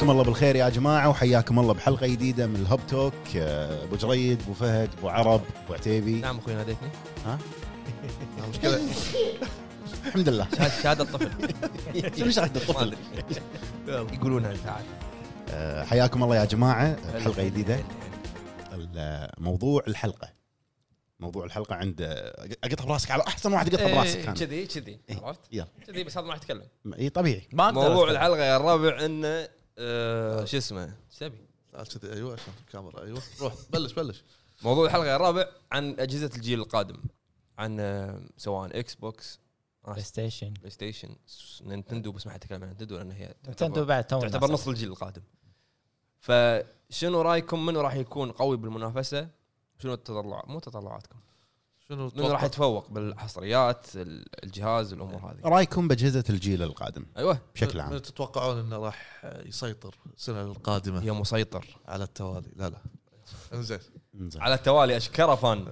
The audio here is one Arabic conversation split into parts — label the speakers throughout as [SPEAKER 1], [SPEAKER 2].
[SPEAKER 1] مساكم الله بالخير يا جماعة، وحياكم الله بحلقة جديدة من الهب توك. أبو جريد، أبو فهد، أبو عرب، أبو عتيبي.
[SPEAKER 2] نعم أخوي ناديتني.
[SPEAKER 1] ها؟
[SPEAKER 3] مشكلة.
[SPEAKER 1] الحمد لله.
[SPEAKER 2] شهادة الطفل.
[SPEAKER 1] شنو شهادة الطفل؟
[SPEAKER 2] يقولونها تعال.
[SPEAKER 1] حياكم الله يا جماعة، حلقة جديدة. موضوع الحلقة عند أقطع براسك على أحسن واحد قطع براسك كان.
[SPEAKER 2] كذي عرفت؟
[SPEAKER 1] يلا.
[SPEAKER 2] كذي بس هذا ما راح يتكلم.
[SPEAKER 1] إيه طبيعي.
[SPEAKER 2] موضوع الحلقة يا الرابع إنه شو اسمه؟ تبي؟
[SPEAKER 3] كذي أيوة عشان الكاميرا. أيوة روح بلش.
[SPEAKER 2] موضوع الحلقة يا الرابع عن أجهزة الجيل القادم، عن سواء إكس بوكس،
[SPEAKER 4] بلاي ستيشن،
[SPEAKER 2] نينتندو. بس ما حد يتكلم عن نينتندو لأن هي
[SPEAKER 4] نينتندو بعد
[SPEAKER 2] تعتبر نص الجيل القادم. فشنو رايكم منو راح يكون قوي بالمنافسة؟ شنو تطلعاتكم؟
[SPEAKER 3] شنو
[SPEAKER 2] من راح يتفوق بالحصريات الجهاز الامور هذه؟
[SPEAKER 1] رايكم باجهزه الجيل القادم؟
[SPEAKER 2] ايوه
[SPEAKER 1] بشكل عام.
[SPEAKER 3] من تتوقعون انه راح يسيطر السنه القادمه؟
[SPEAKER 2] هي مسيطر
[SPEAKER 3] على التوالي. لا انزين
[SPEAKER 2] على التوالي اشكره فان.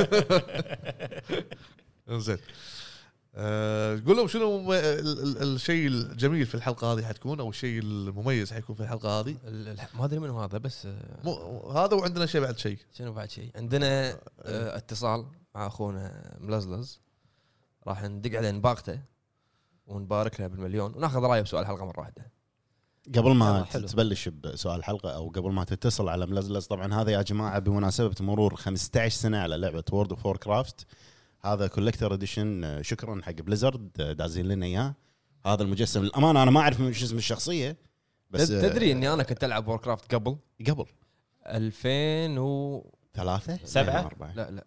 [SPEAKER 3] انزين قول لهم شنو الشيء الجميل في الحلقه هذه حتكون، او الشيء المميز حيكون في الحلقه هذه.
[SPEAKER 2] ما ادري منو هذا بس
[SPEAKER 3] هذا. وعندنا شيء بعد شيء.
[SPEAKER 2] شنو بعد شيء؟ عندنا اتصال مع اخونا ملزلز، راح ندق عليه نباغته ونبارك له بالمليون وناخذ رايه بسؤال الحلقه مره واحده.
[SPEAKER 1] قبل ما تبلش بسؤال الحلقه او قبل ما تتصل على ملزلز، طبعا هذا يا جماعه بمناسبه مرور 15 سنه على لعبه وورد اوف ووركرافت. هذا كولكتر اديشن، شكرا حق بليزرد دازين لنا اياه. هذا المجسم الامانه انا ما اعرف من اسم الشخصيه، بس
[SPEAKER 2] تدري اني انا كنت العب ووركرافت قبل 2003
[SPEAKER 1] 7
[SPEAKER 2] لا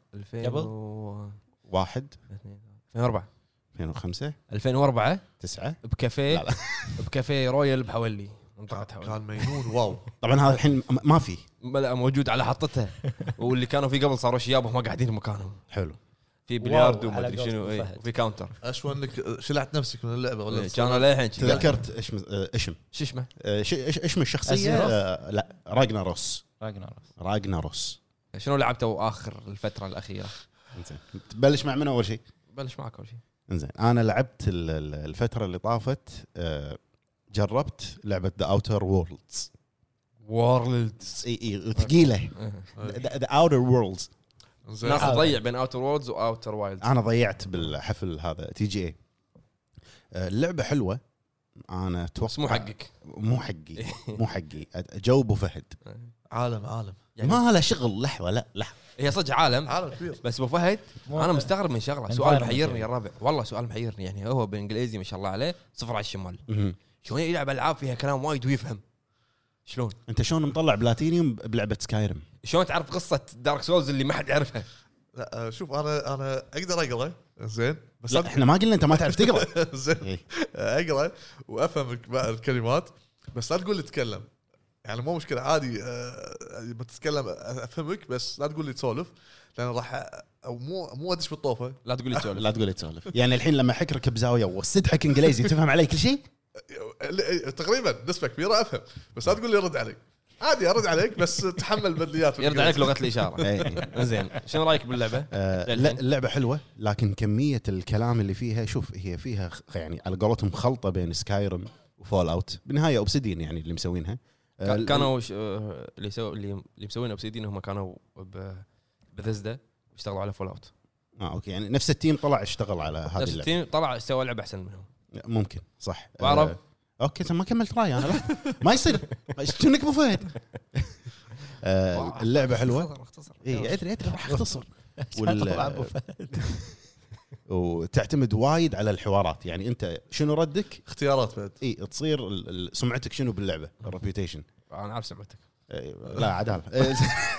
[SPEAKER 2] 2001 2004
[SPEAKER 1] 2005
[SPEAKER 2] 2004
[SPEAKER 1] 9
[SPEAKER 2] بكافيه بكافيه رويال بحولي منطقه حولي.
[SPEAKER 3] كان مينون واو.
[SPEAKER 1] طبعا هذا الحين ما في،
[SPEAKER 2] لا موجود على حطتها. واللي كانوا فيه قبل صاروا شياب وما قاعدين بمكانهم.
[SPEAKER 1] حلو.
[SPEAKER 2] في بلياردو وما ادري شنو وفي كاونتر.
[SPEAKER 3] اشوى انك شلعت نفسك من اللعبه ولا
[SPEAKER 2] كان للحين
[SPEAKER 1] تذكرت ايش
[SPEAKER 2] اسمه
[SPEAKER 1] الشخصيه؟ لا راغناروس.
[SPEAKER 2] شنو لعبته اخر الفتره الاخيره؟
[SPEAKER 1] انزين تبلش مع من اول شيء؟
[SPEAKER 2] بلش معك اول شيء.
[SPEAKER 1] انزين انا لعبت الفتره اللي طافت، جربت لعبه ذا اوتر وورلدز. اي ثقيله. ذا اوتر وورلدز.
[SPEAKER 2] ناس تضيع بين اوتر وورلدز واوتر وايلد.
[SPEAKER 1] انا ضيعت بالحفل هذا تي جي اي. اللعبه حلوه. انا اتوقع مو حقي جو ابو فهد.
[SPEAKER 3] عالم
[SPEAKER 2] يعني
[SPEAKER 1] ما له شغل. لحظه
[SPEAKER 2] هي صدق عالم
[SPEAKER 3] كبير.
[SPEAKER 2] بس ابو فهد انا مستغرب من شغله. سؤال محيرني يا الربع، والله سؤال محيرني. يعني هو بالانجليزي ما شاء الله عليه 0 على الشمال. شلون يلعب العاب فيها كلام وايد ويفهم؟ شلون
[SPEAKER 1] انت شلون مطلع بلاتينيوم بلعبه سكايرم؟
[SPEAKER 2] شلون تعرف قصه دارك سولز اللي ما حد يعرفها؟
[SPEAKER 3] لا شوف انا اقدر اقرا زين، بس
[SPEAKER 1] احنا ما قلنا انت ما تعرف تقرا.
[SPEAKER 3] زين اقرا وافهم الكلمات، بس لا تقول لي تتكلم. يعني مو مشكله عادي بتتكلم افهمك، بس لا تقول لي تسولف لان راح او مو ادش بالطوفه.
[SPEAKER 2] لا تقول لي تسولف.
[SPEAKER 1] يعني الحين لما حكرك بزاويه واستدحك انجليزي تفهم علي كل شيء
[SPEAKER 3] تقريبا نسبه كبيره افهم، بس لا تقول لي رد عليك. عادي ارد عليك بس تحمل بدليات.
[SPEAKER 2] يرد عليك لغه الاشاره. زين شنو رايك باللعبه؟
[SPEAKER 1] اللعبه حلوه، لكن كميه الكلام اللي فيها، شوف هي فيها يعني على قولتهم خلطه بين سكايرم وفول اوت. بالنهايه اوبسيدين يعني اللي مسوينها.
[SPEAKER 2] كانوا اللي مسوين اوبسيدين هم كانوا بثزدا واشتغلوا على فول اوت.
[SPEAKER 1] اوكي، يعني نفس التيم طلع اشتغل على هذه اللعبه.
[SPEAKER 2] نفس التيم طلع سوى لعبه احسن منهم.
[SPEAKER 1] ممكن صح.
[SPEAKER 2] وعرب
[SPEAKER 1] اوكي ما كملت رايي انا. ما يصير شنك ابو فهد. اللعبه حلوه. اي ادري راح اختصر. وتعتمد وايد على الحوارات. يعني انت شنو ردك،
[SPEAKER 3] اختيارات بعد.
[SPEAKER 1] اي تصير سمعتك شنو باللعبه، الريبيوتيشن.
[SPEAKER 2] انا عارف سمعتك.
[SPEAKER 1] لا عداله.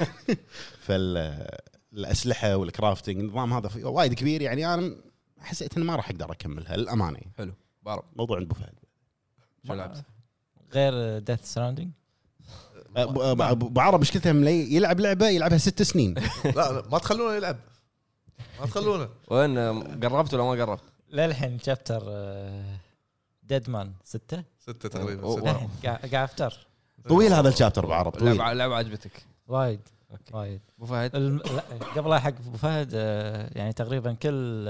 [SPEAKER 1] فالاسلحه والكرافتنج النظام هذا وايد كبير. يعني انا حسيت اني ما راح اقدر اكملها الامانه.
[SPEAKER 2] حلو بعرف
[SPEAKER 1] موضوع عند ابو فهد.
[SPEAKER 2] شو لعبت
[SPEAKER 4] غير ديث سراوندينج؟
[SPEAKER 1] ابو عرب مشكلته يلعب لعبه يلعبها 6 سنين.
[SPEAKER 3] لا ما تخلونه يلعب، ما تخلونه.
[SPEAKER 2] وين قربت ولا ما قربت؟
[SPEAKER 4] للحين شابتر ديد مان 6
[SPEAKER 3] تقريبا.
[SPEAKER 4] قاعد افتر.
[SPEAKER 1] طويل هذا الشابتر ابو عرب. طويل.
[SPEAKER 2] لعبه عجبتك
[SPEAKER 4] وايد.
[SPEAKER 2] ابو فهد
[SPEAKER 4] قبل حق ابو فهد يعني تقريبا كل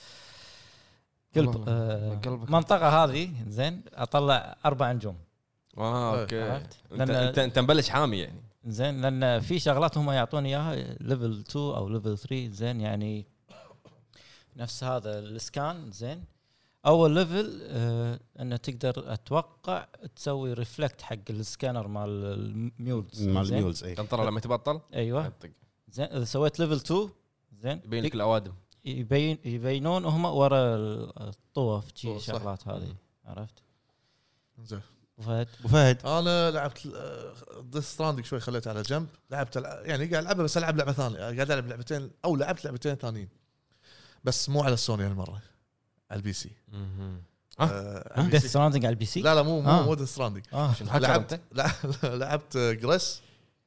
[SPEAKER 4] منطقه هذه زين اطلع 4 نجوم.
[SPEAKER 2] اوكي
[SPEAKER 4] عرفت؟
[SPEAKER 2] انت مبلش حامي يعني.
[SPEAKER 4] زين لان في شغلات هم يعطوني اياها ليفل 2 او ليفل 3 زين يعني نفس هذا السكان زين اول ليفل انه تقدر اتوقع تسوي ريفلكت حق السكانر مال الميولز
[SPEAKER 1] اي
[SPEAKER 2] قنطره لما تبطل
[SPEAKER 4] ايوه زين اذا سويت ليفل 2 زين
[SPEAKER 2] يبين لك الاوادم
[SPEAKER 4] يبينون هم ورا الطوف شي شغلات هذه عرفت.
[SPEAKER 3] زين
[SPEAKER 1] ابو فهد
[SPEAKER 3] انا لعبت ديث ستراندنج شوي خليت على جنب لعبت يعني قاعد العبها بس العب لعبه ثانيه قاعد العب لعبتين او لعبت لعبتين ثانيين بس مو على السوني هالمره على البي سي.
[SPEAKER 4] ديث ستراندنج على البي سي
[SPEAKER 3] لا مو ديث ستراندنج لعبت جريس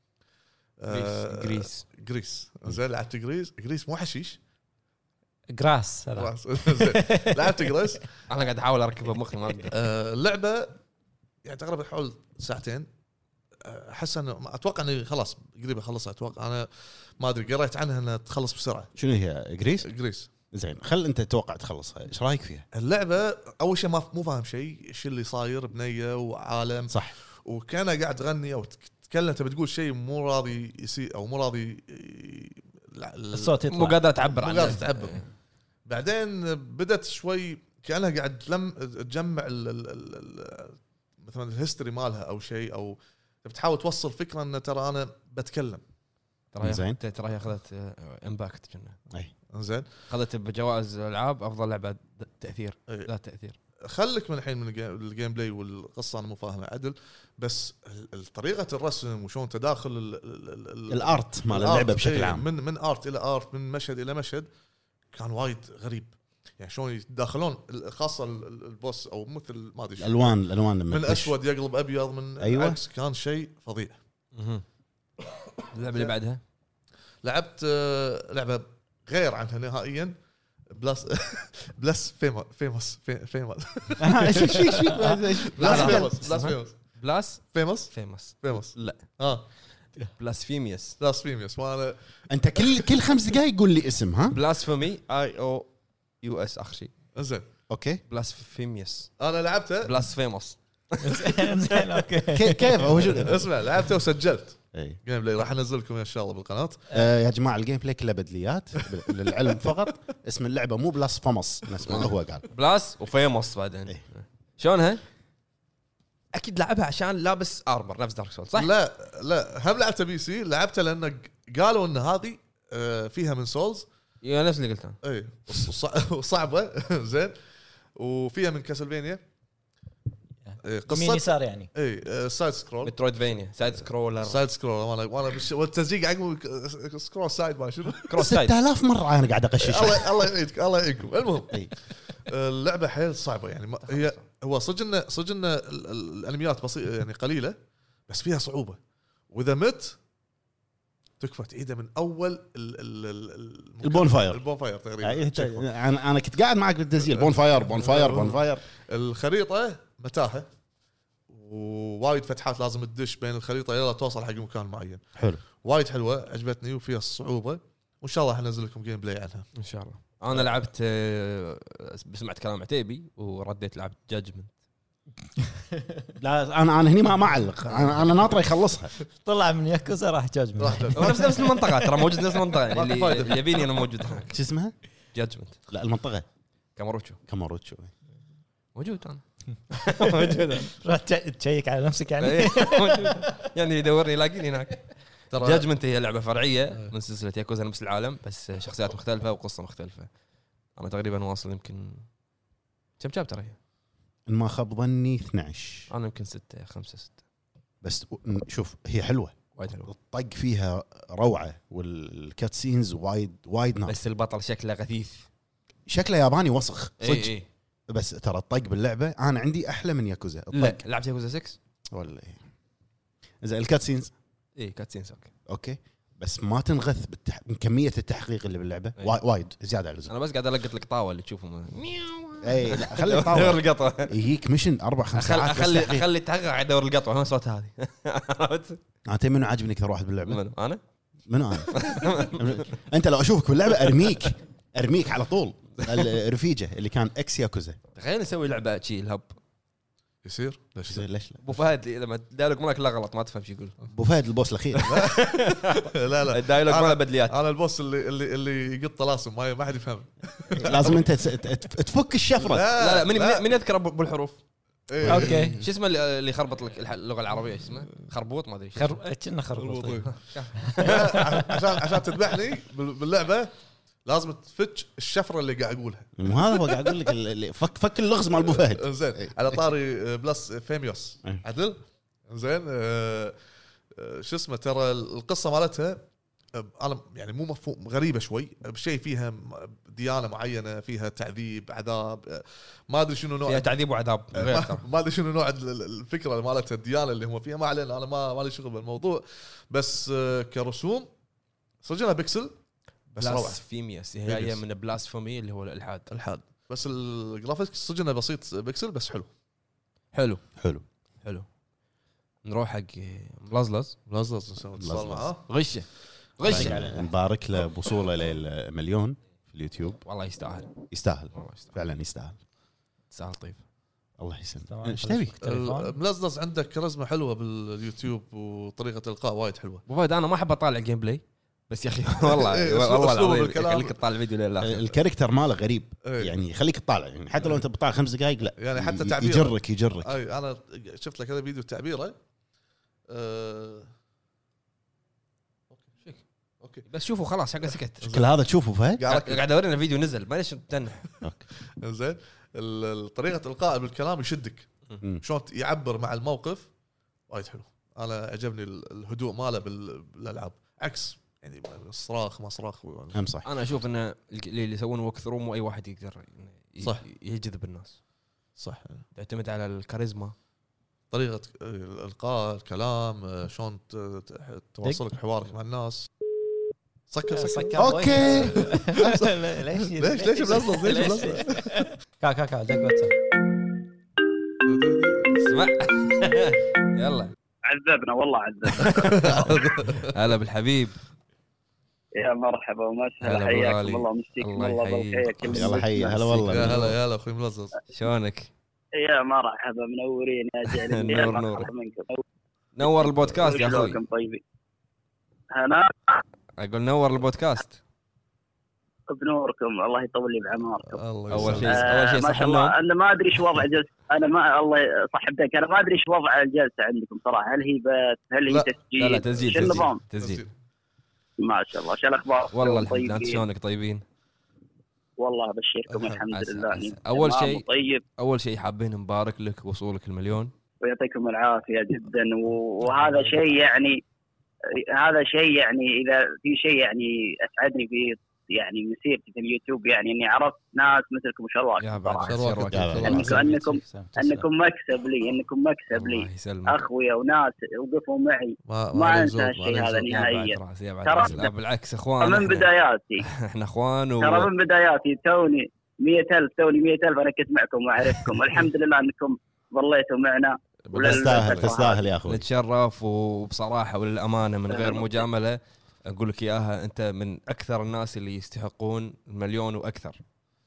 [SPEAKER 3] جريس زين لعبت جريس مو حشيش
[SPEAKER 4] جراس
[SPEAKER 3] لعبت جريس
[SPEAKER 2] انا قاعد احاول اركبها بمخي ما اقدر.
[SPEAKER 3] اللعبه يعني تقريبا حول ساعتين احس انه اتوقع اني خلاص قريب اخلصها اتوقع انا ما ادري قريت عنها انها تخلص بسرعه.
[SPEAKER 1] شنو هي
[SPEAKER 3] جريس
[SPEAKER 1] زين خل انت تتوقع تخلصها ايش رايك فيها؟
[SPEAKER 3] اللعبه اول شيء مو فاهم شيء ايش اللي صاير بنيه وعالم
[SPEAKER 1] صح
[SPEAKER 3] وكان قاعد تغني او تتكلم تبي تقول شيء مو راضي يصير او مو راضي
[SPEAKER 4] الصوت يطلع
[SPEAKER 2] مو قادر تعبر عنه
[SPEAKER 3] تعبر. بعدين بدت شوي كانها قاعد تجمع مثلا الهيستوري مالها او شيء او بتحاول توصل فكره ان ترى انا بتكلم
[SPEAKER 2] ترى هي اخذت امباكت كنا
[SPEAKER 1] اي
[SPEAKER 3] زين
[SPEAKER 2] اخذت بجوائز الالعاب افضل لعبه تاثير لا تاثير.
[SPEAKER 3] خليك من الحين من الجيم بلاي والقصه انا مو فاهمها عدل بس طريقه الرسم وشون تداخل
[SPEAKER 1] الارت مال اللعبه بشكل عام
[SPEAKER 3] من ارت الى ارت من مشهد الى مشهد كان وايد غريب يعني شلون يتداخلون خاصه البوس او مثل ما ادري
[SPEAKER 1] الالوان
[SPEAKER 3] من اسود يقلب ابيض من
[SPEAKER 1] أيوة.
[SPEAKER 3] عكس كان شيء فظيع.
[SPEAKER 2] اللعبه اللي بعدها
[SPEAKER 3] لعبت لعبه غير عنها نهائيا بلس فيموس لا
[SPEAKER 2] بلاسفيميوس
[SPEAKER 3] وانا
[SPEAKER 1] انت كل 5 دقائق قول لي اسم ها
[SPEAKER 2] بلاسفيمي IOUS اخر شيء
[SPEAKER 1] زين اوكي
[SPEAKER 2] بلاسفيميوس
[SPEAKER 3] انا لعبته
[SPEAKER 2] بلاسفيموس
[SPEAKER 4] زين اوكي
[SPEAKER 1] كيف هو
[SPEAKER 3] اسمع لعبته وسجلت
[SPEAKER 1] اي
[SPEAKER 3] جيم بلاي راح انزل لكم ان شاء الله بالقناه.
[SPEAKER 1] يا جماعه الجيم بلاي كله بدليات للعلم فقط اسم اللعبه مو بلاس فمص نفس ما هو قال
[SPEAKER 2] بلاس وفيموس بعدين
[SPEAKER 1] إيه.
[SPEAKER 2] شلونها اكيد لعبها عشان لابس ارمر نفس دارك سول صح
[SPEAKER 3] لا هم لعبته بي سي لعبته لان قالوا ان هذه فيها من سولز
[SPEAKER 2] يا نفس اللي قلتها
[SPEAKER 3] اي وصعبه زين وفيها من كاسلفينيا
[SPEAKER 4] قصه يسار يعني
[SPEAKER 3] اي سايد سكرول
[SPEAKER 2] مترويدفينيا سايد سكرول
[SPEAKER 3] وانا والتسجيل عقب سكرول سايد ما شنو
[SPEAKER 2] كروس سايد
[SPEAKER 1] 6000 مره انا قاعد اغشش
[SPEAKER 3] الله يعيدك الله يعينكم. المهم اللعبه حيل صعبه يعني هو صدق ان الانميات بسيطه يعني قليله بس فيها صعوبه واذا مت تكفى تعيده من اول
[SPEAKER 1] البون فاير
[SPEAKER 3] تقريبا.
[SPEAKER 1] انا كنت قاعد معك بالتسجيل بون فاير
[SPEAKER 3] الخريطه متاهه ووايد فتحات لازم تدش بين الخريطه يلا توصل حق مكان معين.
[SPEAKER 1] حلو
[SPEAKER 3] وايد حلوه عجبتني وفيها الصعوبه وان شاء الله حنزل لكم جيم بلاي عنها
[SPEAKER 2] ان شاء الله. انا لعبت سمعت كلام عتيبي ورديت لعبت جاجمنت.
[SPEAKER 1] لا انا هني ما اعلق انا ناطره يخلصها
[SPEAKER 4] طلع من ياكوزا راح جاجمنت
[SPEAKER 2] نفس المنطقه ترى موجود نفس المنطقه يعني اللي يبيني انا موجود هناك.
[SPEAKER 1] شو اسمها
[SPEAKER 2] جاجمنت
[SPEAKER 1] لا المنطقه
[SPEAKER 2] كاماروتشو موجود انا
[SPEAKER 4] موجود راح تشيك على نفسك يعني
[SPEAKER 2] يعني يدورني يلاقيني هناك. جاجمنت هي لعبه فرعيه من سلسله ياكوزا نفس العالم بس شخصيات مختلفه وقصه مختلفه. انا تقريبا واصل يمكن كم شابتر هي
[SPEAKER 1] ما خاب ظني 12
[SPEAKER 2] انا يمكن 6
[SPEAKER 1] بس شوف هي حلوه
[SPEAKER 2] وايد حلوه
[SPEAKER 1] الطق فيها روعه والكات سينز وايد ناس
[SPEAKER 2] بس البطل شكله غثيث
[SPEAKER 1] شكله ياباني وسخ صدق
[SPEAKER 2] إيه.
[SPEAKER 1] بس ترى الطق باللعبه انا عندي احلى من ياكوزا
[SPEAKER 2] لا لعبت ياكوزا 6
[SPEAKER 1] ولا اذا الكات سينز
[SPEAKER 2] كات سينز
[SPEAKER 1] اوكي بس ما تنغث من كميه التحقيق اللي باللعبه وايد زياده على اللزوم.
[SPEAKER 2] انا بس قاعد القط القطاوه اللي تشوفهم
[SPEAKER 1] اي لا خلي
[SPEAKER 2] دور القطوه
[SPEAKER 1] يجيك ميشن 4-5 ساعات
[SPEAKER 2] اخلي تحقق على دور القطوه هو صوت هذه.
[SPEAKER 1] انت منو عاجبني اكثر واحد باللعبه؟
[SPEAKER 2] منو انا
[SPEAKER 1] انت لو اشوفك باللعبه ارميك على طول. الرفيجه اللي كان اكس ياكوزا
[SPEAKER 2] تخيل نسوي لعبه شي الهب
[SPEAKER 3] يصير ليش
[SPEAKER 1] ليش لا؟
[SPEAKER 2] ابو فهد لما الدايلوج مالك لا غلط ما تفهم شو يقول.
[SPEAKER 1] ابو فهد البوس الاخير.
[SPEAKER 3] لا
[SPEAKER 2] الدايلوج ماله بدليات.
[SPEAKER 3] انا البوس اللي يقط طلاسم ما حد يفهم.
[SPEAKER 1] لازم انت تفك الشفره.
[SPEAKER 2] لا من يذكر بالحروف.
[SPEAKER 3] إيه.
[SPEAKER 4] اوكي
[SPEAKER 2] شو اسمه اللي يخربط لك اللغه العربيه؟ شو اسمه؟ خربوط ما ادري.
[SPEAKER 4] كنا خربوط.
[SPEAKER 3] عشان تذبحني باللعبه لازم تفتش الشفره اللي قاعد اقولها.
[SPEAKER 1] مو هذا هو قاعد اقول لك اللي فك اللغز مال ابو فهد.
[SPEAKER 3] زين على طاري بلس فيميوس عدل. زين شو اسمه ترى القصه مالتها انا يعني مو مفهوم غريبه شوي بشيء فيها ديانه معينه فيها تعذيب عذاب ما ادري شنو نوع
[SPEAKER 2] فيها تعذيب وعذاب غير ترى.
[SPEAKER 3] ما ادري شنو نوع الفكره مالتها الديانه اللي هم فيها ما علينا انا ما لي شغل بالموضوع بس كرسوم سجلها بيكسل بس روعه
[SPEAKER 2] بلاسفيميس هي من بلاسفومي اللي هو الالحاد
[SPEAKER 3] بس الجرافيكس سجلنا بسيط بيكسل بس حلو
[SPEAKER 2] نروح حق ملزلز
[SPEAKER 3] نسوي اتصال معاه
[SPEAKER 2] غشه
[SPEAKER 1] نبارك له بوصوله للمليون في اليوتيوب.
[SPEAKER 2] والله يستاهل
[SPEAKER 1] فعلا يستاهل
[SPEAKER 2] طيب.
[SPEAKER 1] الله يسلمك. ايش تبي؟
[SPEAKER 3] ملزلز عندك كاريزما حلوه باليوتيوب وطريقه القاء وايد حلوه.
[SPEAKER 2] ابو فهد انا ما احب اطالع جيم بلاي بس يا اخي والله والله العظيم خليك تطالع الفيديو للاخر.
[SPEAKER 1] الكاركتر ماله غريب يعني يخليك تطالع يعني حتى لو انت بطالع 5 دقائق لا
[SPEAKER 3] يعني حتى تعبيره
[SPEAKER 1] يجرك.
[SPEAKER 3] اي انا شفت لك هذا فيديو تعبيره اوكي
[SPEAKER 2] بس شوفوا خلاص حق سكت.
[SPEAKER 1] كل هذا تشوفه فهد
[SPEAKER 2] قاعد اورينا فيديو نزل معليش تنح.
[SPEAKER 3] زين طريقه القاء بالكلام يشدك شلون يعبر مع الموقف وايد حلو. انا عجبني الهدوء ماله بالالعاب عكس يعني صراخ ما صراخ
[SPEAKER 1] هم صح.
[SPEAKER 2] انا اشوف ان اللي يسوون ووك ثرو مو اي واحد يقدر
[SPEAKER 3] صح
[SPEAKER 2] يجذب الناس.
[SPEAKER 3] صح
[SPEAKER 2] تعتمد على الكاريزما
[SPEAKER 3] طريقه القاء الكلام شلون تواصلك حوارك مع الناس. سكر
[SPEAKER 1] اوكي.
[SPEAKER 3] ليش بلزز
[SPEAKER 4] كا دق واتساب
[SPEAKER 2] اسمع يلا
[SPEAKER 5] عذبنا والله عذبنا.
[SPEAKER 2] هلا بالحبيب
[SPEAKER 5] يا مرحبا ومسهلا حياكم الله ومسيكم الله بالخير.
[SPEAKER 1] يلا حي هلا والله
[SPEAKER 3] يا هلا اخوي ملزز
[SPEAKER 2] شلونك؟
[SPEAKER 5] يا مرحبا منورين يا جعل
[SPEAKER 2] نور نور البودكاست يا اخوي.
[SPEAKER 5] طيبين انا
[SPEAKER 2] اقول نور البودكاست
[SPEAKER 5] بنوركم الله يطول لي بعماركم.
[SPEAKER 2] اول شيء
[SPEAKER 5] ما شاء الله انا ما ادري ايش وضع جلسه انا ما الله صحبتك انا ما ادري ايش وضع الجلسه عندكم صراحه. هل هي هل هي تسجيل؟
[SPEAKER 2] لا تسجيل
[SPEAKER 5] ما شاء الله. شو الاخبار؟
[SPEAKER 2] والله الحمد لله. انت شلونك؟ طيبين
[SPEAKER 5] والله ابشركم الحمد لله.
[SPEAKER 2] اول شيء حابين نبارك لك وصولك المليون
[SPEAKER 5] ويعطيكم العافيه جدا. وهذا شيء يعني اذا في شيء يعني اسعدني في يعني مسيرتي في اليوتيوب يعني اني عرفت ناس مثلكم وشرواك انكم مكسب لي اخويا وناس وقفوا معي ما انسى الشيء هذا نهائيا.
[SPEAKER 2] ترى بالعكس اخوان
[SPEAKER 5] من بداياتي
[SPEAKER 2] احنا اخوان
[SPEAKER 5] ترى من بداياتي توني 100,000 انا كنت معكم واعرفكم. الحمد لله انكم ظليتوا معنا.
[SPEAKER 1] تستاهل يا اخوي.
[SPEAKER 2] نتشرف وبصراحه وللامانه من غير مجامله اقول لك اياها انت من اكثر الناس اللي يستحقون المليون واكثر.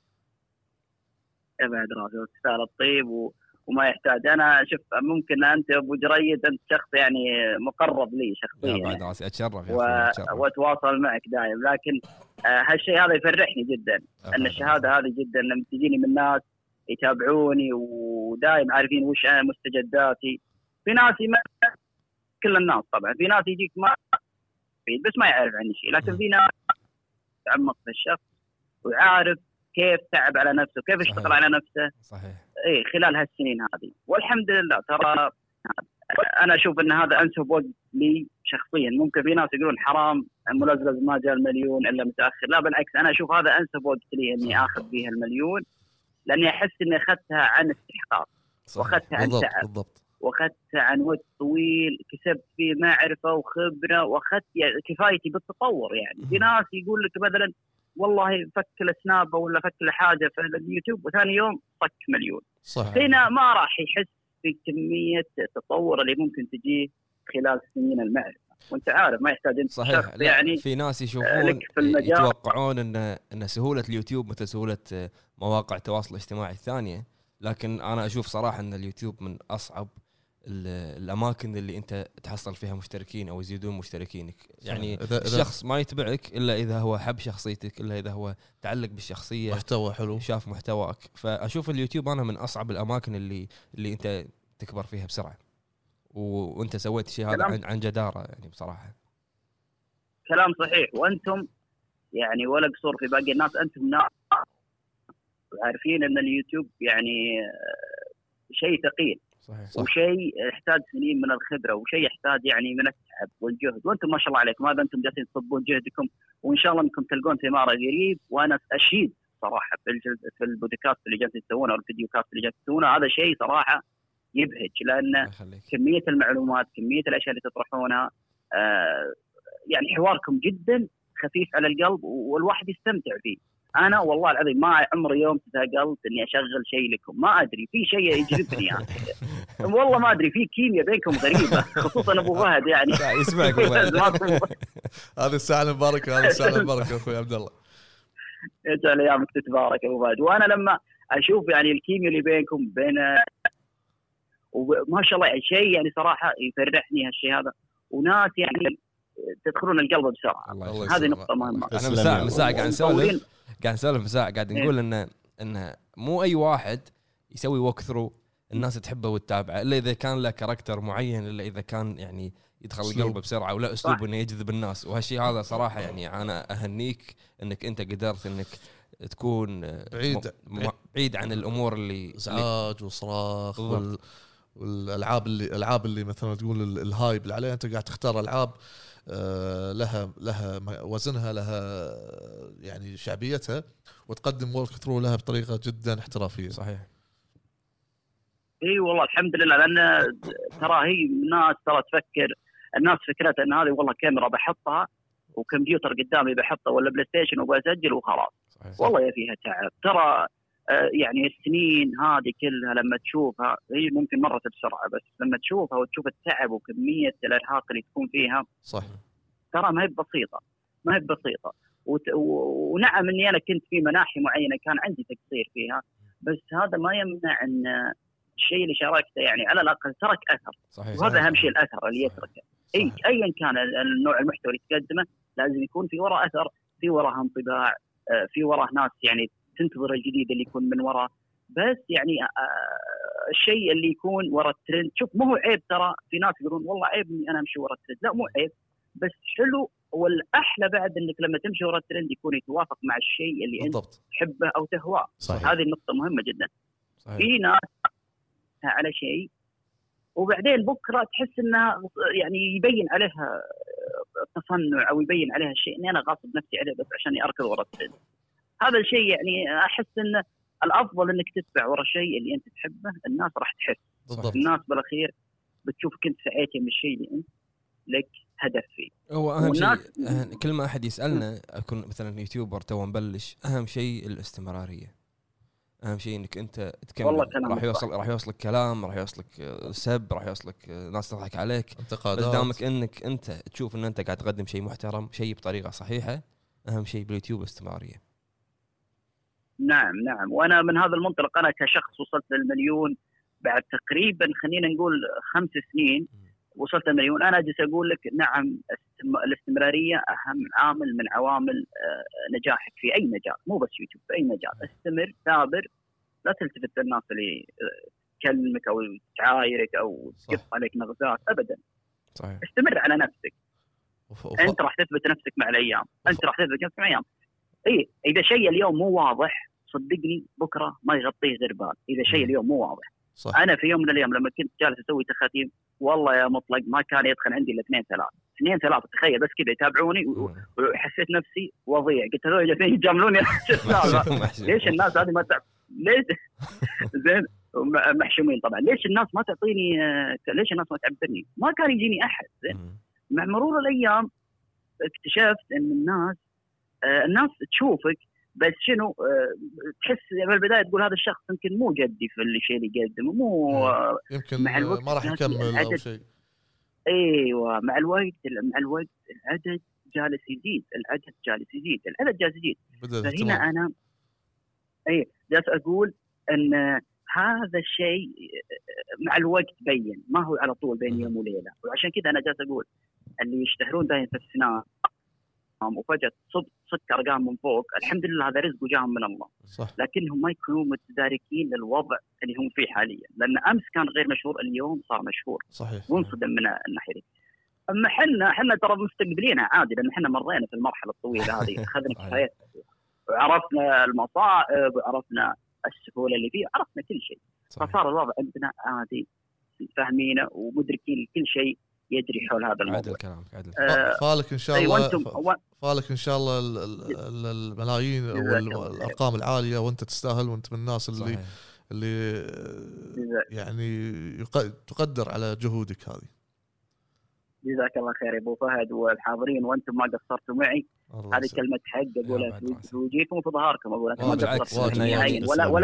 [SPEAKER 5] ابعد راسي وتستاهل الطيب وما يحتاج. انا شوف ممكن انت ابو جريد انت شخص يعني مقرب لي شخصيا
[SPEAKER 2] بعد راسي اتشرف
[SPEAKER 5] واتواصل معك دائم. لكن هالشيء هذا يفرحني جدا ان الشهاده هذه جدا لما تجيني من ناس يتابعوني ودائم عارفين وش انا مستجداتي. في ناس كل الناس طبعا في ناس يجيك ما بس ما يعرف عني شيء. لكن في ناس تعمق في الشخص وعارف كيف تعب على نفسه كيف يشتغل على نفسه.
[SPEAKER 2] صحيح.
[SPEAKER 5] خلال هالسنين هذه والحمد لله. ترى انا اشوف ان هذا انسب وقت لي شخصيا. ممكن في ناس يقولون حرام ملزلز ما جاء المليون الا متاخر. لا بالعكس انا اشوف هذا انسب وقت لي اني اخذ فيها المليون لاني احس اني اخذتها عن استحقاق واخذتها عن تعب
[SPEAKER 3] بالضبط.
[SPEAKER 5] واخذتها عن وقت طويل كسبت فيه معرفه وخبره واخذت يعني كفايتي بالتطور. يعني في ناس يقول لك مثلا والله فك السناب ولا فك حاجه في اليوتيوب وثاني يوم صك مليون.
[SPEAKER 3] صح.
[SPEAKER 5] هنا ما راح يحس بكميه التطور اللي ممكن تجيه خلال سنين المعرفه. وانت عارف ما يحتاج انت
[SPEAKER 2] صحيح.
[SPEAKER 5] يعني
[SPEAKER 2] في ناس يشوفون يتوقعون ان سهوله اليوتيوب مثل سهوله مواقع التواصل الاجتماعي الثانيه لكن انا اشوف صراحه ان اليوتيوب من اصعب الاماكن اللي انت تحصل فيها مشتركين او يزيدون مشتركينك. يعني الشخص ما يتبعك الا اذا هو حب شخصيتك، الا اذا هو تعلق بالشخصيه،
[SPEAKER 3] محتوى حلو،
[SPEAKER 2] شاف محتواك. فاشوف اليوتيوب انا من اصعب الاماكن اللي انت تكبر فيها بسرعه، وانت سويت شيء هذا عن جداره يعني بصراحه.
[SPEAKER 5] كلام صحيح. وانتم يعني ولا قصور في باقي الناس، انتم ناس عارفين ان اليوتيوب يعني شيء ثقيل،
[SPEAKER 2] صحيح.
[SPEAKER 5] وشيء يحتاج سنين من الخبره، وشيء يحتاج يعني من التعب والجهد، وانتم ما شاء الله عليكم هذا انتم جالسين تصبون جهدكم، وان شاء الله انكم تلقون ثماره قريب. وانا اشيد صراحه في البودكاست اللي جالسين تسوونه والفيديو كاست اللي جالسين تسوونه، هذا شيء صراحه يبهج، لان كميه المعلومات، كميه الاشياء اللي تطرحونها، يعني حواركم جدا خفيف على القلب والواحد يستمتع فيه. انا والله العظيم ما عمري يوم تثاقلت اني اشغل شيء لكم، ما ادري في شيء يجذبني يعني. والله ما ادري، في كيمياء بينكم غريبه، خصوصا ابو فهد يعني
[SPEAKER 2] يسمعك ابو فهد.
[SPEAKER 3] هذه الساعه المباركه، هذه الساعه المباركه اخوي عبد الله،
[SPEAKER 5] يجعل ايامك تتبارك ابو فهد. وانا لما اشوف يعني الكيمياء اللي بينكم بين وما شاء الله يعني شيء يعني صراحه يفرحني هالشيء هذا، وناس يعني تدخلون القلب بسرعه. هذه نقطه مهمه.
[SPEAKER 2] انا من ساعه قاعد نسولف مساء قاعد نقول ان مو اي واحد يسوي ووك ثرو الناس تحبه وتتابعه الا اذا كان له كاركتر معين، الا اذا كان يعني يدخل القلب بسرعه ولا اسلوب انه يجذب الناس. وهالشيء هذا صراحه يعني انا اهنيك انك انت قدرت انك تكون بعيد عن الامور اللي
[SPEAKER 3] ازعاج وصراخ والالعاب اللي مثلا تقول الهايب اللي عليها، انت قاعد تختار العاب لها وزنها، لها يعني شعبيتها، وتقدم وورك ثرو لها بطريقه جدا احترافيه.
[SPEAKER 2] صحيح.
[SPEAKER 5] اي والله الحمد لله، لان ترى هي الناس ترى تفكر، الناس فكرتها ان هذه والله كاميرا بحطها وكمبيوتر قدامي بحطه ولا بلاي ستيشن وبسجل وخلاص. صحيح. والله يا فيها تعب ترى. يعني السنين هذه كلها لما تشوفها هي ممكن مرت بسرعه، بس لما تشوفها وتشوف التعب وكميه الارهاق اللي تكون فيها
[SPEAKER 3] صح
[SPEAKER 5] ترى ما هي بسيطه. ونعم اني انا كنت في مناحي معينه كان عندي تقصير فيها، بس هذا ما يمنع ان الشيء اللي شاركته يعني على الاقل ترك اثر.
[SPEAKER 2] صحيح.
[SPEAKER 5] وهذا اهم شيء، الاثر اللي يتركه. ايا كان النوع المحتوى اللي تقدمه لازم يكون في وراء اثر، في وراء انطباع، في وراء ناس يعني تنتظر الجديد اللي يكون من وراء. بس يعني الشيء اللي يكون وراء الترند، شوف مو هو عيب، ترى في ناس يقولون والله عيب اني انا امشي وراء الترند، لا مو عيب، بس حلو. والاحلى بعد انك لما تمشي وراء الترند يكون يتوافق مع الشيء اللي انت تحبه او تهواه. هذه النقطه مهمه جدا. صحيح. في ناس على شيء وبعدين بكره تحس انها يعني يبين عليها تصنع او يبين عليها الشيء اني انا غاصب نفسي عليه بس عشان اركض وراء الترند. هذا الشيء يعني احس ان الافضل انك تتبع وراء الشيء اللي انت تحبه، الناس راح تحس. بالضبط. الناس بالاخير بتشوفك انت سعيت من الشيء اللي انت لك هدف فيه.
[SPEAKER 2] هو اهم شيء كل ما احد يسالنا اكون مثلا يوتيوبر تو مبلش، اهم شيء الاستمراريه. اهم شيء انك انت تكمل. راح يوصلك كلام، راح يوصلك سب، راح يوصلك ناس تضحك عليك،
[SPEAKER 3] انتقادات،
[SPEAKER 2] بس دامك انك انت تشوف ان انت قاعد تقدم شيء محترم، شيء بطريقه صحيحه. اهم شيء باليوتيوب الاستمراريه.
[SPEAKER 5] نعم. وانا من هذا المنطلق، انا كشخص وصلت للمليون بعد تقريبا خلينا نقول 5 سنين وصلت المليون. انا اجلس اقول لك نعم الاستمراريه اهم عامل من عوامل نجاحك في اي مجال، مو بس يوتيوب، في اي مجال. استمر، ثابر، لا تلتفت للناس اللي تكلمك او تعايرك او تقص عليك نغزات ابدا.
[SPEAKER 2] صحيح.
[SPEAKER 5] استمر على نفسك. انت راح تثبت نفسك مع الايام، انت راح تثبت نفسك مع الايام. اذا شيء اليوم مو واضح صدقني بكره ما يغطيه غير بال. اذا شيء اليوم مو واضح. صح. انا في يوم من الايام لما كنت جالس اسوي تخاتيم والله يا مطلق ما كان يدخل عندي الا 2 3 تخيل، بس كذا يتابعوني وحسيت نفسي وضيع. قلت هذول جالسين يجاملوني ليش الناس هذه ما تعرف ليش زين محشومين طبعا. ليش الناس ما تعطيني، ليش الناس ما تعبرني؟ ما كان يجيني احد. زين مع مرور الايام اكتشفت ان الناس تشوفك بس شنو تحس في البدايه تقول هذا الشخص يمكن مو جدي في الشيء اللي يقدمه، مو
[SPEAKER 3] يمكن مع الوقت ما راح يكمل او شيء.
[SPEAKER 5] ايوه مع الوقت العدد جالس يزيد، العدد جالس يزيد. فهنا انا جالس اقول ان هذا الشيء مع الوقت بين، ما هو على طول بين يوم وليله. وعشان كذا انا جالس اقول اللي يشتهرون دايم في السناب وفجاه صك ارقام من فوق، الحمد لله هذا رزق وجاهم من الله.
[SPEAKER 3] صح.
[SPEAKER 5] لكنهم ما يكونوا متداركين للوضع اللي هم فيه حاليا، لان امس كان غير مشهور، اليوم صار مشهور.
[SPEAKER 3] صحيح.
[SPEAKER 5] وانصدم من الناحيه دي. اما احنا ترى مستقبلينها عادي، لان احنا مرينا في المرحله الطويله هذه، اخذنا كفايتنا وعرفنا المصائب وعرفنا السهوله اللي فيه، عرفنا كل شيء. فصار الوضع عندنا عادي، فاهمينه ومدركين كل شيء يجري حول هذا الموضوع.
[SPEAKER 2] عدل كلامك عدل.
[SPEAKER 3] فالك ان شاء الله.
[SPEAKER 5] أيوة
[SPEAKER 3] فالك ان شاء الله الملايين والارقام العاليه، وانت تستاهل، وانت من الناس اللي
[SPEAKER 2] صحيح.
[SPEAKER 3] اللي يعني تقدر على جهودك هذه.
[SPEAKER 5] جزاك الله خير يا ابو فهد والحاضرين، وانتم ما قصرتوا معي. هذه كلمه حق اقولها في وجهكم وفي ظهركم، اقول لكم ما قصرتوا معي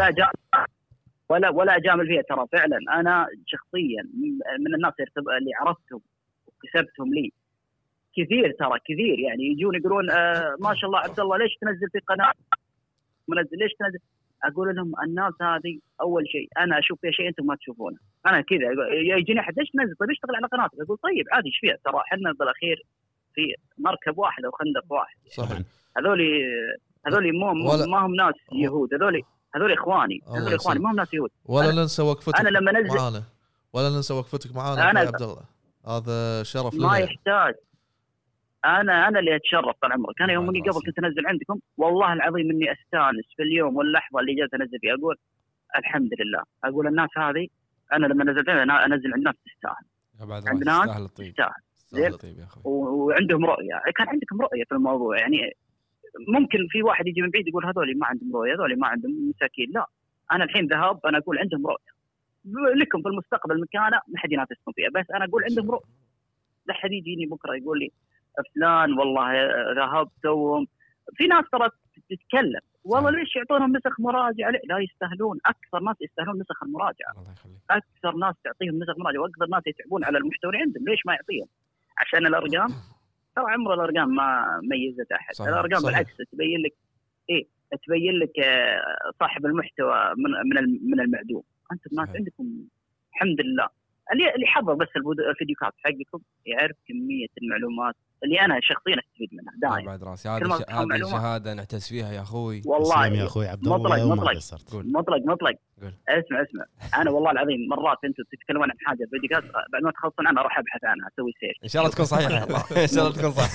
[SPEAKER 5] ولا اجامل فيها. ترى فعلا انا شخصيا من الناس اللي عرفتهم وكسبتهم لي كثير، ترى كثير يعني يجون يقولون ما شاء الله عبد الله ليش تنزل في قناه منزل، ليش تنزل؟ اقول لهم الناس هذه اول شيء انا اشوف فيها شيء انتم ما تشوفونه. انا كذا يجيني احد ليش تنزل؟ طيب اشتغل على قناتك. اقول طيب عادي ايش فيها، ترى احنا بالاخير في مركب واحد او خندق واحد.
[SPEAKER 3] صحيح.
[SPEAKER 5] هذول ما هم ناس يهود، هذول اخواني، هذول اخواني ما هم ناس يهود.
[SPEAKER 3] ولا ننسى وقفتك
[SPEAKER 5] أنا لما نزل
[SPEAKER 3] معانا، ولا ننسى وقفتك معانا يا عبد الله، هذا شرف لنا.
[SPEAKER 5] ما يحتاج. انا اللي اتشرف طال عمرك. انا يوم قبل كنت انزل عندكم والله العظيم اني استانس في اليوم واللحظه اللي جالس انزل فيها، اقول الحمد لله. اقول الناس هذه انا لما نزلت انا انزل عند ناس تستاهل، عند ناس تستاهل
[SPEAKER 2] يا اخوي،
[SPEAKER 5] وعندهم رؤيه. كان عندكم رؤيه في الموضوع. يعني ممكن في واحد يجي من بعيد يقول هذول ما عندهم رؤيه، هذول ما عندهم مساكين. لا، انا الحين ذهب، انا اقول عندهم رؤيه لكم في المستقبل مكانه ما حد ينافسكم فيها، بس انا اقول عندهم رؤيه. لا حد يجيني بكره يقول لي فلان والله ذهب توهم. في ناس ترى تتكلم والله ليش يعطونهم نسخ مراجعه؟ لا يستاهلون. اكثر ناس يستاهلون نسخ المراجعه، اكثر ناس تعطيهم نسخ مراجعه، واكثر ناس يتعبون على المحتوى عندهم. ليش ما يعطيهم؟ عشان الارقام. ترى عمر الارقام ما ميزت احد. صحيح. الارقام صحيح. بالعكس تبين لك تبين لك صاحب المحتوى من المعدوم. انتم الناس عندكم الحمد لله اللي حضر بس الفيديوهات حقكم يعرف كميه المعلومات اللي انا شخصيا استفيد منها دائما.
[SPEAKER 2] بعد راسي هذه الشهاده نعتز فيها يا اخوي.
[SPEAKER 5] والله
[SPEAKER 1] يا اخوي عبد الله
[SPEAKER 5] مطلق. اسمع انا والله العظيم مرات انتم تتكلمون عن حاجه فيديوهات بعد ما تخلصون انا اروح ابحث عنها اسوي سيرش.
[SPEAKER 2] ان شاء الله تكون صحيحه. ان شاء الله تكون صح.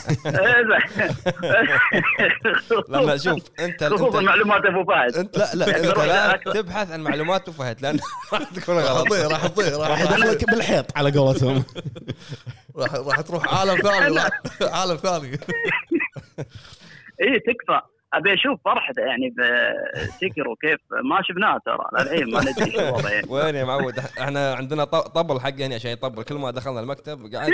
[SPEAKER 2] لا شوف انت
[SPEAKER 5] معلومات ابو فهد.
[SPEAKER 2] انت لا تبحث عن معلومات ابو فهد لان راح تكون غلط.
[SPEAKER 1] راح يدخلك بالحيط على قولتهم.
[SPEAKER 3] راح تروح عالم ثاني.
[SPEAKER 5] تكفى. ابي اشوف فرحته يعني بسكر وكيف ما شفناه ترى الحين ما ندري شو الوضع يعني.
[SPEAKER 2] وين يا معود احنا عندنا طبل حق يعني عشان يطبل كل ما دخلنا المكتب قاعد.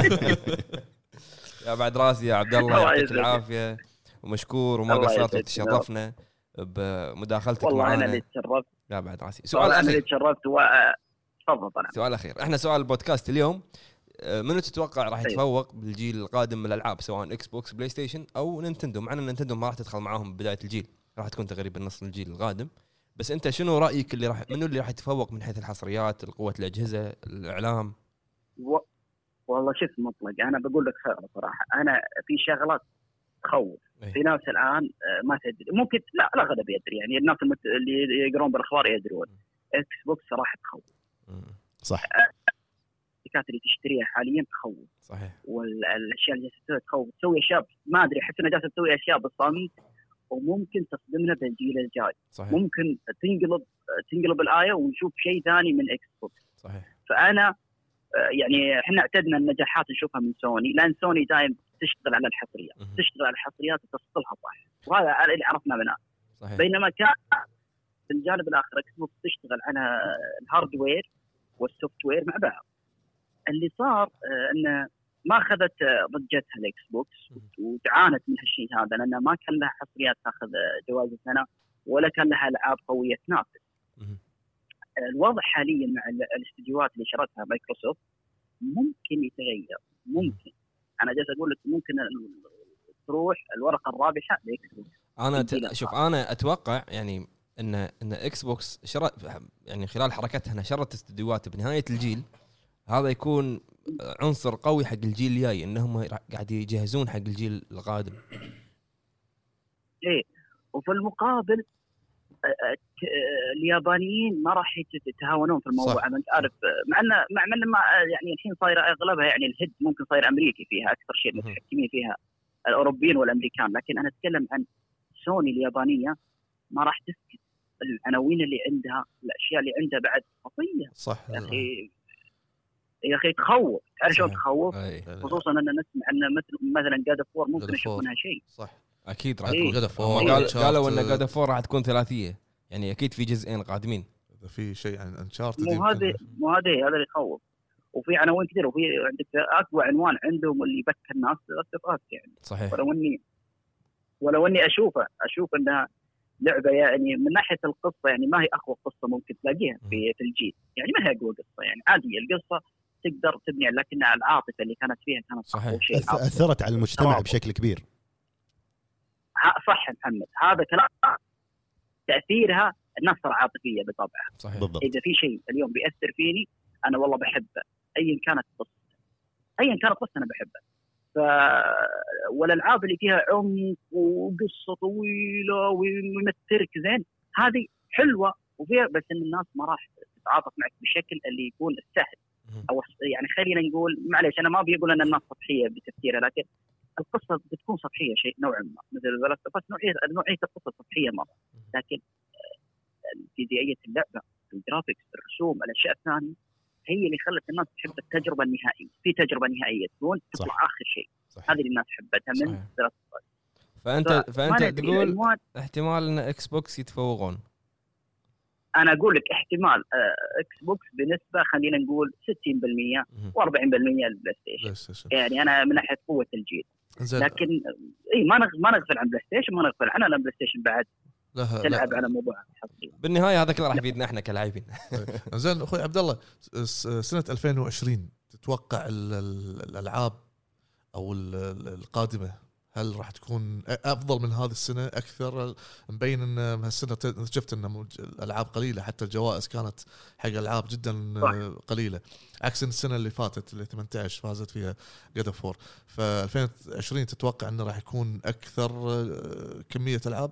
[SPEAKER 2] يا بعد راسي يا عبد الله يعطيك العافيه ومشكور وما قصرت وتشرفنا بمداخلتك معنا.
[SPEAKER 5] والله انا اللي تشرفت.
[SPEAKER 2] لا بعد راسي
[SPEAKER 5] سؤال انا اللي تشرفت. تفضل طبعا.
[SPEAKER 2] سؤال اخير. احنا سؤال البودكاست اليوم، منو تتوقع راح يتفوق بالجيل القادم من الالعاب سواء اكس بوكس بلاي ستيشن او نينتندو؟ مع ان نينتندو ما راح تدخل معاهم بدايه الجيل، راح تكون تقريبا نص الجيل القادم. بس انت شنو رايك منو اللي راح يتفوق من حيث الحصريات، القوه، الاجهزه، الاعلام؟
[SPEAKER 5] والله شوف مطلق انا بقول لك خير صراحه. انا في شغلات تخوف. في ناس الان ما تدري، ممكن لا غدا بيدري يعني الناس اللي يقرون بالاخبار يدرون. اكس بوكس صراحه تخوف.
[SPEAKER 1] صح.
[SPEAKER 5] اللي تشتريها حاليا تخوف.
[SPEAKER 2] صحيح.
[SPEAKER 5] والاشياء اللي جالسه تخوف، تسوي اشياء ما ادري، احس انها جالسه تسوي اشياء بالصمت وممكن تصدمنا بالجيل الجاي.
[SPEAKER 2] صحيح.
[SPEAKER 5] ممكن تنقلب الايه ونشوف شيء ثاني من اكس بوكس.
[SPEAKER 2] صحيح.
[SPEAKER 5] فانا يعني احنا اعتدنا النجاحات نشوفها من سوني، لان سوني دائما تشتغل على الحصريات، تشتغل على الحصريات وتصلها صح، وهذا اللي عرفنا منها.
[SPEAKER 2] صحيح.
[SPEAKER 5] بينما كان في الجانب الاخر اكس بوكس تشتغل على الهاردوير والسوفت وير مع بعض. اللي صار انه ما اخذت ضجتها الاكس بوكس وتعانت من هالشيء هذا، لانه ما كان لها حصريات تاخذ جوائز السنه ولا كان لها العاب قويه تنافس. الوضع حاليا مع الاستديوهات اللي شرتها مايكروسوفت ممكن يتغير. ممكن انا جالس اقول لك ممكن تروح الورقه الرابحه لاكس بوكس.
[SPEAKER 2] انا شوف انا اتوقع يعني ان اكس بوكس يعني خلال حركتها نشرت استديوهات بنهايه الجيل، هذا يكون عنصر قوي حق الجيل الجاي، انهم قاعد يجهزون حق الجيل القادم.
[SPEAKER 5] ايه وفي المقابل اليابانيين ما راح يتهاونون في الموضوع. انت عارف مع ان يعني الحين صايره اغلبها يعني الهيد ممكن صاير امريكي فيها اكثر شيء، متحكمين فيها الاوروبيين والامريكان، لكن انا اتكلم عن سوني اليابانيه ما راح تسكت. العناوين اللي عندها، الاشياء اللي عندها بعد خطيه
[SPEAKER 3] صح
[SPEAKER 5] يا اخي تخوف. تعرف شو تخوف؟ خصوصا ان نسمع ان مثلا جاد اوف وور ممكن نشوف منها شيء.
[SPEAKER 3] صح
[SPEAKER 2] اكيد راح تكون جاد اوف وور. قالوا ان جاد اوف وور راح تكون ثلاثيه، يعني اكيد في جزئين قادمين.
[SPEAKER 3] اذا في شيء عن انشارتد
[SPEAKER 5] مو هذا اللي يخوف. وفي عناوين كثير، وفي عندك اقوى عنوان عندهم اللي يبكي الناس الثقات يعني.
[SPEAKER 2] صحيح.
[SPEAKER 5] ولو اني اشوف انها لعبه يعني من ناحيه القصه يعني ما هي اقوى قصه ممكن تلاقيها في الجيل، يعني ما هي اقوى قصه، يعني عاديه القصه تقدر تبني، لكن العاطفه اللي كانت فيها كانت
[SPEAKER 2] صحيح.
[SPEAKER 5] شيء
[SPEAKER 1] اثرت على المجتمع بشكل كبير.
[SPEAKER 5] صح محمد، هذا كلام تاثيرها الناس عاطفيه بطبعها.
[SPEAKER 2] صحيح.
[SPEAKER 1] بالضبط.
[SPEAKER 5] اذا في شيء اليوم بياثر فيني انا والله بحبه، ايا كانت قصه انا بحبه. والالعاب اللي فيها عمق وقصه طويله ويمثلك زين هذه حلوه وفيها، بس ان الناس ما راح تتعاطف معك بالشكل اللي يكون السهل، او يعني خلينا نقول معليش انا ما بيقول ان الناس سطحيه بتفكيرها، لكن القصه بتكون سطحيه شيء نوعا ما، مثل بس نوعيه القصه سطحيه مره، لكن فيزيائيه اللعبه، الجرافيكس، الرسوم، الاشياء الثانيه هي اللي خلت الناس تحب التجربه النهائيه. في تجربه نهائيه تكون تطلع اخر شيء، هذه اللي الناس حبتها من
[SPEAKER 2] فانت تقول احتمال ان اكس بوكس يتفوقون.
[SPEAKER 5] انا اقول لك احتمال اكس بوكس بنسبه خلينا نقول 60% و40% البلاي ستيشن. يعني انا من ناحيه قوه الجيل، لكن اي ما نغفل عن بلاي ستيشن، ما نغفل عن البلاي ستيشن بعد تلعب على موضوع الحصري.
[SPEAKER 2] بالنهايه هذا كله راح يفيدنا احنا كلاعبين.
[SPEAKER 3] زين اخوي عبد الله، سنه 2020 تتوقع الالعاب او القادمه هل راح تكون افضل من هذه السنه اكثر؟ مبين ان هالسنه شفت ان الالعاب قليله، حتى الجوائز كانت حق العاب جدا قليله، عكس السنه اللي فاتت اللي 18 فازت فيها جاد اوف وور. ف 2020 تتوقع انه راح يكون اكثر كميه العاب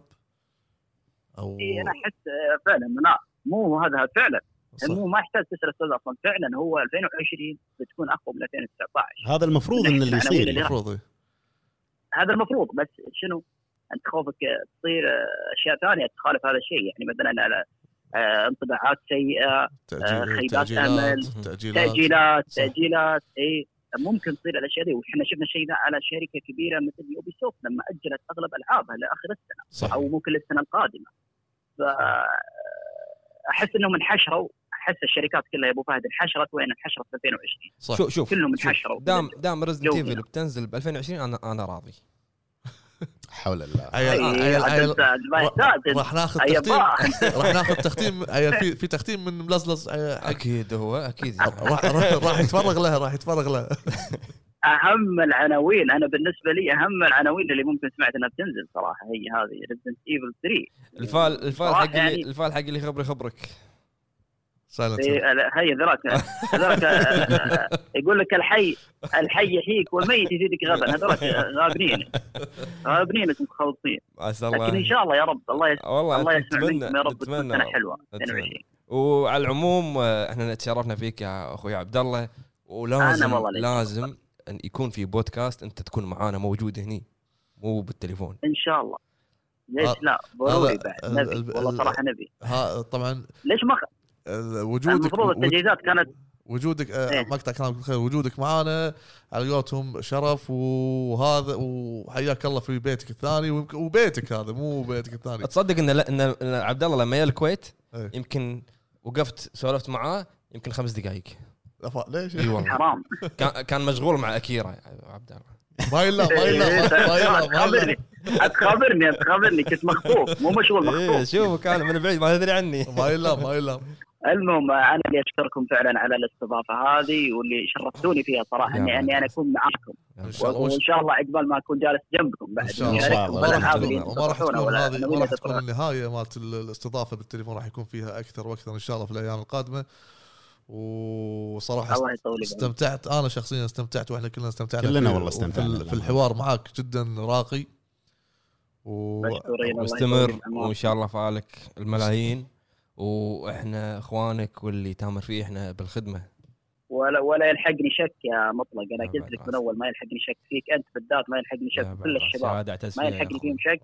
[SPEAKER 3] او
[SPEAKER 5] انا احس فعلا مو هذا فعلا مو ما يحتاج تسال السؤال اصلا، فعلا هو 2020 بتكون اقوى من 2019.
[SPEAKER 1] هذا المفروض ان اللي يصير،
[SPEAKER 3] المفروض
[SPEAKER 5] هذا المفروض، بس شنو انت خوفك تصير اشياء ثانيه تخالف هذا الشيء، يعني مثلا على انطباعات سيئه، خيبات امل، تاجيلات اي ممكن تصير الاشياء دي. واحنا شفنا شيء ذا على شركه كبيره مثل يوبي سوفت لما اجلت اغلب العابها لاخر السنه. صح. او ممكن للسنه القادمه. فاحس انهم انحشروا، احس الشركات كلها يا ابو فهد انحشرت. وين انحشرت في 2020؟
[SPEAKER 2] صح. شوف
[SPEAKER 5] كلهم انحشروا.
[SPEAKER 2] دام ريزدنت ايفل بتنزل ب 2020 انا راضي.
[SPEAKER 1] حول الله.
[SPEAKER 3] راح ناخذ تختيم في تختيم من ملزلز
[SPEAKER 2] اكيد. هو اكيد
[SPEAKER 3] راح يتفرغ لها
[SPEAKER 5] اهم العناوين. انا بالنسبه لي اهم العناوين اللي ممكن سمعت انها بتنزل صراحه هي هذه ريزدنت ايفل 3.
[SPEAKER 2] الفال حق يعني الفال حق اللي خبرك
[SPEAKER 5] هي ذراك يقول لك الحي يحييك والميت يزيدك غبا. هذولك غابنين اسم خلصين. لكن ان شاء الله يا رب الله يسمع منكم يا رب تكون سنه حلوه 22.
[SPEAKER 2] وعلى العموم احنا نتشرفنا فيك يا اخوي عبد الله، ولازم ان يكون في بودكاست انت تكون معانا موجود هني مو بالتليفون
[SPEAKER 5] ان شاء الله. ليش لا ضروري بعد نبي والله صراحه نبي.
[SPEAKER 3] طبعا
[SPEAKER 5] ليش ما
[SPEAKER 3] وجودك
[SPEAKER 5] المفروض التجهيزات كانت
[SPEAKER 3] وجودك مقطع كلامك الخير، وجودك معانا على قولتهم شرف، وهذا وحياك الله في بيتك الثاني وبيتك هذا مو بيتك الثاني.
[SPEAKER 2] تصدق ان عبد الله لما جاء الكويت يمكن وقفت سولفت معاه يمكن 5 دقائق.
[SPEAKER 3] ليش؟
[SPEAKER 2] اي والله
[SPEAKER 5] حرام.
[SPEAKER 2] كان مشغول مع اكيرا عبد الله.
[SPEAKER 3] ما يلا
[SPEAKER 5] تخبرني كنت مخطوف مو مشغول مخطوف.
[SPEAKER 2] شوف كان من بعيد ما تدري عني.
[SPEAKER 3] ما يلا
[SPEAKER 5] المهم انا اللي اشكركم فعلا على الاستضافه هذه واللي شرفتوني فيها صراحه اني انا اكون معاكم وان شاء الله عقبال ما اكون جالس جنبكم بعد
[SPEAKER 3] ان شاء الله
[SPEAKER 1] الله.
[SPEAKER 3] وما راح تكون النهايه مالت الاستضافه بالتليفون، راح يكون فيها اكثر واكثر ان شاء الله في الايام القادمه. وصراحه استمتعت، انا شخصيا استمتعت واحنا كلنا استمتعنا
[SPEAKER 1] كلنا والله استمتعنا
[SPEAKER 3] في الحوار معاك جدا راقي
[SPEAKER 2] واستمر وان شاء الله فالك الملايين، واحنا اخوانك واللي تامر فيه احنا بالخدمه.
[SPEAKER 5] ولا يلحقني شك يا مطلق، انا قلت لك من اول ما يلحقني شك فيك انت بالذات، ما يلحقني شك كل الشباب ما يلحقني فيهم شك.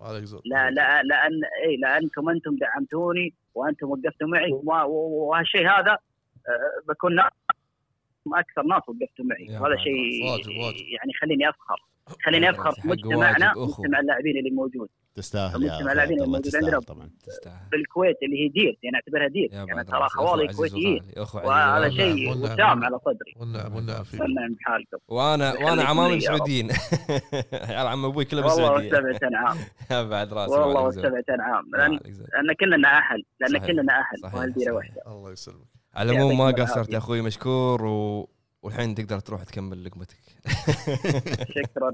[SPEAKER 5] لانكم انتم دعمتوني وانتم وقفتوا معي، وهالشيء هذا بكون اكثر ناس وقفتوا معي، وهذا شيء يعني خليني افخر في مجتمعنا، مجتمع اللاعبين اللي موجود.
[SPEAKER 1] تستاهل يا
[SPEAKER 5] مجتمع اللاعبين اللي موجود عندنا
[SPEAKER 1] طبعا
[SPEAKER 5] بالكويت اللي هي دير، يعني اعتبرها دير، يعني ترى خوالي كويتيين، وهذا شيء وسام على صدري.
[SPEAKER 3] والنعم فيك
[SPEAKER 5] بحالكم.
[SPEAKER 2] وانا عمامي سعوديين يا عم ابوي كله بالسعوديه
[SPEAKER 5] والله 7 عام
[SPEAKER 2] بعد راسي
[SPEAKER 5] والله 7 عام، لان كلنا اهل، وهالديره واحده.
[SPEAKER 3] الله يسلمك.
[SPEAKER 2] على العموم ما قصرت يا اخوي، مشكور والحين تقدر تروح تكمل لقمتك.
[SPEAKER 5] شكرا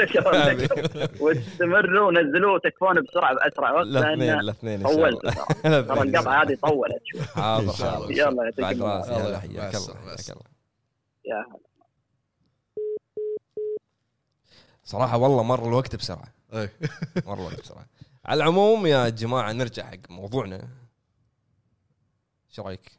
[SPEAKER 5] واستمروا ونزلوا تكفون بسرعه باسرع وقت،
[SPEAKER 2] الاثنين
[SPEAKER 5] طولت ترى القطعه هذه طولت شوي.
[SPEAKER 2] حاضر
[SPEAKER 5] يلا يعطيك
[SPEAKER 2] بعد
[SPEAKER 5] العافيه.
[SPEAKER 2] راسي حياك الله
[SPEAKER 5] يا هلا.
[SPEAKER 2] صراحه والله مر الوقت بسرعه مر الوقت بسرعه. على العموم يا جماعه نرجع حق موضوعنا. ايش رايك؟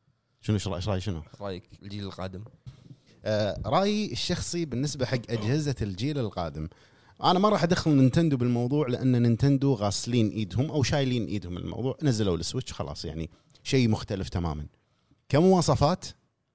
[SPEAKER 1] شنو
[SPEAKER 2] رايك الجيل القادم؟
[SPEAKER 1] رأيي الشخصي بالنسبة حق أجهزة الجيل القادم، أنا ما راح أدخل نينتندو بالموضوع، لأن نينتندو غاسلين إيدهم أو شايلين إيدهم الموضوع، نزلوا السويتش خلاص، يعني شيء مختلف تماما. كمواصفات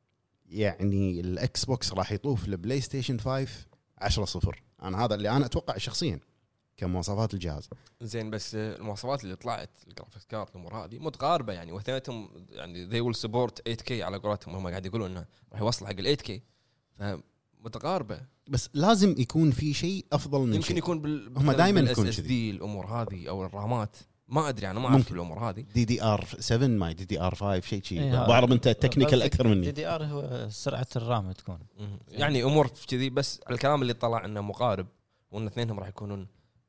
[SPEAKER 1] يعني الأكس بوكس راح يطوف البلاي ستيشن 5 10-0. أنا هذا اللي أنا أتوقع شخصيا كمواصفات الجهاز.
[SPEAKER 2] زين بس المواصفات اللي طلعت الجرافيكس كارد الامور هذه متقاربه، يعني واثنينهم يعني they will support 8K على قولتهم، هم قاعد يقولوا انه راح يوصل حق ال 8K، فمتقاربه. بس
[SPEAKER 1] لازم يكون في شيء افضل من
[SPEAKER 2] يمكن
[SPEAKER 1] شيء.
[SPEAKER 2] يكون
[SPEAKER 1] هم دائما يكون
[SPEAKER 2] كذي الامور هذه او الرامات، ما ادري انا ما اعرف الامور هذه.
[SPEAKER 1] DDR7 ما DDR5 شيء بعرف انت تكنيكال اكثر مني.
[SPEAKER 4] DDR هو سرعه الرام تكون
[SPEAKER 2] يعني امور كذي، بس الكلام اللي طلع انه مقارب، وان اثنينهم راح يكونون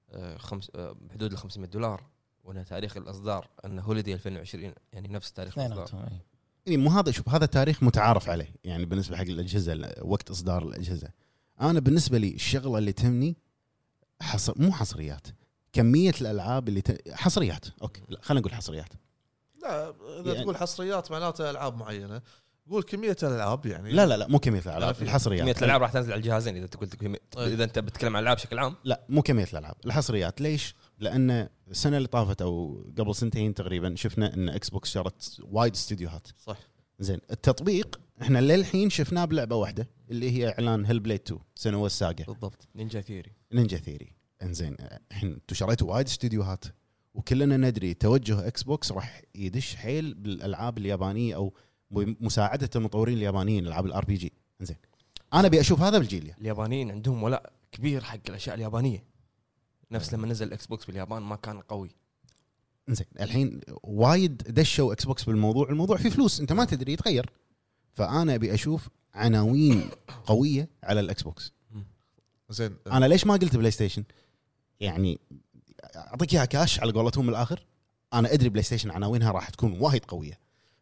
[SPEAKER 2] بحدود $500، وان تاريخ الاصدار انه هوليدي 2020، يعني نفس تاريخ الاصدار.
[SPEAKER 1] يعني مو هذا، شوف هذا تاريخ متعارف عليه، يعني بالنسبه حق الاجهزه وقت اصدار الاجهزه. انا بالنسبه لي الشغله اللي تهمني مو حصريات، كميه الالعاب اللي حصريات. اوكي لا خلينا نقول حصريات.
[SPEAKER 3] لا اذا يعني تقول حصريات معناته العاب معينه، قول كميه الالعاب يعني.
[SPEAKER 1] لا مو كميه الالعاب، الحصريات.
[SPEAKER 2] كميه الالعاب راح تنزل على الجهازين اذا تقول اذا انت بتتكلم عن الالعاب بشكل عام.
[SPEAKER 1] لا مو كميه الالعاب، الحصريات. ليش؟ لان السنه اللي طافت او قبل سنتين تقريبا شفنا ان اكس بوكس شرت وايد استديوهات.
[SPEAKER 3] صح. زين
[SPEAKER 1] التطبيق احنا للحين شفناه بلعبه واحده اللي هي اعلان هيل بليد 2 سنوة الساقه.
[SPEAKER 2] بالضبط. نينجا ثيري. انزين الحين انتم شريتوا وايد استديوهات، وكلنا ندري توجه اكس بوكس راح يدش حيل بالالعاب اليابانيه او مساعده المطورين اليابانيين العاب الار بي جي. انزين انا ابي اشوف هذا بالجيل. اليابانيين عندهم ولاء كبير حق الاشياء اليابانيه، نفس لما نزل اكس بوكس باليابان ما كان قوي.
[SPEAKER 1] انزين الحين وايد دشوا اكس بوكس بالموضوع، الموضوع فيه فلوس انت ما تدري يتغير، فانا ابي اشوف عناوين قويه على الاكس بوكس.
[SPEAKER 3] زين
[SPEAKER 1] انا ليش ما قلت بلاي ستيشن؟ يعني اعطيك اياها كاش على قولتهم الاخر، انا ادري بلاي ستيشن عناوينها راح تكون وايد قويه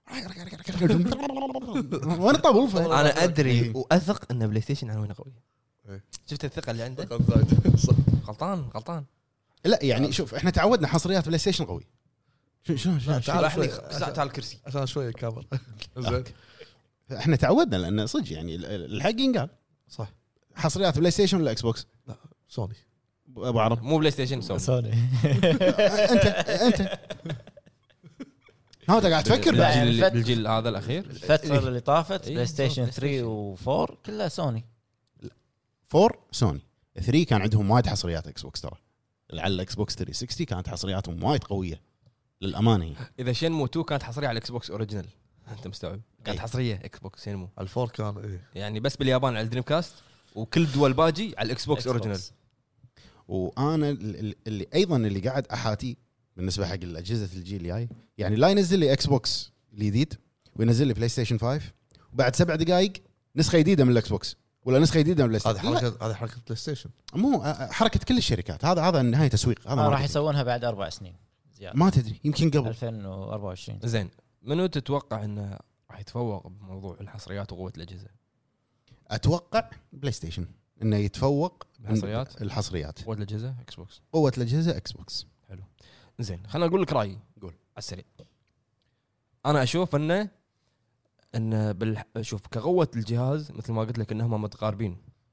[SPEAKER 1] وانا طبل.
[SPEAKER 2] انا ادري واثق ان بلاي ستيشن عناوينها قويه. شفت الثقه اللي عنده؟ غلطان.
[SPEAKER 1] لا يعني شوف احنا تعودنا حصريات بلاي ستيشن قوي. شو
[SPEAKER 2] تعال الكرسي
[SPEAKER 3] عشان شويه كاميرا. زين
[SPEAKER 1] احنا تعودنا لان صدق يعني الحق ينقال
[SPEAKER 3] صح.
[SPEAKER 1] حصريات بلاي ستيشن ولا اكس بوكس؟
[SPEAKER 3] لا سوني.
[SPEAKER 1] ابو عرب
[SPEAKER 2] مو بلاي ستيشن سوني.
[SPEAKER 1] انت هذا قاعد تفكر
[SPEAKER 2] بالجيل هذا الاخير
[SPEAKER 4] الفتره اللي طافت بلاي ستيشن 3 و4 كلها سوني.
[SPEAKER 1] 4 سوني، 3 كان عندهم وايد حصريات اكس بوكس، ترى على الاكس بوكس 360 كانت حصرياتهم وايد قويه للامانه.
[SPEAKER 2] اذا شينمو 2 كانت حصريه على الاكس بوكس اوريجينال، انت مستوعب؟ كانت حصريه اكس بوكس شينمو.
[SPEAKER 3] الفور كان ايه
[SPEAKER 2] يعني بس باليابان على الدريم كاست، وكل دول باجي على الاكس بوكس اوريجينال.
[SPEAKER 1] وانا اللي ايضا اللي قاعد احاتي بالنسبه حق الاجهزه الجيل الجاي، يعني لا ينزل لي اكس بوكس الجديد وينزل لي بلاي ستيشن 5 وبعد 7 دقائق نسخه جديده من الاكس بوكس ولا نسخه جديده من البلاي ستيشن.
[SPEAKER 3] هذه حركه بلاي ستيشن،
[SPEAKER 1] مو حركه كل الشركات. هذا نهايه تسويق. هذا
[SPEAKER 4] راح يسوونها بعد 4 سنين زياده،
[SPEAKER 1] ما تدري يمكن قبل
[SPEAKER 4] 2024.
[SPEAKER 2] زين منو تتوقع انه راح يتفوق بموضوع الحصريات وقوه الاجهزه؟
[SPEAKER 1] اتوقع بلاي ستيشن انه يتفوق
[SPEAKER 2] الحصريات قوه الاجهزه اكس بوكس.
[SPEAKER 1] قوه الاجهزه اكس بوكس.
[SPEAKER 2] حلو زين خلينا اقول لك رايي.
[SPEAKER 1] قول
[SPEAKER 2] على السريع. انا اشوف انه شوف كقوه الجهاز مثل ما قلت لك انهم متقاربين،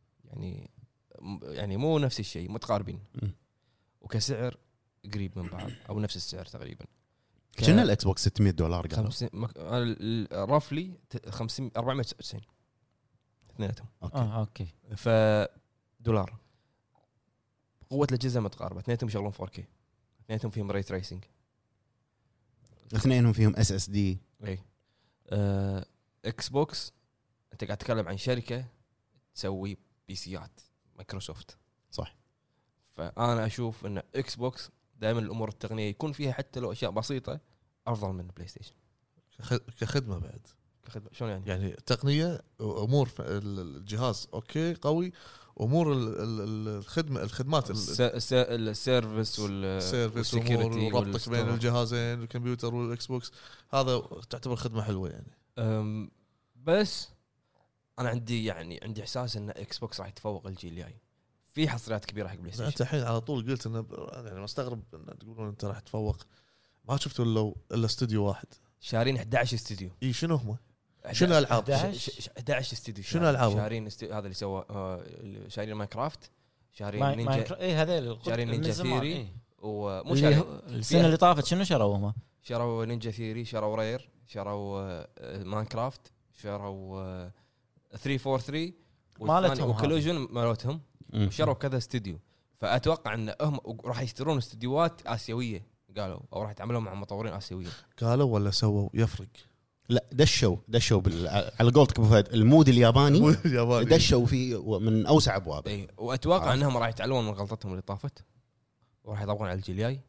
[SPEAKER 2] يعني مو نفس الشيء، متقاربين. وكسعر قريب من بعض او نفس السعر تقريبا.
[SPEAKER 1] كنا الاكس بوكس $600 قبل
[SPEAKER 2] رافلي 500 499 اثنيناتهم.
[SPEAKER 4] اوكي
[SPEAKER 2] ف دولار. قوه الاجهزه متقاربه، اثنيناتهم يشغلون 4K، اثنيناتهم فيهم ري تريسنج،
[SPEAKER 1] اثنينهم فيهم SSD.
[SPEAKER 2] اي اكس بوكس انت قاعد تتكلم عن شركه تسوي بيسيات مايكروسوفت،
[SPEAKER 1] صح.
[SPEAKER 2] فانا اشوف ان اكس بوكس دائما الامور التقنيه يكون فيها حتى لو اشياء بسيطه افضل من بلاي ستيشن
[SPEAKER 3] كخدمه بعد.
[SPEAKER 2] كخدمه شلون يعني؟
[SPEAKER 3] يعني تقنيه امور الجهاز اوكي قوي، امور الخدمات
[SPEAKER 2] السيرفيس والسكيورتي
[SPEAKER 3] وربطك بين الجهازين الكمبيوتر والاكس بوكس، هذا تعتبر خدمه حلوه يعني.
[SPEAKER 2] بس انا عندي احساس ان اكس بوكس راح يتفوق الجيل الجاي في حصريات كبيره حق بلاي ستيشن.
[SPEAKER 3] انت الحين على طول قلت انه يعني مستغرب ان تقولون انت راح تتفوق، ما شفتوا الا استوديو واحد
[SPEAKER 2] شارين 11 استوديو.
[SPEAKER 3] اي شنو هم؟ شنو العاب
[SPEAKER 2] 11 استوديو؟
[SPEAKER 3] شنو العاب
[SPEAKER 2] شارين هذا اللي سوى شارين ماينكرافت، شارين نينجا،
[SPEAKER 4] اي هذول
[SPEAKER 2] شارين نينجا ثيري،
[SPEAKER 4] ومو شارين السنه اللي طافت. شنو شروا هم؟
[SPEAKER 2] شروا نينجا ثيري، شروا رير، شروا ماينكرافت، شروا 343
[SPEAKER 4] مالتهم
[SPEAKER 2] وكولوجن مالتهم، وشروا كذا استوديو. فاتوقع ان هم راح يشترون استديوهات اسيويه قالوا، او راح يتعاملون مع مطورين اسيويين
[SPEAKER 3] قالوا ولا سووا يفرق.
[SPEAKER 1] لا دشوا على قولتك ابو فهد المود الياباني دشوا فيه من اوسع ابوابه.
[SPEAKER 2] اي واتوقع انهم راح يتعلمون من غلطتهم اللي طافت وراح يطبقون على الجيل الجاي،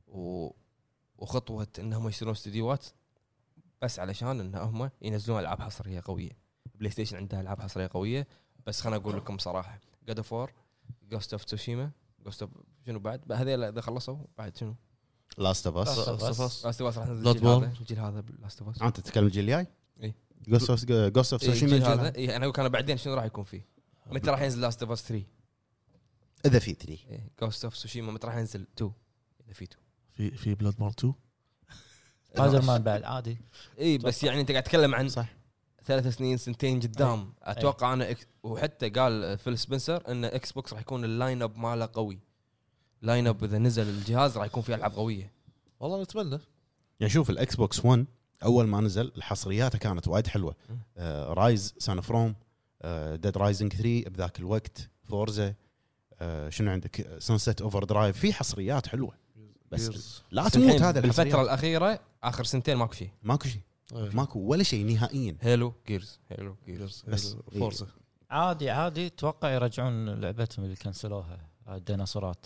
[SPEAKER 2] وخطوه انهم يشترون استديوهات بس علشان انهم ينزلون العاب حصريه قويه. بلاي ستيشن عندها العاب حصريه قويه، بس خلنا اقول لكم بصراحه God of War، Ghost of Tsushima، Ghost of شنو بعد هذول اذا خلصوا بعد شنو
[SPEAKER 1] لاست اوف اس
[SPEAKER 2] راح ننزل الجيل هذا لاست اوف اس.
[SPEAKER 1] انت تتكلم الجيل الجاي؟
[SPEAKER 2] اي
[SPEAKER 1] Ghost of Tsushima
[SPEAKER 2] هذا. اي انا كان بعدين شنو راح يكون فيه؟ متى راح ينزل لاست اوف اس 3
[SPEAKER 1] اذا في 3؟
[SPEAKER 2] Ghost of Tsushima متى راح ينزل 2 اذا في 2؟
[SPEAKER 3] في بلاد بورن 2
[SPEAKER 4] هذا ما بعد عادي.
[SPEAKER 2] اي بس يعني انت قاعد تتكلم عن
[SPEAKER 1] صح
[SPEAKER 2] 3 سنين سنتين قدام. اتوقع انا وحتى قال فيل سبنسر ان اكس بوكس راح يكون اللاين اب ماله قوي. لاين اب اذا نزل الجهاز راح يكون فيه العاب قويه.
[SPEAKER 3] والله نتمنى.
[SPEAKER 1] يعني شوف الاكس بوكس 1 اول ما نزل الحصريات كانت وايد حلوه. رايز سان فروم، ديد رايزنج 3 بذاك الوقت، فورزا، شنو عندك، سانسيت اوفر درايف، في حصريات حلوه. بس لا تموت هذا
[SPEAKER 2] الفتره الاخيره اخر سنتين ماكو شيء ماكو
[SPEAKER 1] ولا شيء نهائيا.
[SPEAKER 2] هيلو جيرز
[SPEAKER 3] بس فورزا
[SPEAKER 4] عادي توقع يرجعون لعبتهم اللي كنسلوها الديناصورات.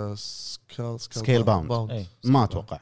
[SPEAKER 1] سكيل باوند. ما اتوقع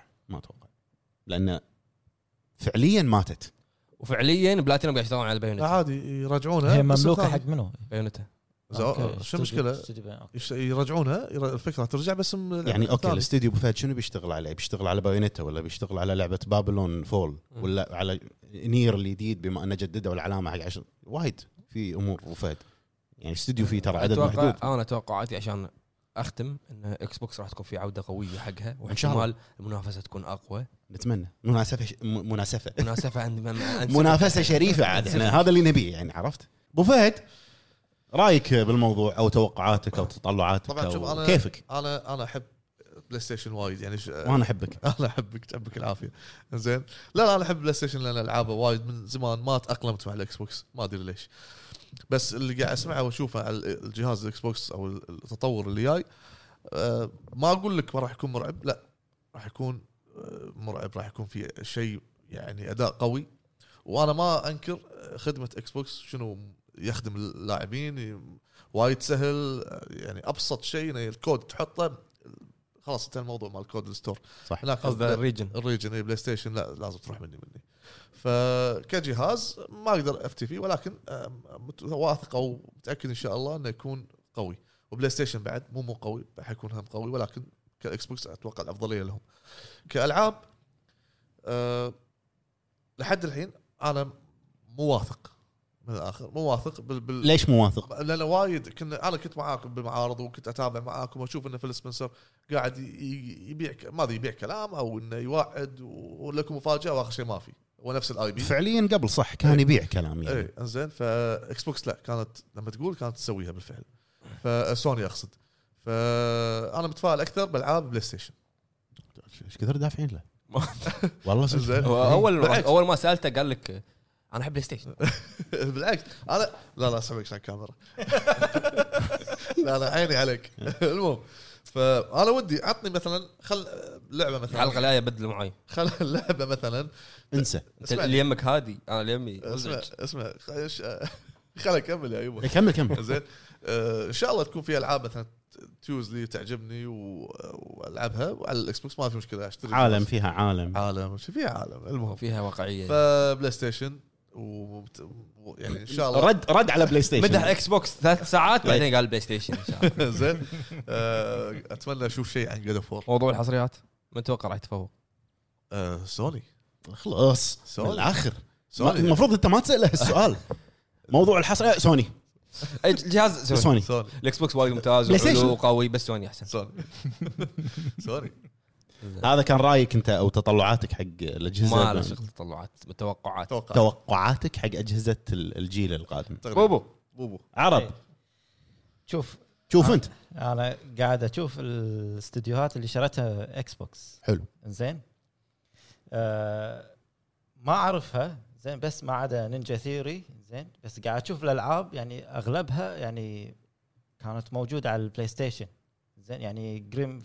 [SPEAKER 1] لان فعليا ماتت،
[SPEAKER 2] وفعليا بلاتينوم قاعد يشتغلون على بايونيتا.
[SPEAKER 3] عادي يرجعونها.
[SPEAKER 4] هي مملوكه حق منو؟
[SPEAKER 2] بايونيتا.
[SPEAKER 3] شو المشكله يرجعونها؟ الفكره ترجع بس
[SPEAKER 1] يعني اوكي الاستوديو بفهد شنو بيشتغل عليه؟ بيشتغل على بايونيتا ولا بيشتغل على لعبه بابلون فول ولا على نير الجديد بما انه جددوا العلامه حق 10 وايد في امور وفهد. يعني استوديو فيه ترى عدد محدود.
[SPEAKER 2] انا توقعاتي عشان اختم ان اكس بوكس راح تكون في عوده قويه حقها، واحتمال المنافسه تكون اقوى.
[SPEAKER 1] نتمنى منافسه
[SPEAKER 2] عند
[SPEAKER 1] منافسه شريفه عاد احنا هذا اللي نبيه يعني. عرفت ابو فهد رايك بالموضوع او توقعاتك او تطلعاتك؟
[SPEAKER 3] طبعا شوف انا
[SPEAKER 1] كيفك؟
[SPEAKER 3] انا احب بلاي ستيشن وايد يعني
[SPEAKER 1] وانا احبك.
[SPEAKER 3] انا احبك العافيه. زين لا انا احب بلاي ستيشن لان العابه وايد من زمان ما تاقلمت مع الاكس بوكس، ما ادري ليش. بس اللي قاعد اسمعه واشوفه على الجهاز الاكس بوكس او التطور اللي جاي، ما اقول لك ما راح يكون مرعب، لا راح يكون مرعب، راح يكون في شيء يعني اداء قوي. وانا ما انكر خدمه اكس بوكس شنو يخدم اللاعبين وايد سهل. يعني ابسط شيء الكود تحطه خلاص انتهى الموضوع مال كود الستور.
[SPEAKER 1] صح.
[SPEAKER 2] قصده الريجن
[SPEAKER 3] بلاي ستيشن لا لازم تروح مني. فكجهاز ما اقدر افتي فيه، ولكن واثق او متاكد ان شاء الله انه يكون قوي. وبلاي ستيشن بعد مو قوي، حيكون هم قوي، ولكن كاكس بوكس اتوقع الافضليه لهم. كالعاب لحد الحين انا مو واثق من الاخر، مو واثق
[SPEAKER 1] ليش مو واثق؟
[SPEAKER 3] لان وايد انا كنت معاكم بالمعارض وكنت اتابع معاكم واشوف ان فيل سبنسر قاعد يبيع ما يبيع كلام او انه يوعد ولكم مفاجاه واخر شيء ما في، هو نفس الاي بي
[SPEAKER 1] فعليا قبل صح كان يبيع كلام يعني.
[SPEAKER 3] اي انزين. فاكس بوكس لا كانت لما تقول كانت تسويها بالفعل، فسوني اقصد. فانا متفائل اكثر بالعاب بلاي ستيشن.
[SPEAKER 1] ايش كثر دافعين له والله
[SPEAKER 3] زين.
[SPEAKER 2] اول ما سالته قال لك انا احب بلاي ستيشن.
[SPEAKER 3] بالعكس انا لا اسويك عشان كاميرا. لا عيني عليك. المهم فانا ودي عطني مثلا خل لعبه مثلا
[SPEAKER 2] الحلقه الجايه بدل معي،
[SPEAKER 3] خل اللعبه مثلا
[SPEAKER 1] انسى
[SPEAKER 2] اللي يمك هادي انا اللي يمي
[SPEAKER 3] اسمع خليني اكمل يا ايوب.
[SPEAKER 1] كمل
[SPEAKER 3] زين. ان شاء الله تكون في العاب مثلا تيوزلي تعجبني والعبها وعلى الاكس بوكس ما في مشكله اشتري
[SPEAKER 1] عالم فيها عالم
[SPEAKER 3] فيها عالم المهم
[SPEAKER 2] فيها واقعيه.
[SPEAKER 3] فبلاي ستيشن يعني ان شاء الله
[SPEAKER 1] رد على بلاي ستيشن
[SPEAKER 2] مدح اكس بوكس 3 ساعات بعدين قال بلاي ستيشن ان شاء الله.
[SPEAKER 3] زين. اتمنى اشوف شيء عن جاد اوف وور.
[SPEAKER 2] موضوع الحصريات من توقع راح يتفوق؟
[SPEAKER 3] سوني
[SPEAKER 1] خلاص
[SPEAKER 3] سوني
[SPEAKER 1] الاخر
[SPEAKER 3] سوني.
[SPEAKER 1] المفروض انت ما تساله السؤال. موضوع الحصريات سوني
[SPEAKER 2] الجهاز
[SPEAKER 1] سوني
[SPEAKER 2] الاكس بوكس وايد ممتاز وقوي بس سوني احسن.
[SPEAKER 3] سوني
[SPEAKER 1] هذا كان رايك انت او تطلعاتك حق الاجهزه؟
[SPEAKER 2] ما له شغل تطلعات،
[SPEAKER 1] توقعاتك حق اجهزه الجيل القادم.
[SPEAKER 3] بوبو
[SPEAKER 1] عرب
[SPEAKER 4] شوف
[SPEAKER 1] انت
[SPEAKER 4] انا قاعد اشوف الاستديوهات اللي شرتها اكس بوكس.
[SPEAKER 1] حلو
[SPEAKER 4] زين. ما اعرفها زين بس ما عدا نينجا ثيوري. زين بس قاعد اشوف الالعاب يعني اغلبها يعني كانت موجوده على البلاي ستيشن. زين يعني جريم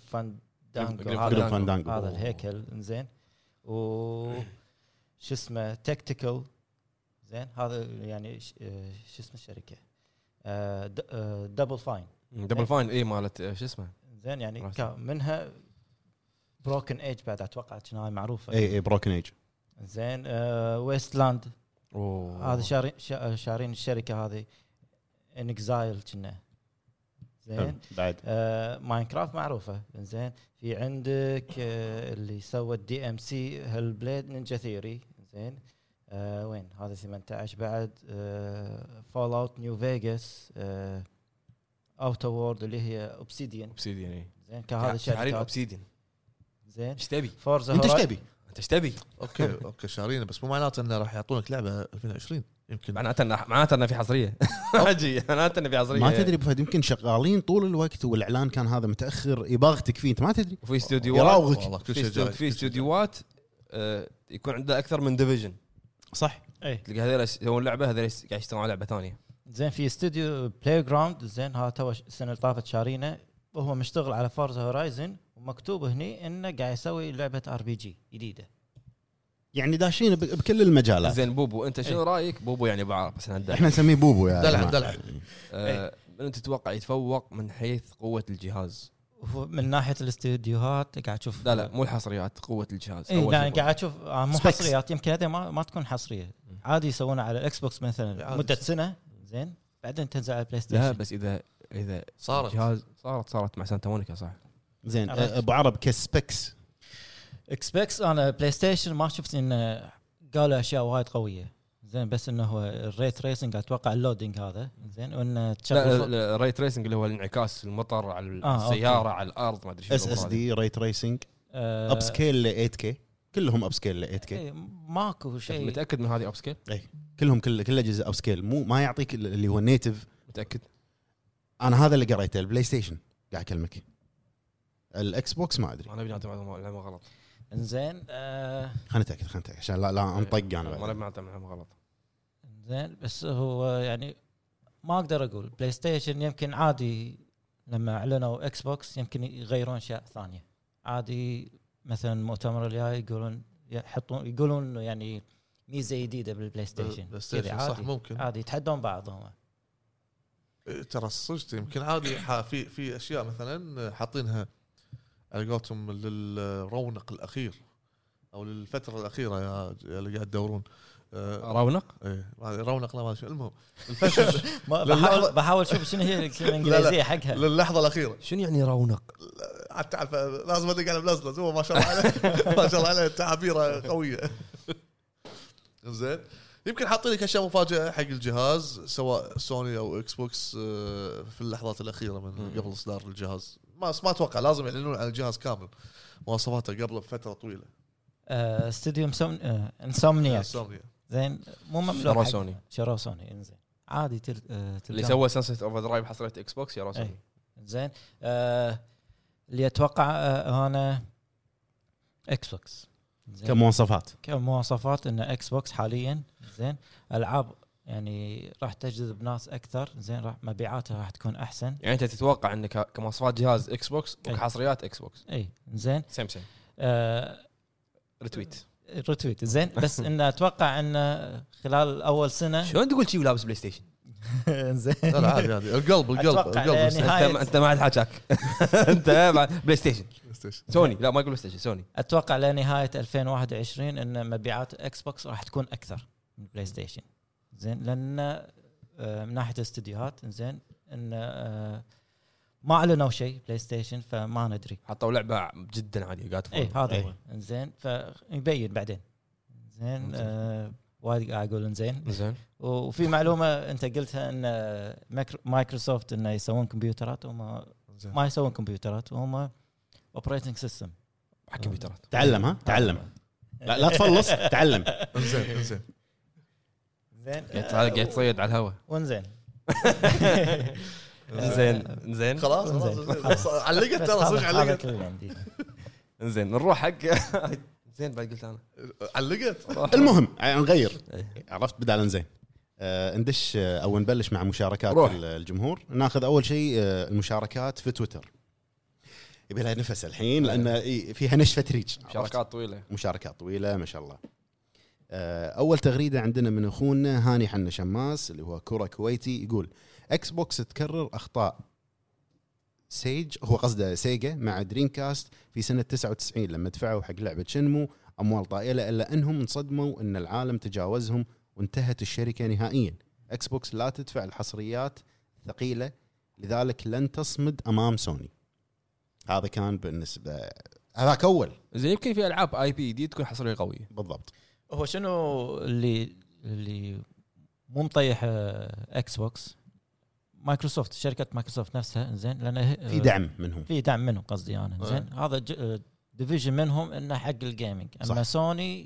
[SPEAKER 4] فاندانجو هذا الهيكل. زين و شو اسمه تكتيكال. زين هذا يعني شو اسم الشركه دبل فاين
[SPEAKER 2] اي مالت شو اسمه.
[SPEAKER 4] زين يعني منها بروكن ايج بعد اتوقع انها معروفه.
[SPEAKER 1] اي بروكن ايج.
[SPEAKER 4] زين ويستلاند هذا شارين الشركه هذه انكزايل كنا. زين
[SPEAKER 1] بعد
[SPEAKER 4] ماينكرافت معروفه. زين في عندك اللي سوى الدي ام سي هيل بليد نينجا ثيوري. زين وين هذا 18 بعد فول اوت نيو فيغاس اوتو وورد اللي هي اوبسيديان.
[SPEAKER 2] زين
[SPEAKER 4] كهذا
[SPEAKER 2] شارين اوبسيديان.
[SPEAKER 4] زين
[SPEAKER 2] ايش تبي
[SPEAKER 4] فورزا
[SPEAKER 1] انت ايش تبي
[SPEAKER 3] اوكي شارينه بس مو معناته انه راح يعطونك لعبه 2020. يمكن
[SPEAKER 2] معناته انه في حصريه. معناته انه في حصريه.
[SPEAKER 1] ما تدري بفهد يمكن شغالين طول الوقت والاعلان كان هذا متاخر يباغتك فيه انت ما تدري.
[SPEAKER 2] وفي استوديوهات
[SPEAKER 3] والله كل شيء جاي.
[SPEAKER 2] في استوديوهات يكون عنده اكثر من ديفيجن.
[SPEAKER 1] صح
[SPEAKER 2] تلقى هذول يسوون لعبه هذول قاعد يشتغلون على لعبه ثانيه.
[SPEAKER 4] زين في استوديو بلاي جراوند. زين هذا تو السنه اللي طافت شارينه وهو مشتغل على فورزا هورايزن ومكتوب هني انه قاعد يسوي لعبه ار بي جي جديده.
[SPEAKER 1] يعني داشين بكل المجالات.
[SPEAKER 2] زين بوبو انت شنو رايك؟ بوبو يعني بعرف بس
[SPEAKER 1] احنا نسميه بوبو يا
[SPEAKER 3] دلع.
[SPEAKER 2] انت تتوقع يتفوق من حيث قوه الجهاز؟
[SPEAKER 4] من ناحيه الاستديوهات قاعد اشوف
[SPEAKER 2] لا مو الحصريات قوه الجهاز.
[SPEAKER 4] يعني قاعد اشوف مو حصريات يمكن هذه ما تكون حصريه عادي يسوونها على الاكس بوكس مثلا مده سنه. زين بعدين تنزل على البلاي ستيشن.
[SPEAKER 2] لا بس اذا
[SPEAKER 3] صارت
[SPEAKER 2] جهاز صارت مع سانتا مونيكا صح.
[SPEAKER 1] زين ابو عرب كسبكس
[SPEAKER 4] اكسبكس انا بلاي ستيشن ما شفت ان قالوا اشياء وايد قويه. زين بس انه هو الريت ريسنج اتوقع اللودينج هذا. زين وانه
[SPEAKER 2] لا الريت ريسنج اللي هو الانعكاس المطر على السياره
[SPEAKER 4] أوكي.
[SPEAKER 2] على الارض ما ادري شو
[SPEAKER 1] اس دي ريت ريسنج اب سكيل ل 8K كلهم اب سكيل ل 8K.
[SPEAKER 4] ماكو شيء.
[SPEAKER 2] متاكد من هذه اب سكيل؟
[SPEAKER 1] اي كلهم كل اجهزه اب سكيل مو ما يعطيك اللي هو نيتف.
[SPEAKER 2] متاكد
[SPEAKER 1] انا هذا اللي قريته البلاي ستيشن قاعد اكلمك. الاكس بوكس ما ادري
[SPEAKER 2] انا بنعطي معلومه غلط.
[SPEAKER 4] انزين
[SPEAKER 1] خلينا نتاكد عشان لا انطق انا
[SPEAKER 2] ما بنعطي معلومه غلط.
[SPEAKER 4] زين بس هو يعني ما اقدر اقول بلاي ستيشن يمكن عادي لما اعلنوا اكس بوكس يمكن يغيرون اشياء ثانيه عادي. مثلا المؤتمر الجاي يقولون يعني ميزه جديده بالبلاي ستيشن
[SPEAKER 3] كذا صح ممكن
[SPEAKER 4] عادي يتحدون بعضهم.
[SPEAKER 3] ترى صدق يمكن عادي في اشياء مثلا حاطينها على قولتهم للرونق الاخير او للفتره الاخيره يا اللي قاعد تدورون
[SPEAKER 2] رونق
[SPEAKER 3] ايه رونق لا ما شو المهم الفشل
[SPEAKER 4] بحاول اشوف شنو هي الكلمه الانجليزيه حقها
[SPEAKER 3] للحظه الاخيره.
[SPEAKER 2] شنو يعني رونق؟
[SPEAKER 3] تعرف لازم ادق على بلزلز هو ما شاء الله عليه ما شاء الله عليه تعابيره قويه. زين يمكن حاطين لك اشياء مفاجاه حق الجهاز سواء سوني او اكس بوكس في اللحظات الاخيره من قبل اصدار الجهاز. ما اتوقع لازم يعلنون عن الجهاز كامل مواصفاته قبل بفتره طويله.
[SPEAKER 4] استوديو انسومنياك زين مو مملوك شرو سوني انزين عادي
[SPEAKER 2] اللي سوى سانست اوفر درايف حصلت اكس بوكس شرو سوني
[SPEAKER 4] زين اللي اتوقع انا اكس بوكس كمواصفات ان اكس بوكس حاليا زين العاب يعني راح تجذب ناس اكثر زين راح مبيعاتها راح تكون احسن.
[SPEAKER 2] يعني انت تتوقع ان كمواصفات جهاز اكس بوكس وكحصريات اكس بوكس
[SPEAKER 4] اي زين
[SPEAKER 2] سيم ريتويت
[SPEAKER 4] زين بس ان اتوقع ان خلال اول سنه
[SPEAKER 2] شلون تقول شيء ولابس بلاي ستيشن
[SPEAKER 4] زين
[SPEAKER 3] لا عادي القلب
[SPEAKER 2] انت ما حد حاجاك انت بلاي ستيشن سوني لا ما يقول بلاي ستيشن سوني.
[SPEAKER 4] اتوقع لنهايه 2021 ان مبيعات اكس بوكس راح تكون اكثر من بلاي ستيشن زين لان من ناحيه الاستديوهات زين ان ما اعلنوا شيء بلاي ستيشن فما ندري
[SPEAKER 2] حطوا لعبه جدا عاديه قاعد
[SPEAKER 4] اي هذا هو زين فيبين بعدين زين وايد قاعد اقول زين وفي معلومه انت قلتها ان مايكروسوفت انه يسوون كمبيوترات وما ما يسوون كمبيوترات وهم اوبريتنج سيستم
[SPEAKER 2] حق كمبيوترات.
[SPEAKER 1] تعلم تعلم لا تفلص تعلم.
[SPEAKER 3] زين
[SPEAKER 2] قاعد تصيد على الهواء
[SPEAKER 4] وانزين
[SPEAKER 2] زين
[SPEAKER 3] خلاص علقت ترى صدق علقت.
[SPEAKER 2] زين نروح حق زين بعد قلت انا
[SPEAKER 3] علقت.
[SPEAKER 1] المهم نغير عرفت بدال زين ندش او نبلش مع مشاركات الجمهور. ناخذ اول شيء المشاركات في تويتر يبي لها نفس الحين لان فيها نشفه ريج مشاركات طويله ما شاء الله. اول تغريده عندنا من اخونا هاني حنا شماس اللي هو كرة كويتي يقول اكس بوكس تكرر اخطاء سيج هو قصده سيجا مع دريم كاست في سنه 99 لما دفعوا حق لعبه شنمو اموال طائله الا انهم انصدموا ان العالم تجاوزهم وانتهت الشركه نهائيا. اكس بوكس لا تدفع الحصريات ثقيله لذلك لن تصمد امام سوني. هذا كان بالنسبه هذاك اول
[SPEAKER 2] زين. يمكن في العاب اي بي دي تكون حصريه قويه
[SPEAKER 1] بالضبط.
[SPEAKER 4] هو شنو اللي مو مطيح اكس بوكس مايكروسوفت شركه مايكروسوفت نفسها زين لان في دعم منهم قصدي انا زين هذا ديفيجن منهم انه حق الجيمنج. اما سوني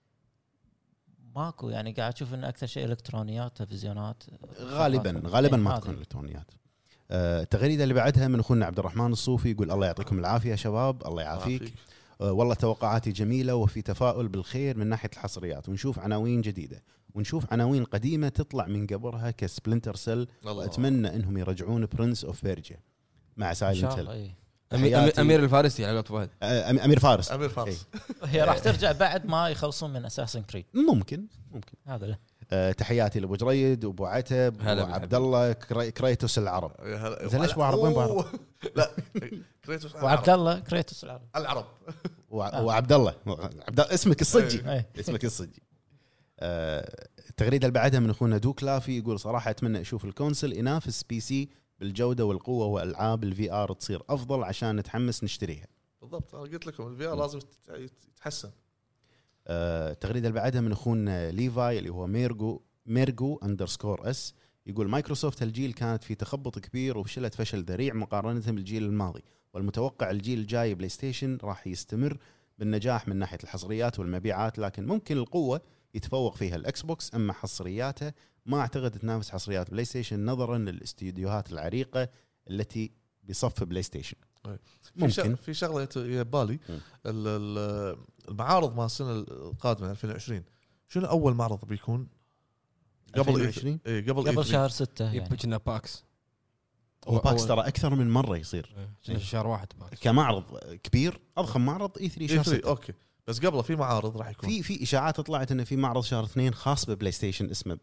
[SPEAKER 4] ماكو يعني قاعد اشوف ان اكثر شيء الكترونيات تلفزيونات
[SPEAKER 1] غالبا ما تكون الكترونيات. التغريده اللي بعدها من اخونا عبد الرحمن الصوفي يقول الله يعطيكم العافيه يا شباب. الله يعافيك. والله توقعاتي جميله وفي تفاؤل بالخير من ناحيه الحصريات ونشوف عناوين جديده ونشوف عناوين قديمه تطلع من قبرها كسبلنتر سيل. واتمنى انهم يرجعون برنس اوف بيرجيا مع سايلنت هيل.
[SPEAKER 2] امير الفارسي على قولة فهد
[SPEAKER 1] امير فارس
[SPEAKER 4] هي راح ترجع بعد ما يخلصون من اساسن كريد
[SPEAKER 1] ممكن
[SPEAKER 4] هذا له.
[SPEAKER 1] تحياتي لابو جريد وابو عتب وعبد الله كريتوس العرب. زين ليش ابو عرب وين ابو عرب؟
[SPEAKER 3] لا كريتوس
[SPEAKER 4] وعبد الله كريتوس
[SPEAKER 3] العرب
[SPEAKER 1] وعبد الله اسمك الصجي اسمك الصجي. التغريده اللي بعدها من اخونا دوك لافي يقول صراحه اتمنى اشوف الكونسل ينافس بي سي بالجوده والقوه والالعاب الفي ار تصير افضل عشان نتحمس نشتريها.
[SPEAKER 3] بالضبط انا قلت لكم الفي ار لازم يتحسن.
[SPEAKER 1] التغريده اللي بعدها من اخونا ليفاي اللي هو ميرجو _اس يقول مايكروسوفت الجيل كانت في تخبط كبير وفشلت فشل ذريع مقارنه بالجيل الماضي والمتوقع الجيل الجاي بلاي ستيشن راح يستمر بالنجاح من ناحيه الحصريات والمبيعات لكن ممكن القوه يتفوق فيها الاكس بوكس اما حصرياته ما اعتقد تنافس حصريات بلاي ستيشن نظرا للاستديوهات العريقه التي بصف بلاي ستيشن.
[SPEAKER 3] ممكن في شغله يبالي المعارض مع السنه القادمه 2020 شنو اول معرض بيكون قبل
[SPEAKER 1] 2020
[SPEAKER 4] قبل شهر 6 يعني
[SPEAKER 2] يبقى باكس
[SPEAKER 1] باكس ترى اكثر من مره يصير
[SPEAKER 2] شهر 1 باكس
[SPEAKER 1] كمعرض كبير اضخم معرض اي 3 شهر 6
[SPEAKER 3] اوكي بس قبله في معارض راح يكون
[SPEAKER 1] في اشاعات طلعت انه في معرض شهر 2 خاص ببلاي ستيشن اسمه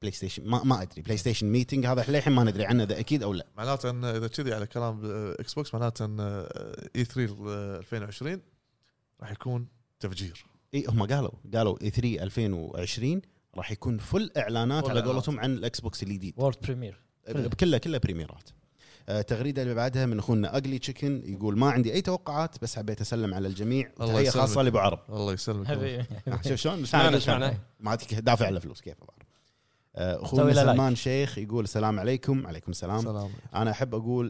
[SPEAKER 1] بلاي ستيشن ما ادري بلاي ستيشن ميتنج هذا للحين ما ندري عنه اذا اكيد او لا.
[SPEAKER 3] معناته ان اذا كذي على كلام اكس بوكس معناته ان اي 3 2020 راح يكون تفجير.
[SPEAKER 1] اي هم قالوا اي 3 2020 راح يكون فل اعلانات على قولتهم عن الاكس بوكس الجديد
[SPEAKER 4] وورد بريمير
[SPEAKER 1] كله بريميرات. تغريده اللي بعدها من اخونا اجلي تشيكن يقول ما عندي اي توقعات بس حبيت اسلم على الجميع تحيه خاصه لابو عرب.
[SPEAKER 3] الله يسلمك
[SPEAKER 4] حبيبي.
[SPEAKER 1] شوف شلون
[SPEAKER 2] سمعنا
[SPEAKER 1] ما عندك دافع على فلوس كيف ابو عرب. اخونا سلمان شيخ يقول السلام عليكم. عليكم السلام. انا احب اقول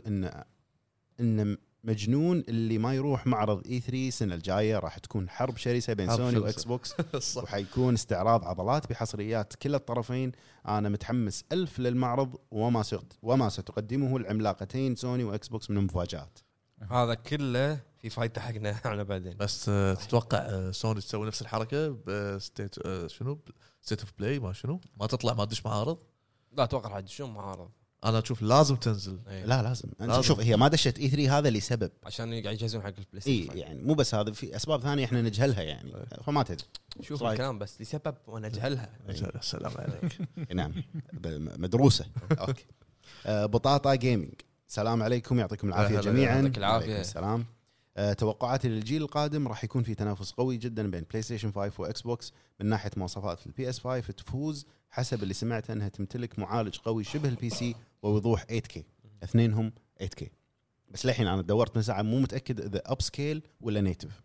[SPEAKER 1] ان مجنون اللي ما يروح معرض اي 3 السنه الجايه. راح تكون حرب شرسه بين سوني واكس بوكس وحيكون استعراض عضلات بحصريات كلا الطرفين. انا متحمس ألف للمعرض وما ستقدمه العملاقتين سوني واكس بوكس من مفاجآت.
[SPEAKER 2] هذا كله في فايده حقنا على بعدين.
[SPEAKER 3] بس تتوقع سوني تسوي نفس الحركه بستيت شنو ستيت اوف بلاي ما تطلع ما تدش معارض؟
[SPEAKER 2] لا اتوقع راح يدشون معارض.
[SPEAKER 3] انا اشوف لازم تنزل.
[SPEAKER 1] لا لازم انت شوف هي ما دشت اي 3 هذا لسبب
[SPEAKER 2] عشان قاعد يجهزون حق البلاي ستيشن.
[SPEAKER 1] اي يعني مو بس هذا في اسباب ثانيه احنا نجهلها يعني فما تدري.
[SPEAKER 2] شوف الكلام بس لسبب وانا اجهلها.
[SPEAKER 3] السلام عليك.
[SPEAKER 1] نعم مدروسه. اوكي. بطاطا جيمنج السلام عليكم يعطيكم العافيه جميعا.
[SPEAKER 2] يعطيك العافيه.
[SPEAKER 1] السلام. توقعاتي للجيل القادم راح يكون في تنافس قوي جدا بين بلاي ستيشن 5 واكس بوكس. من ناحيه مواصفات البي اس 5 تفوز حسب اللي سمعت انها تمتلك معالج قوي شبه البي سي ووضوح 8K اثنينهم 8K. بس للحين انا دورت من ساعه مو متاكد اذا اب سكيل ولا نيتف.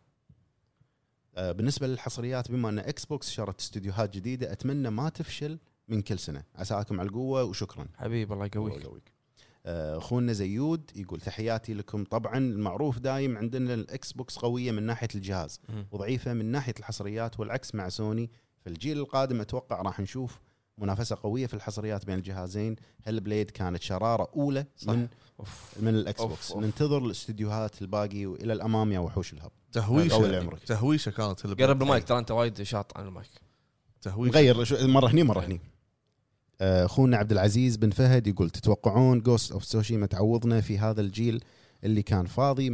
[SPEAKER 1] بالنسبه للحصريات بما ان اكس بوكس شرت استديوهات جديده اتمنى ما تفشل من كل سنه. عساكم على القوه وشكرا
[SPEAKER 2] حبيبي الله يقويك.
[SPEAKER 1] اخونا زيود يقول تحياتي لكم. طبعا المعروف دايم عندنا الاكس بوكس قويه من ناحيه الجهاز وضعيفه من ناحيه الحصريات والعكس مع سوني. في الجيل القادم اتوقع راح نشوف منافسه قويه في الحصريات بين الجهازين. هل بليد كانت شراره اولى من الاكس بوكس. ننتظر الاستديوهات الباقي والى الامام يا وحوش الهب.
[SPEAKER 3] تهويشه كانت.
[SPEAKER 2] قرب المايك ترى انت وايد شاط عن المايك.
[SPEAKER 1] غير مره هني. اخونا عبد العزيز بن فهد يقول تتوقعون جوست اوف تسوشيما تعوضنا في هذا الجيل اللي كان فاضي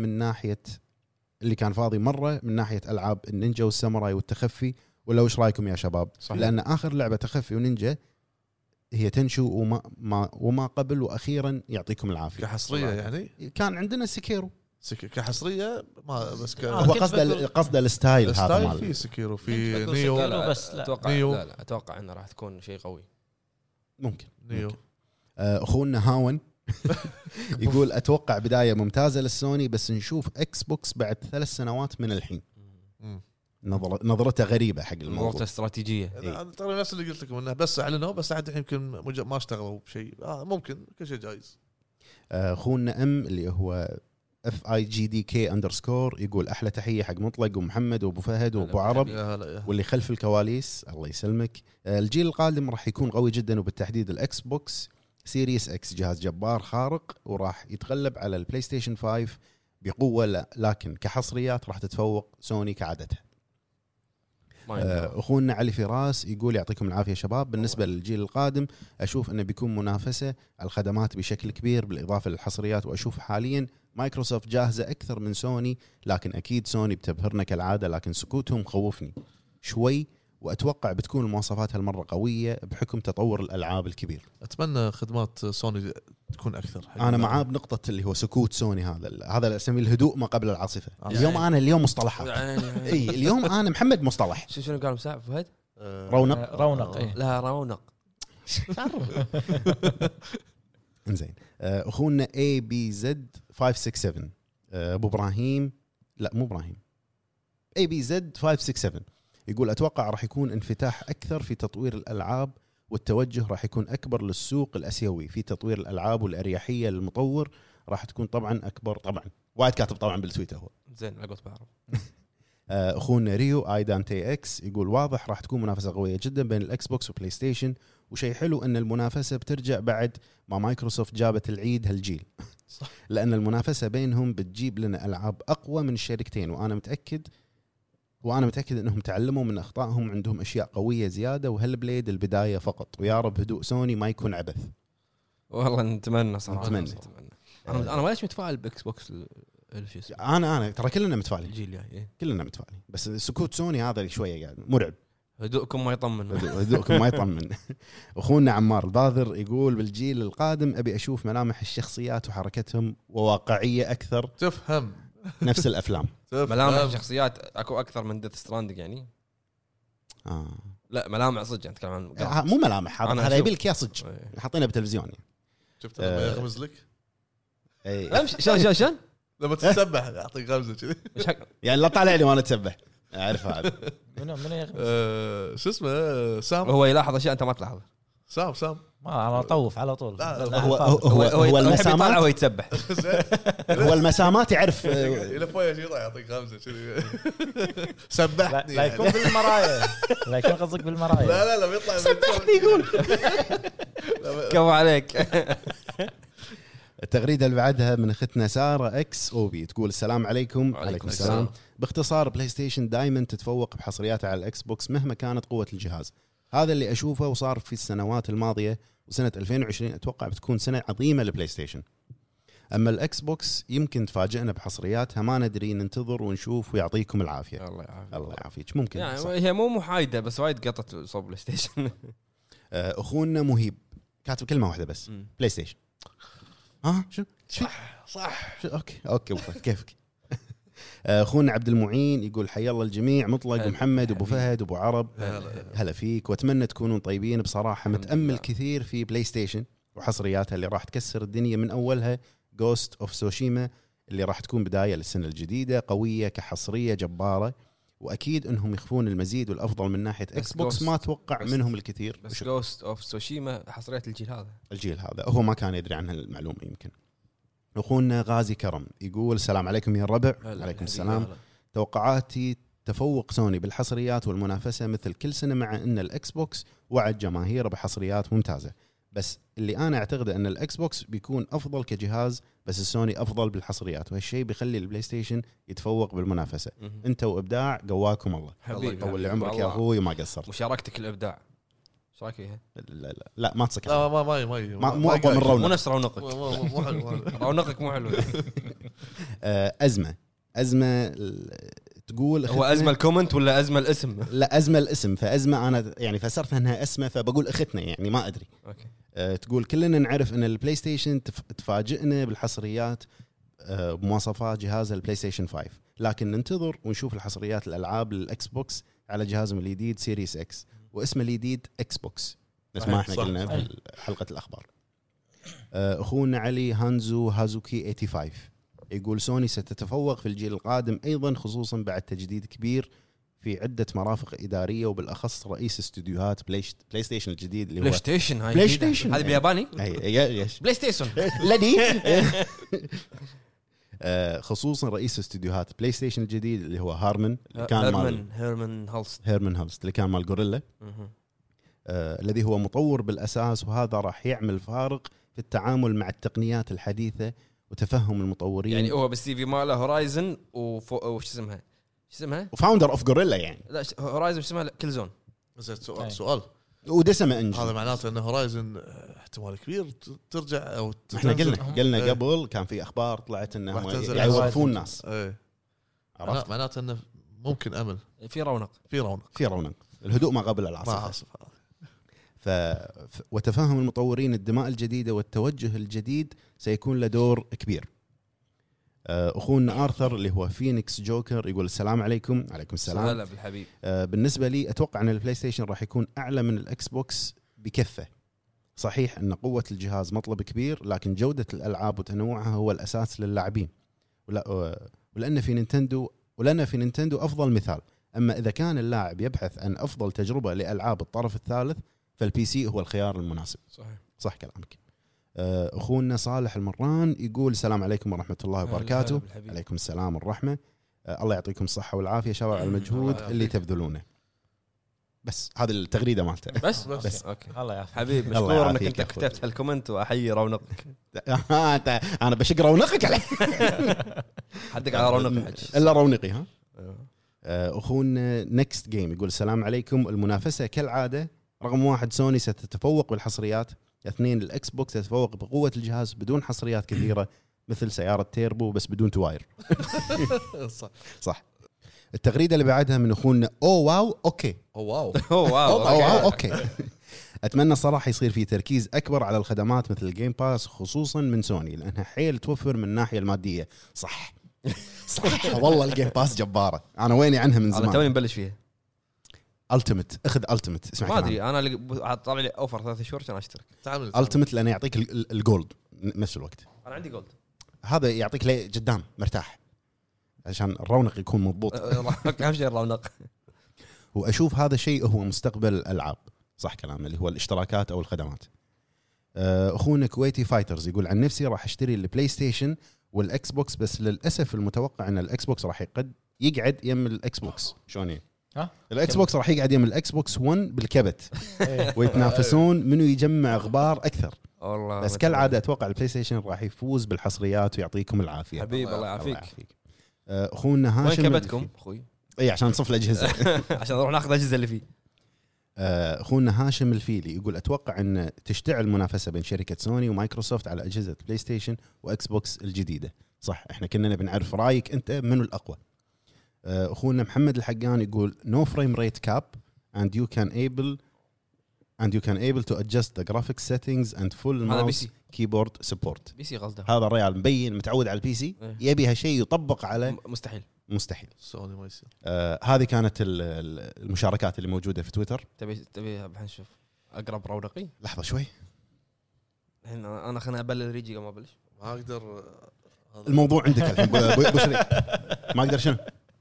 [SPEAKER 1] مره من ناحيه العاب النينجا والساموراي والتخفي ولا وش رايكم يا شباب؟ صحيح. لان اخر لعبه تخفي ونينجا هي تنشو وما قبل واخيرا يعطيكم العافيه.
[SPEAKER 3] كحصريه يعني
[SPEAKER 1] كان عندنا سكيرو
[SPEAKER 3] كحصريه ما بس
[SPEAKER 1] هو قصده الستايل هذا
[SPEAKER 3] مال في سكيرو في نيو.
[SPEAKER 2] بس لا اتوقع انه راح تكون شيء قوي
[SPEAKER 1] ممكن
[SPEAKER 3] نيو.
[SPEAKER 1] اخونا هاون يقول اتوقع بدايه ممتازه للسوني بس نشوف اكس بوكس بعد 3 سنوات من الحين. نظرته غريبه حق الموضوع.
[SPEAKER 2] نظرته استراتيجيه.
[SPEAKER 3] ترى نفس اللي قلت لكم انه بس اعلنوا بس لحد الحين يمكن ما اشتغلوا بشيء. ممكن كل شيء جايز.
[SPEAKER 1] اخونا اللي هو FIGDK_ يقول احلى تحيه حق مطلق ومحمد وابو فهد وابو عرب واللي خلف الكواليس الله يسلمك. الجيل القادم راح يكون قوي جدا وبالتحديد الاكس بوكس سيريس اكس جهاز جبار خارق وراح يتغلب على البلاي ستيشن 5 بقوه لكن كحصريات راح تتفوق سوني كعادتها. اخونا علي فراس يقول يعطيكم العافيه شباب. بالنسبه للجيل القادم اشوف انه بيكون منافسه على الخدمات بشكل كبير بالاضافه للحصريات واشوف حاليا مايكروسوفت جاهزه اكثر من سوني لكن اكيد سوني بتبهرنا كالعاده لكن سكوتهم خوفني شوي واتوقع بتكون المواصفات هالمره قويه بحكم تطور الالعاب الكبير.
[SPEAKER 3] اتمنى خدمات سوني تكون اكثر.
[SPEAKER 1] انا معاه بنقطه اللي هو سكوت سوني هذا اسميه الهدوء ما قبل العاصفه. اليوم مصطلحات اي اليوم انا محمد مصطلح
[SPEAKER 2] شنو قال مساعد فهد
[SPEAKER 1] رونق
[SPEAKER 2] لا رونق
[SPEAKER 1] انزين. اخونا ABZ567 ابو ابراهيم لا مو ابراهيم ABZ567 يقول اتوقع راح يكون انفتاح اكثر في تطوير الالعاب والتوجه راح يكون اكبر للسوق الاسيوي في تطوير الالعاب والاريحيه للمطور راح تكون طبعا اكبر. طبعا وايد كاتب طبعا بالتويتر هو
[SPEAKER 2] زين لقيت بعرف.
[SPEAKER 1] اخونا ريو ايدان تي اكس يقول واضح راح تكون منافسه قويه جدا بين الاكس بوكس وبلاي ستيشن وشيء حلو ان المنافسه بترجع بعد ما مايكروسوفت جابت العيد هالجيل صح. لان المنافسه بينهم بتجيب لنا العاب اقوى من الشركتين وانا متاكد انهم تعلموا من اخطائهم عندهم اشياء قويه زياده وهالبليد البدايه فقط ويا رب هدوء سوني ما يكون عبث.
[SPEAKER 2] والله نتمنى صراحه
[SPEAKER 1] نتمنى.
[SPEAKER 2] انا ما ليش متفائل باكس بوكس
[SPEAKER 1] انا ترى كلنا متفائلين
[SPEAKER 2] الجيل يعني
[SPEAKER 1] كلنا متفائلين بس سكوت سوني هذا شويه قاعد مرعب.
[SPEAKER 2] هدوءكم ما يطمن.
[SPEAKER 1] هدوءكم ما يطمن. اخونا عمار الباذر يقول بالجيل القادم ابي اشوف ملامح الشخصيات وحركتهم وواقعيه اكثر،
[SPEAKER 3] تفهم
[SPEAKER 1] نفس الافلام.
[SPEAKER 2] ملامح الشخصيات اكو اكثر من ديث ستراندنج يعني. لا ملامح صدق انت كمان
[SPEAKER 1] مو ملامح، هذا يبي لك يا صدق حاطينه بالتلفزيون يعني.
[SPEAKER 3] شفت لما يغمز لك
[SPEAKER 2] لا شلون
[SPEAKER 3] لما تتسبح يعطيك غمزه كذي
[SPEAKER 1] يعني لا طالع لي وانا اتسبح اعرف هذا.
[SPEAKER 4] من يغمز
[SPEAKER 3] شو اسمه سام،
[SPEAKER 2] هو يلاحظ اشياء انت ما تلاحظ.
[SPEAKER 3] سام
[SPEAKER 4] ما انا اطوف على طول.
[SPEAKER 1] هو المسامات
[SPEAKER 2] هو يتسبح.
[SPEAKER 1] هو المسامات يعرف
[SPEAKER 3] الى فوق شيء يعطيك غمزه كذي سبحني.
[SPEAKER 4] لا يكون بالمرايه، لا يكون قصدك بالمرايه.
[SPEAKER 3] لا بيطلع
[SPEAKER 1] سبحني يقول
[SPEAKER 2] كفو عليك.
[SPEAKER 1] التغريده اللي بعدها من اختنا ساره اكس اوبي تقول السلام عليكم. وعليكم السلام. باختصار بلاي ستيشن دائما تتفوق بحصرياتها على الاكس بوكس مهما كانت قوه الجهاز، هذا اللي اشوفه وصار في السنوات الماضيه، وسنه 2020 اتوقع بتكون سنه عظيمه للبلاي ستيشن. اما الاكس بوكس يمكن تفاجئنا بحصرياتها ما ندري، ننتظر ونشوف ويعطيكم العافيه. الله يعافيك. ممكن
[SPEAKER 2] يعني هي مو محايده بس وايد قطت صوب بلاي ستيشن.
[SPEAKER 1] اخونا مهيب كاتب كلمه واحده بس، بلاي ستيشن. شو صح اوكي كيفك. اخونا عبد المعين يقول حيا الله الجميع، مطلق ومحمد وابو فهد وابو عرب، هلا فيك واتمنى تكونون طيبين. بصراحه متامل كثير في بلاي ستيشن وحصرياتها اللي راح تكسر الدنيا، من اولها جوست اوف سوشيما اللي راح تكون بدايه للسنه الجديده قويه كحصريه جباره، واكيد انهم يخفون المزيد والافضل من ناحيه اكس بوكس ما اتوقع منهم الكثير.
[SPEAKER 2] بس جوست اوف سوشيما حصريات الجيل هذا
[SPEAKER 1] هو ما كان يدري عنها المعلومه يمكن. اخونا غازي كرم يقول السلام عليكم يا الربع. عليكم السلام. توقعاتي تفوق سوني بالحصريات والمنافسه مثل كل سنه، مع ان الاكس بوكس وعد جماهيره بحصريات ممتازه، بس اللي انا اعتقد ان الاكس بوكس بيكون افضل كجهاز، بس السوني افضل بالحصريات، وهالشيء بيخلي البلاي ستيشن يتفوق بالمنافسه. انت وابداع قواكم الله.
[SPEAKER 2] حبيبي
[SPEAKER 1] طول لي عمرك يا اخوي وما قصرت.
[SPEAKER 2] مشاركتك الابداع ايش رايك فيها؟
[SPEAKER 1] لا ما تسكت.
[SPEAKER 3] مو
[SPEAKER 1] اقوى من رونق.
[SPEAKER 2] مو نفس رونقك.
[SPEAKER 3] مو حلو.
[SPEAKER 2] رونقك مو حلو.
[SPEAKER 1] ازمه تقول
[SPEAKER 2] هو ازمه الكومنت ولا ازمه الاسم؟
[SPEAKER 1] لا ازمه الاسم. فازمه انا يعني فسرتها انها اسمه، فبقول اختنا يعني ما ادري.
[SPEAKER 2] اوكي.
[SPEAKER 1] تقول كلنا نعرف ان البلاي ستيشن تفاجئنا بالحصريات بمواصفات جهاز البلاي ستيشن 5، لكن ننتظر ونشوف الحصريات الالعاب للاكس بوكس على جهازهم الجديد سيريس اكس، واسمه الجديد اكس بوكس نفس ما احنا قلنا في حلقه الاخبار. اخونا علي هانزو هازوكي 85 يقول سوني ستتفوق في الجيل القادم ايضا، خصوصا بعد تجديد كبير في عدة مرافق إدارية، وبالأخص رئيس استوديوهات بلاي ستيشن الجديد اللي هو
[SPEAKER 2] بلاي ستيشن. هاي
[SPEAKER 1] بلاي ستيشن
[SPEAKER 2] هذا بالياباني.
[SPEAKER 1] يس
[SPEAKER 2] بلاي ستيشن
[SPEAKER 1] لدي. خصوصا رئيس استوديوهات بلاي ستيشن الجديد اللي هو هارمن اللي كان مال هيرمن هولست اللي كان مال غوريلا، الذي هو مطور بالأساس، وهذا راح يعمل فارق في التعامل مع التقنيات الحديثة وتفهم المطورين.
[SPEAKER 2] يعني هو بالسي في ماله هورايزن وش اسمها
[SPEAKER 1] وفاوندر اوف غوريلا يعني.
[SPEAKER 2] لا هورايزن وش اسمها كل زون.
[SPEAKER 3] سؤال
[SPEAKER 1] ودسمه انجن.
[SPEAKER 3] هذا معناته ان هورايزن احتمال كبير ترجع او
[SPEAKER 1] احنا قلنا قبل كان في اخبار طلعت انهم يوقفون الناس.
[SPEAKER 3] عرفت معناته انه ممكن امل
[SPEAKER 2] في رونق.
[SPEAKER 1] الهدوء ما قبل العاصفه. وتفهم المطورين الدماء الجديده والتوجه الجديد سيكون له دور كبير. اخونا آرثر اللي هو فينيكس جوكر يقول السلام عليكم. عليكم السلام.
[SPEAKER 2] هلا بالحبيب.
[SPEAKER 1] بالنسبه لي اتوقع ان البلاي ستيشن راح يكون اعلى من الاكس بوكس بكفه. صحيح ان قوه الجهاز مطلب كبير، لكن جوده الالعاب وتنوعها هو الاساس للاعبين، ولان في نينتندو افضل مثال. اما اذا كان اللاعب يبحث عن افضل تجربه لالعاب الطرف الثالث، فالبي سي هو الخيار المناسب. صح كلامك. اخونا صالح المران يقول السلام عليكم ورحمه الله وبركاته. عليكم السلام والرحمه. الله يعطيكم الصحه والعافيه شباب على المجهود اللي تبذلونه. بس هذه التغريده مالته.
[SPEAKER 2] بس اوكي.
[SPEAKER 4] الله يعافيك
[SPEAKER 2] حبيبي، مشكور انك انت كتبت هالكومنت، واحيي رونقك.
[SPEAKER 1] انا بشق رونقك عليه.
[SPEAKER 2] حدك على رونقك
[SPEAKER 1] الا رونقي. ها اخونا نكست جيم يقول السلام عليكم. المنافسه كالعاده، رقم 1 سوني ستتفوق بالحصريات، 2 الاكس بوكس تتفوق بقوه الجهاز بدون حصريات كثيره مثل سياره تيربو بس بدون تواير. صح. التغريده اللي بعدها من اخونا واو اوكي
[SPEAKER 3] واو
[SPEAKER 2] واو
[SPEAKER 1] اوكي اتمنى صراحه يصير في تركيز اكبر على الخدمات مثل الجيم باس خصوصا من سوني لانها حيل توفر من الناحيه الماديه. صح والله الجيم باس جباره، انا ويني عنها من
[SPEAKER 2] انا
[SPEAKER 1] زمان.
[SPEAKER 2] توني مبلش فيها
[SPEAKER 1] التيمت، اخذ التيمت، اسمع
[SPEAKER 2] ما ادري
[SPEAKER 1] كلامي.
[SPEAKER 2] انا اللي طالع لي اوفر 3 شهور عشان اشترك.
[SPEAKER 3] تعال
[SPEAKER 1] التيمت لانه يعطيك الجولد نفس الوقت،
[SPEAKER 2] انا عندي جولد
[SPEAKER 1] هذا يعطيك ليه قدام مرتاح عشان الرونق يكون مضبوط.
[SPEAKER 2] اهم شيء الرونق.
[SPEAKER 1] واشوف هذا الشيء هو مستقبل الالعاب. صح كلامنا اللي هو الاشتراكات او الخدمات. اخونا كويتي فايترز يقول عن نفسي راح اشتري البلاي ستيشن والاكس بوكس، بس للاسف المتوقع ان الاكس بوكس راح يقعد يم الاكس بوكس. شلون
[SPEAKER 4] ها
[SPEAKER 1] الاكس بوكس راح يقعد يم الاكس بوكس 1 بالكبت ويتنافسون منو يجمع غبار اكثر.
[SPEAKER 2] والله
[SPEAKER 1] بس كالعاده اتوقع البلاي ستيشن راح يفوز بالحصريات ويعطيكم العافيه.
[SPEAKER 2] حبيبي الله يعافيك.
[SPEAKER 1] اخونا
[SPEAKER 2] وين
[SPEAKER 1] هاشم
[SPEAKER 2] كبتكم اخوي؟
[SPEAKER 1] اي عشان نصف الاجهزه.
[SPEAKER 2] عشان نروح ناخذ الاجهزه اللي فيه.
[SPEAKER 1] اخونا هاشم الفيلي يقول اتوقع ان تشتعل منافسه بين شركه سوني ومايكروسوفت على اجهزه بلاي ستيشن واكس بوكس الجديده. صح احنا كنا نبي نعرف رايك انت منو الاقوى. اخونا محمد الحقان يقول no frame rate cap and you can able to adjust the graphics settings and full mouse keyboard support.
[SPEAKER 2] بي سي قصده
[SPEAKER 1] هذا الريال مبين متعود على البي سي يبي هالشيء يطبق على مستحيل.
[SPEAKER 3] سوني ما يصير.
[SPEAKER 1] هذه كانت المشاركات اللي موجوده في تويتر.
[SPEAKER 2] تبي نشوف اقرب رونقي.
[SPEAKER 1] لحظه شوي
[SPEAKER 2] الحين انا خليني ابلل ريجي قبل ما ابلش.
[SPEAKER 3] ما اقدر.
[SPEAKER 1] الموضوع عندك الحين ابو شريف. ما اقدر شنو؟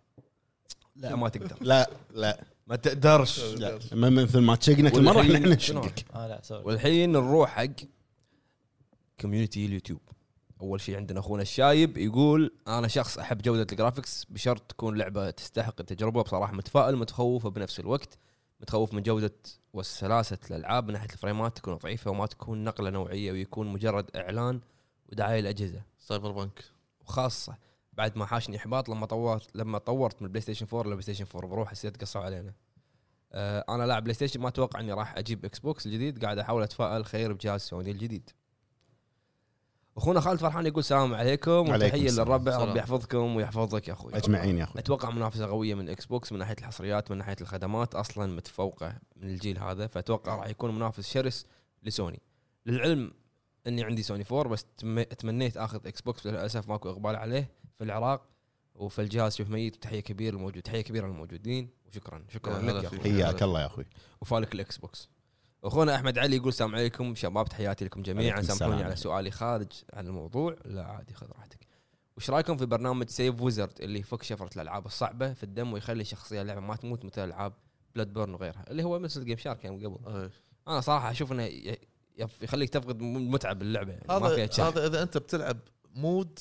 [SPEAKER 2] لا ما تقدر.
[SPEAKER 1] لا
[SPEAKER 2] ما تقدرش.
[SPEAKER 1] لا مثل ما تشقنا كل مره احنا نشقك.
[SPEAKER 4] لا سوري.
[SPEAKER 2] والحين نروح حق كوميونتي اليوتيوب. اول شيء عندنا اخونا الشايب يقول انا شخص احب جوده الجرافيكس بشرط تكون لعبه تستحق التجربه. بصراحه متفائل متخوف بنفس الوقت. متخوف من جوده وسلاسه الالعاب من ناحيه الفريمات تكون ضعيفه وما تكون نقله نوعيه ويكون مجرد اعلان ودعايه الاجهزه.
[SPEAKER 3] سايبر بانك
[SPEAKER 2] وخاصه بعد ما حاشني احباط لما طورت من البلاي ستيشن 4 لبلاي ستيشن 4 بروح حسيت قصوا علينا. انا لاعب بلاي ستيشن ما اتوقع اني راح اجيب اكس بوكس الجديد. قاعد احاول اتفائل خير بجهاز سوني الجديد. اخونا خالد فرحان يقول السلام عليكم وتحيه للربع. ربي يحفظكم ويحفظك يا اخوي
[SPEAKER 1] اجمعين يا اخوي.
[SPEAKER 2] اتوقع منافسه قويه من اكس بوكس من ناحيه الحصريات من ناحيه الخدمات اصلا متفوقه من الجيل هذا. فاتوقع راح يكون منافس شرس لسوني. للعلم اني عندي سوني 4 بس تمنيت اخذ اكس بوكس للاسف ماكو اقبال عليه في العراق وفي الجهاز شوف ميت. تحيه كبيره للموجودين وشكرا لك يا اخوي.
[SPEAKER 1] حياك الله يا اخوي.
[SPEAKER 2] وفالك الاكس بوكس. اخونا احمد علي يقول السلام عليكم شباب تحياتي لكم جميعا. سامحوني على سؤالي خارج عن الموضوع. لا عادي خذ راحتك. وش رايكم في برنامج سيف ويزرد اللي يفك شفره الالعاب الصعبه في الدم ويخلي الشخصيه اللعبه ما تموت مثل العاب بلاد بورن وغيرها اللي هو مثل جيم شارك يعني قبل. انا صراحه اشوف انه يخليك تفقد متعه باللعبه يعني ما فيها شيء.
[SPEAKER 3] هذا اذا انت بتلعب مود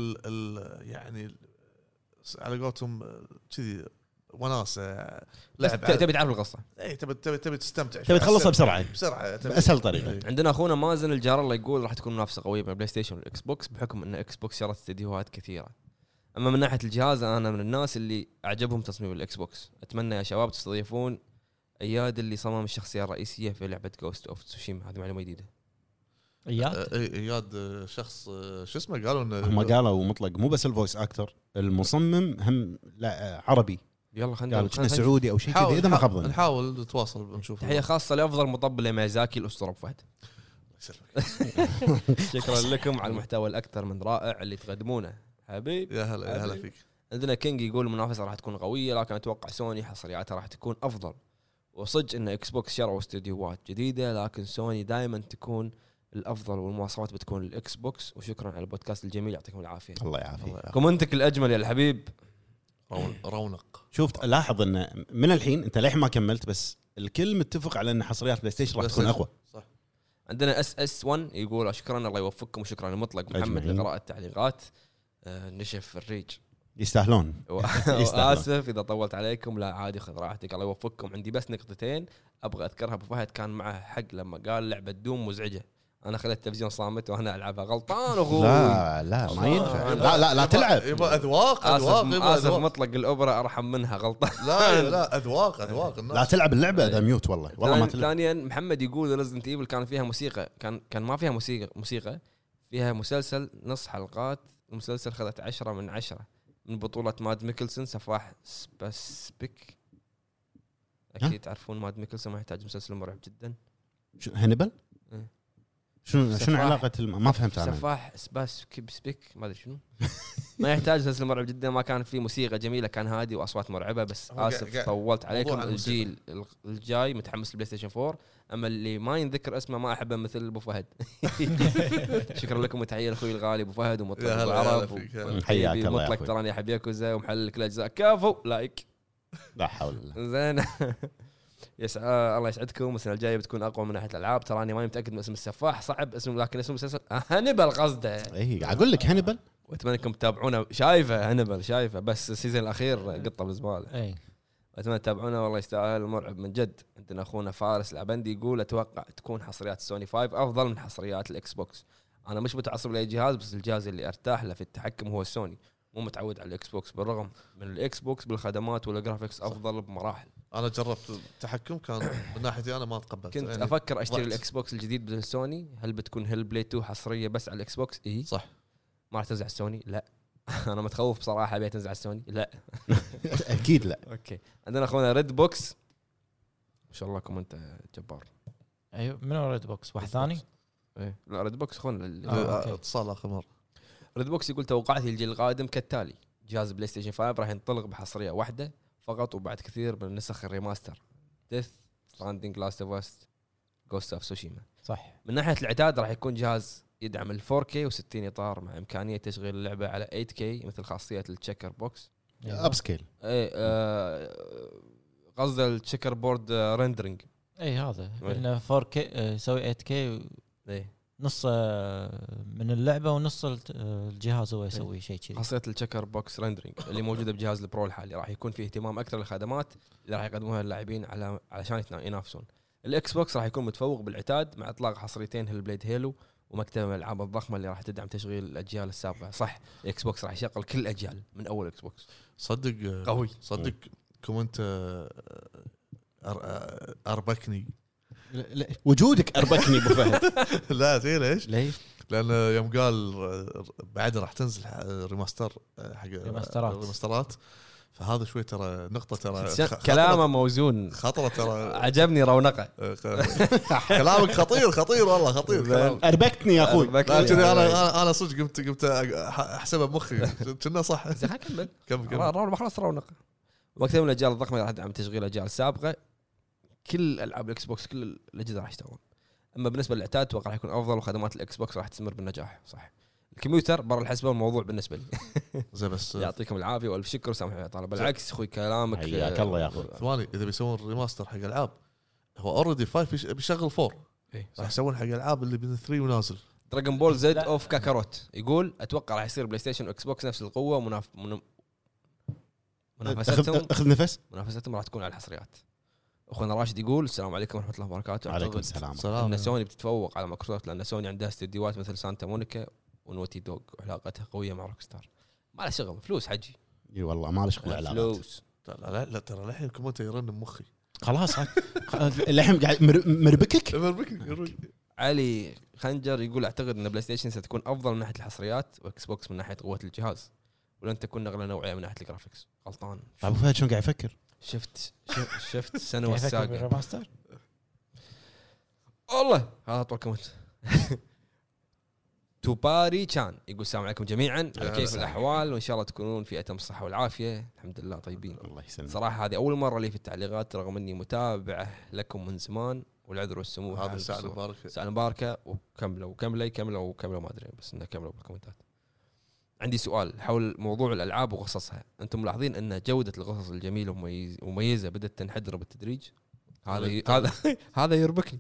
[SPEAKER 3] يعني على قولتهم كذي وناسه لعب
[SPEAKER 2] تبي تعرف القصه.
[SPEAKER 3] اي تبي تستمتع
[SPEAKER 1] تبي تخلصها بسرعه باسهل طريقه.
[SPEAKER 2] عندنا اخونا مازن الجار الله يقول راح تكون منافسه قويه بين بلاي ستيشن والاكس بوكس بحكم ان اكس بوكس شرت استديوهات كثيره. اما من ناحيه الجهاز انا من الناس اللي اعجبهم تصميم الاكس بوكس. اتمنى يا شباب تستضيفون اياد اللي صمم الشخصيه الرئيسيه في لعبه جوست اوف تسوشيما. هذه معلومه جديده.
[SPEAKER 3] اياد شخص شو اسمه قالوا انه
[SPEAKER 1] هم قالوا مطلق مو بس الفويس اكتر المصمم هم لا عربي.
[SPEAKER 2] يلا خلينا
[SPEAKER 1] سعودي او شيء كذا اذا ما خاب ظني.
[SPEAKER 3] نحاول نتواصل نشوف.
[SPEAKER 2] تحيه خاصه لافضل مطبل ميازاكي الاسطوره فهد. شكرا لكم على المحتوى الاكثر من رائع اللي تقدمونه حبيب.
[SPEAKER 3] يا هلا فيك.
[SPEAKER 2] عندنا كينج يقول المنافسه راح تكون قويه لكن اتوقع سوني حصرياتها راح تكون افضل. وصدق ان اكس بوكس شروا استديوهات جديده لكن سوني دائما تكون الافضل والمواصفات بتكون الاكس بوكس. وشكرا على البودكاست الجميل يعطيكم العافيه.
[SPEAKER 1] الله يعافيك.
[SPEAKER 2] كومنتك الاجمل يا الحبيب.
[SPEAKER 3] رونق.
[SPEAKER 1] شوف لاحظ ان من الحين انت للحين ما كملت بس الكل متفق على ان حصريات بلاي ستيشن راح تكون اقوى.
[SPEAKER 3] صح.
[SPEAKER 2] عندنا اس1 يقول شكرا الله يوفقكم وشكرا لمطلق محمد لقراءه التعليقات. نشف الريج
[SPEAKER 1] يستاهلون.
[SPEAKER 2] اسف اذا طولت عليكم. لا عادي خذ راحتك الله يوفقكم. عندي بس نقطتين ابغى اذكرها. ابو فهد كان معه حق لما قال لعبه دوم مزعجه. انا خليت التلفزيون صامت وانا العبها. غلطان اخوي.
[SPEAKER 1] لا ما ينفع. لا تلعب.
[SPEAKER 3] يبغى اذواق
[SPEAKER 2] اسف مطلق الاوبرا ارحم منها. غلطان.
[SPEAKER 3] لا اذواق الناس.
[SPEAKER 1] لا تلعب اللعبه اذا ميوت والله ما تلعب.
[SPEAKER 2] ثانيا محمد يقول ريزدنت ايفل كان فيها موسيقى. كان ما فيها موسيقى فيها مسلسل نص حلقات. المسلسل خذت 10 من 10 من بطولة ماد ميكلسون سفاح سباسبيك. اكيد تعرفون ماد ميكلسون ما يحتاج مسلسل مرعب جدا.
[SPEAKER 1] هانيبال
[SPEAKER 2] إيه.
[SPEAKER 1] شنو علاقه ما فهمت انا.
[SPEAKER 2] سفاح سباسبيك ما ادري شنو. ما يحتاج مسلسل مرعب جدا. ما كان فيه موسيقى جميله كان هادي واصوات مرعبه. بس اسف طولت عليكم. الجيل الجاي متحمس البلاي ستيشن 4. اما اللي ما ينذكر اسمه ما احبه مثل ابو فهد. شكرا لكم وتحيه لاخوي الغالي ابو فهد ومطلق العرب.
[SPEAKER 1] حياك الله
[SPEAKER 2] مطلق تراني احب ياكوزا ومحلل كل اجزاء كافو لايك.
[SPEAKER 1] لا حول الله.
[SPEAKER 2] زين. الله يسعدكم. السنه الجايه بتكون اقوى من ناحيه الالعاب. تراني ماني متاكد من اسم السفاح صعب اسمه لكن اسم المسلسل هانيبال قصده.
[SPEAKER 1] اي اقول لك هانيبال.
[SPEAKER 2] واتمنى انكم تتابعونا. شايفه هانيبال شايفه بس السيزون الاخير قطه بالزباله.
[SPEAKER 4] اي
[SPEAKER 2] اتمنى تتابعونا والله يستاهل مرعب من جد. عندنا اخونا فارس العبندي يقول اتوقع تكون حصريات سوني 5 افضل من حصريات الاكس بوكس. انا مش متعصب لاي جهاز بس الجهاز اللي ارتاح له في التحكم هو السوني. مو متعود على الاكس بوكس بالرغم من الاكس بوكس بالخدمات والجرافيكس افضل بمراحل.
[SPEAKER 3] انا جربت التحكم كان من ناحيتي انا ما تقبلت.
[SPEAKER 2] كنت افكر اشتري الاكس بوكس الجديد بدل سوني. هل بتكون هيل بلاي 2 حصريه بس على الاكس بوكس؟ اي
[SPEAKER 3] صح.
[SPEAKER 2] ما راح تنزع السوني؟ لا. انا متخوف بصراحه ابي تنزع السوني. لا.
[SPEAKER 1] اكيد لا.
[SPEAKER 2] اوكي عندنا اخونا ريد بوكس. ما شاء الله كم انت جبار.
[SPEAKER 4] ايوه منو ريد بوكس واحد ثاني؟
[SPEAKER 2] ايه لا ريد بوكس اخونا
[SPEAKER 3] اتصال اخر مره.
[SPEAKER 2] ريد بوكس يقول توقعاتي الجيل القادم كالتالي. جهاز بلاي ستيشن 5 راح ينطلق بحصريه واحده فقط وبعد كثير من النسخ الريماستر. ديث ستراندينج لاست اوف اس جوست اوف سوشيما.
[SPEAKER 4] صح.
[SPEAKER 2] من ناحيه الاعداد راح يكون جهاز يدعم ال 4K و60 اطار مع امكانيه تشغيل اللعبه على 8K مثل خاصيه التشيكر بوكس.
[SPEAKER 1] اب سكيل.
[SPEAKER 2] اي قصد التشيكر بورد ريندرينج.
[SPEAKER 4] اي هذا انه 4K يسوي 8K.
[SPEAKER 2] اي
[SPEAKER 4] نص من اللعبه ونص الجهاز هو يسوي شيء كذي.
[SPEAKER 2] خاصيه التشيكر بوكس ريندرينج اللي موجوده بجهاز البرو الحالي راح يكون فيه اهتمام اكثر للخدمات اللي راح يقدموها اللاعبين علشان ينافسون. الاكس بوكس راح يكون متفوق بالعتاد مع اطلاق حصريتين هيل بليد هيلو ومكتبه من الالعاب الضخمه اللي راح تدعم تشغيل الاجيال السابقه. صح الاكس بوكس راح يشغل كل الاجيال من اول اكس بوكس.
[SPEAKER 3] صدق
[SPEAKER 2] قوي.
[SPEAKER 3] صدق كومنت اربكني.
[SPEAKER 1] لا وجودك اربكني ابو فهد.
[SPEAKER 3] لا زين ليش؟
[SPEAKER 1] ليش؟
[SPEAKER 3] لان يوم قال بعد راح تنزل ريماستر حق ريماسترات فهذا شوي ترى نقطه ترى
[SPEAKER 2] كلامه موزون
[SPEAKER 3] خطره ترى
[SPEAKER 2] عجبني رونقه.
[SPEAKER 3] كلامك خطير والله خطير.
[SPEAKER 1] اربكتني يا اخوي.
[SPEAKER 3] انا صدق قمت احسبها بمخي كنا صح.
[SPEAKER 2] كمل راح بخلص رونقه. وقتها من الاجيال الضخمه راح تدعم تشغيل الاجيال السابقه. كل العاب الاكس بوكس كل الاجهزه راح يشتغلون. اما بالنسبه للاعتاد اتوقع راح يكون افضل وخدمات الاكس بوكس راح تستمر بالنجاح. صح الكمبيوتر برا الحسبه الموضوع بالنسبه لي.
[SPEAKER 3] زين بس
[SPEAKER 2] يعطيكم العافيه والف شكر وسامحني يا طالب. بالعكس اخوي كلامك
[SPEAKER 1] حياك الله يا اخوي.
[SPEAKER 3] ثواني اذا بيسوون ريماستر حق العاب هو اوريدي 5 بيشغل 4 راح يسوون حق العاب اللي بين 3 ونازل.
[SPEAKER 2] دراغون بول زد اوف كاكاروت يقول اتوقع راح يصير بلاي ستيشن واكس بوكس نفس القوه منافستهم راح تكون على الحصريات. اخونا راشد يقول السلام عليكم ورحمه الله وبركاته.
[SPEAKER 1] وعليكم السلام.
[SPEAKER 2] ان سوني بتتفوق على مايكروسوفت لان سوني عندها استديوهات مثل سانتا مونيكا ونوتي دوغ وعلاقتها قويه مع روكستار. ما له شغل فلوس حجي.
[SPEAKER 1] اي والله ما له شغل علاقات
[SPEAKER 3] فلوس. لا ترى الحين كومنت يرن بمخي
[SPEAKER 1] خلاص. الحين قاعد مربكك.
[SPEAKER 2] علي خنجر يقول اعتقد ان بلاي ستيشن ستكون افضل من ناحيه الحصريات واكس بوكس من ناحيه قوه الجهاز ولن تكون نقله نوعيه من ناحيه الجرافيكس. غلطان.
[SPEAKER 1] ابو فهد شلون قاعد يفكر؟
[SPEAKER 2] شفت السنه والساقه
[SPEAKER 4] ريماستر
[SPEAKER 2] والله. هذا طول كومنت. توباري كان يقول السلام عليكم جميعا على كيف الاحوال وان شاء الله تكونون في اتم الصحه والعافيه. الحمد لله طيبين.
[SPEAKER 1] الله يسلمك.
[SPEAKER 2] صراحه هذه اول مره لي في التعليقات رغم اني متابعه لكم من زمان والعذر والسموح.
[SPEAKER 3] هذا
[SPEAKER 2] ساعه مباركه وكملوا ما ادري بس انه كملوا بالكومنتات. عندي سؤال حول موضوع الالعاب وقصصها. انتم ملاحظين ان جوده القصص الجميله ومميزه بدات تنحدر بالتدريج؟ هذا يربكني.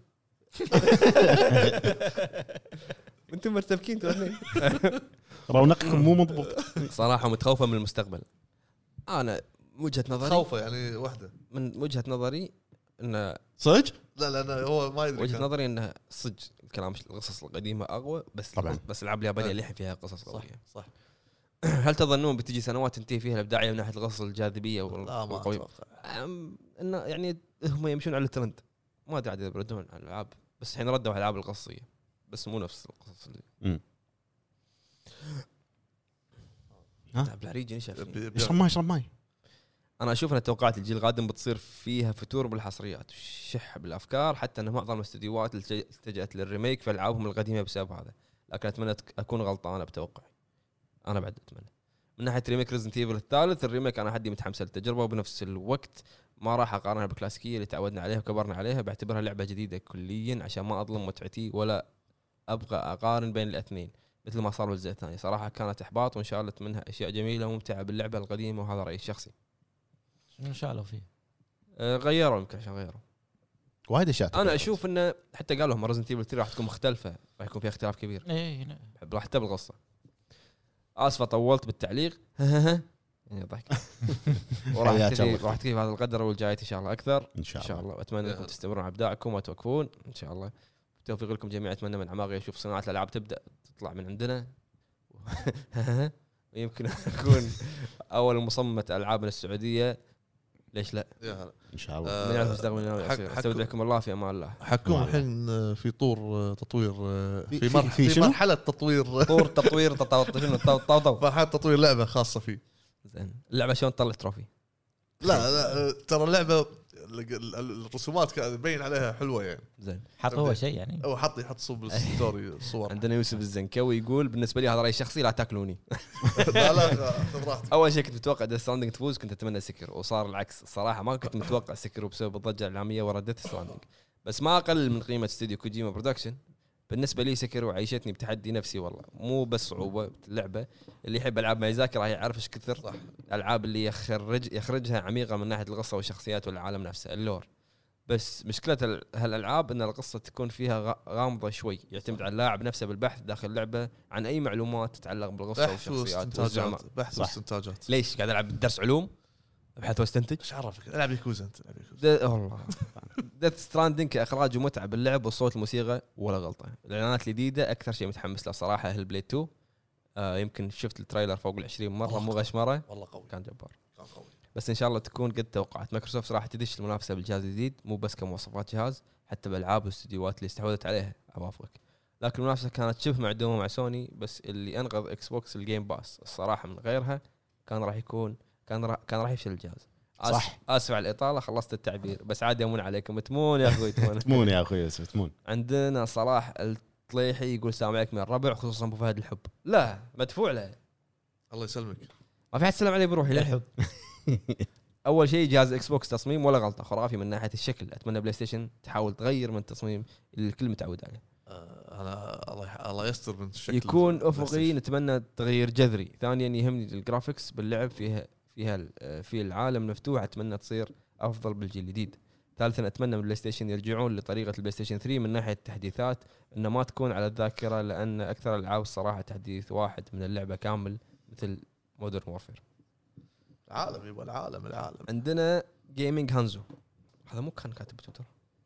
[SPEAKER 2] انتم مرتبكين توني.
[SPEAKER 1] رونقكم مو مضبوط
[SPEAKER 2] صراحه متخوفه من المستقبل. انا وجهه نظري
[SPEAKER 3] خوفه يعني واحده
[SPEAKER 2] من وجهه نظري انه
[SPEAKER 1] صدق.
[SPEAKER 3] لا هو ما يدري.
[SPEAKER 2] وجهه نظري انه صدق الكلام القصص القديمه اقوى بس
[SPEAKER 1] طبعا.
[SPEAKER 2] بس الالعاب اليابانيه اللي فيها قصص قويه.
[SPEAKER 3] صح.
[SPEAKER 2] هل تظنون بتجي سنوات تنتهي فيها الابداعيه من ناحيه القصص الجاذبيه
[SPEAKER 3] لا ما
[SPEAKER 2] والقويه؟ انه يعني هم يمشون على الترند. ما ادري عاد يردون على الالعاب بس الحين ردوا على الالعاب القصصيه بس مو نفس القصص اللي بالهريج شايفني
[SPEAKER 1] اشرب ماي.
[SPEAKER 2] انا اشوف ان توقعات الجيل القادم بتصير فيها فتور بالحصريات شح بالافكار، حتى ان معظم الاستديوهات التجأت للريميك في العابهم القديمه بسبب هذا. لكن اتمنى اكون غلطان بتوقعي. انا بعد اتمنى من ناحيه ريميك ريزنت ايفل الثالث، الريميك انا حدي متحمس للتجربه، وبنفس الوقت ما راح اقارنها بالكلاسيكيه اللي تعودنا عليها وكبرنا عليها. بعتبرها لعبه جديده كليا عشان ما اظلم متعتي ولا ابغى اقارن بين الاثنين مثل ما صار بالجزء الثاني. صراحه كانت احباط، وان شاء الله منها اشياء جميله وممتعه باللعبه القديمه، وهذا رايي الشخصي.
[SPEAKER 4] ان شاء الله فيه
[SPEAKER 2] غيروا يمكن عشان غيروا
[SPEAKER 1] وايد اشياء.
[SPEAKER 2] انا اشوف انه حتى قالوا هم ريزنت ايفل 3 راح تكون مختلفه، راح يكون فيها اختلاف كبير.
[SPEAKER 4] اي
[SPEAKER 2] راح حتى بالقصه. اسفه طولت بالتعليق يعني ضحك. وراح تكفي هذا القدر والجايات ان شاء الله اكثر ان شاء الله. واتمنى انكم تستمرون على ابداعكم وتوقفون ان شاء الله. توفيق لكم جميعا. اتمنى من اعماقي اشوف صناعه الالعاب تبدا تطلع من عندنا. ويمكن اكون اول مصممه العاب من السعوديه، ليش لا؟
[SPEAKER 3] يا هلا
[SPEAKER 1] ان شاء الله.
[SPEAKER 2] من يعرف يستقبل استودعكم الله في امان الله.
[SPEAKER 3] حكون الحين في طور تطوير في مرحله تطوير مرحله تطوير لعبه خاصه فيه.
[SPEAKER 2] زين اللعبه شلون طلع تروفي؟
[SPEAKER 3] لا ترى اللعبه الرسومات كانت تبين عليها حلوه يعني.
[SPEAKER 2] زين
[SPEAKER 4] حط هو شيء يعني
[SPEAKER 3] او يحط صوب الستوري الصور.
[SPEAKER 2] عندنا يوسف الزنكوي يقول بالنسبه لي هذا راي شخصي لا تاكلوني.
[SPEAKER 3] لا
[SPEAKER 2] اول شيء كنت متوقع ديث ستراندنج تفوز، كنت اتمنى سكر، وصار العكس. الصراحه ما كنت متوقع سكر بسبب الضجه الاعلاميه ورا ديث ستراندنج، بس ما اقلل من قيمه استوديو كوجيما برودكشن. بالنسبه لي سكر وعيشتني بتحدي نفسي والله، مو بس صعوبه اللعبه. اللي يحب العاب ميزاكي راح يعرف ايش كثر صح. الالعاب اللي يخرجها عميقه من ناحيه القصه والشخصيات والعالم نفسه اللور. بس مشكله هالالعاب ان القصه تكون فيها غامضه شوي، يعتمد على اللاعب نفسه بالبحث داخل اللعبه عن اي معلومات تتعلق بالقصه والشخصيات والزعماء.
[SPEAKER 3] بحث واستنتاجات.
[SPEAKER 2] ليش قاعد العب درس علوم ابحث واستنتج؟
[SPEAKER 3] ايش عرفك العب يكوزا انت؟
[SPEAKER 2] والله ديث ستراندنج كاخراج ومتعه باللعب والصوت الموسيقى ولا غلطه. الاعلانات الجديده اكثر شيء متحمس له صراحه هل بليد 2. يمكن شفت التريلر فوق ال20 مره مو غشمره
[SPEAKER 3] والله قوي
[SPEAKER 2] كان جبار.
[SPEAKER 3] كان قوي.
[SPEAKER 2] بس ان شاء الله تكون قد توقعت. مايكروسوفت راح تدش المنافسه بالجهاز الجديد، مو بس كمواصفات جهاز، حتى بالالعاب والاستديوهات اللي استحوذت عليها. اوافقك، لكن المنافسه كانت شبه معدومه مع سوني. بس اللي انقذ اكس بوكس الجيم باس الصراحه، من غيرها كان راح يفشل الجهاز.
[SPEAKER 1] صح.
[SPEAKER 2] اسف على الاطاله، خلصت التعبير بس عاد يمون عليكم. تمون يا اخوي
[SPEAKER 1] تمون يا اخوي يوسف تمون.
[SPEAKER 2] عندنا صلاح الطليحي يقول السلام عليكم يا الربع، خصوصا ابو فهد الحب. لا مدفوع له.
[SPEAKER 3] الله يسلمك.
[SPEAKER 2] ما في حد سلم عليه بروحي الحب. اول شيء جهاز اكس بوكس تصميم ولا غلطه، خرافي من ناحيه الشكل. اتمنى بلاي ستيشن تحاول تغير من التصميم اللي الكل متعود عليه.
[SPEAKER 3] انا الله يستر من الشكل
[SPEAKER 2] يكون افقي. نتمنى تغيير جذري. ثانيا يهمني الجرافيكس باللعب في العالم مفتوح، اتمنى تصير افضل بالجيل الجديد. ثالثا اتمنى من البلاي ستيشن يرجعون لطريقه البلاي ستيشن 3 من ناحيه التحديثات، انه ما تكون على الذاكره، لان اكثر الالعاب الصراحه تحديث واحد من اللعبه كامل مثل مودرن وورفير.
[SPEAKER 3] العالم يبغى العالم.
[SPEAKER 2] عندنا جيمنج هانزو، هذا مو كان كاتب بتويتر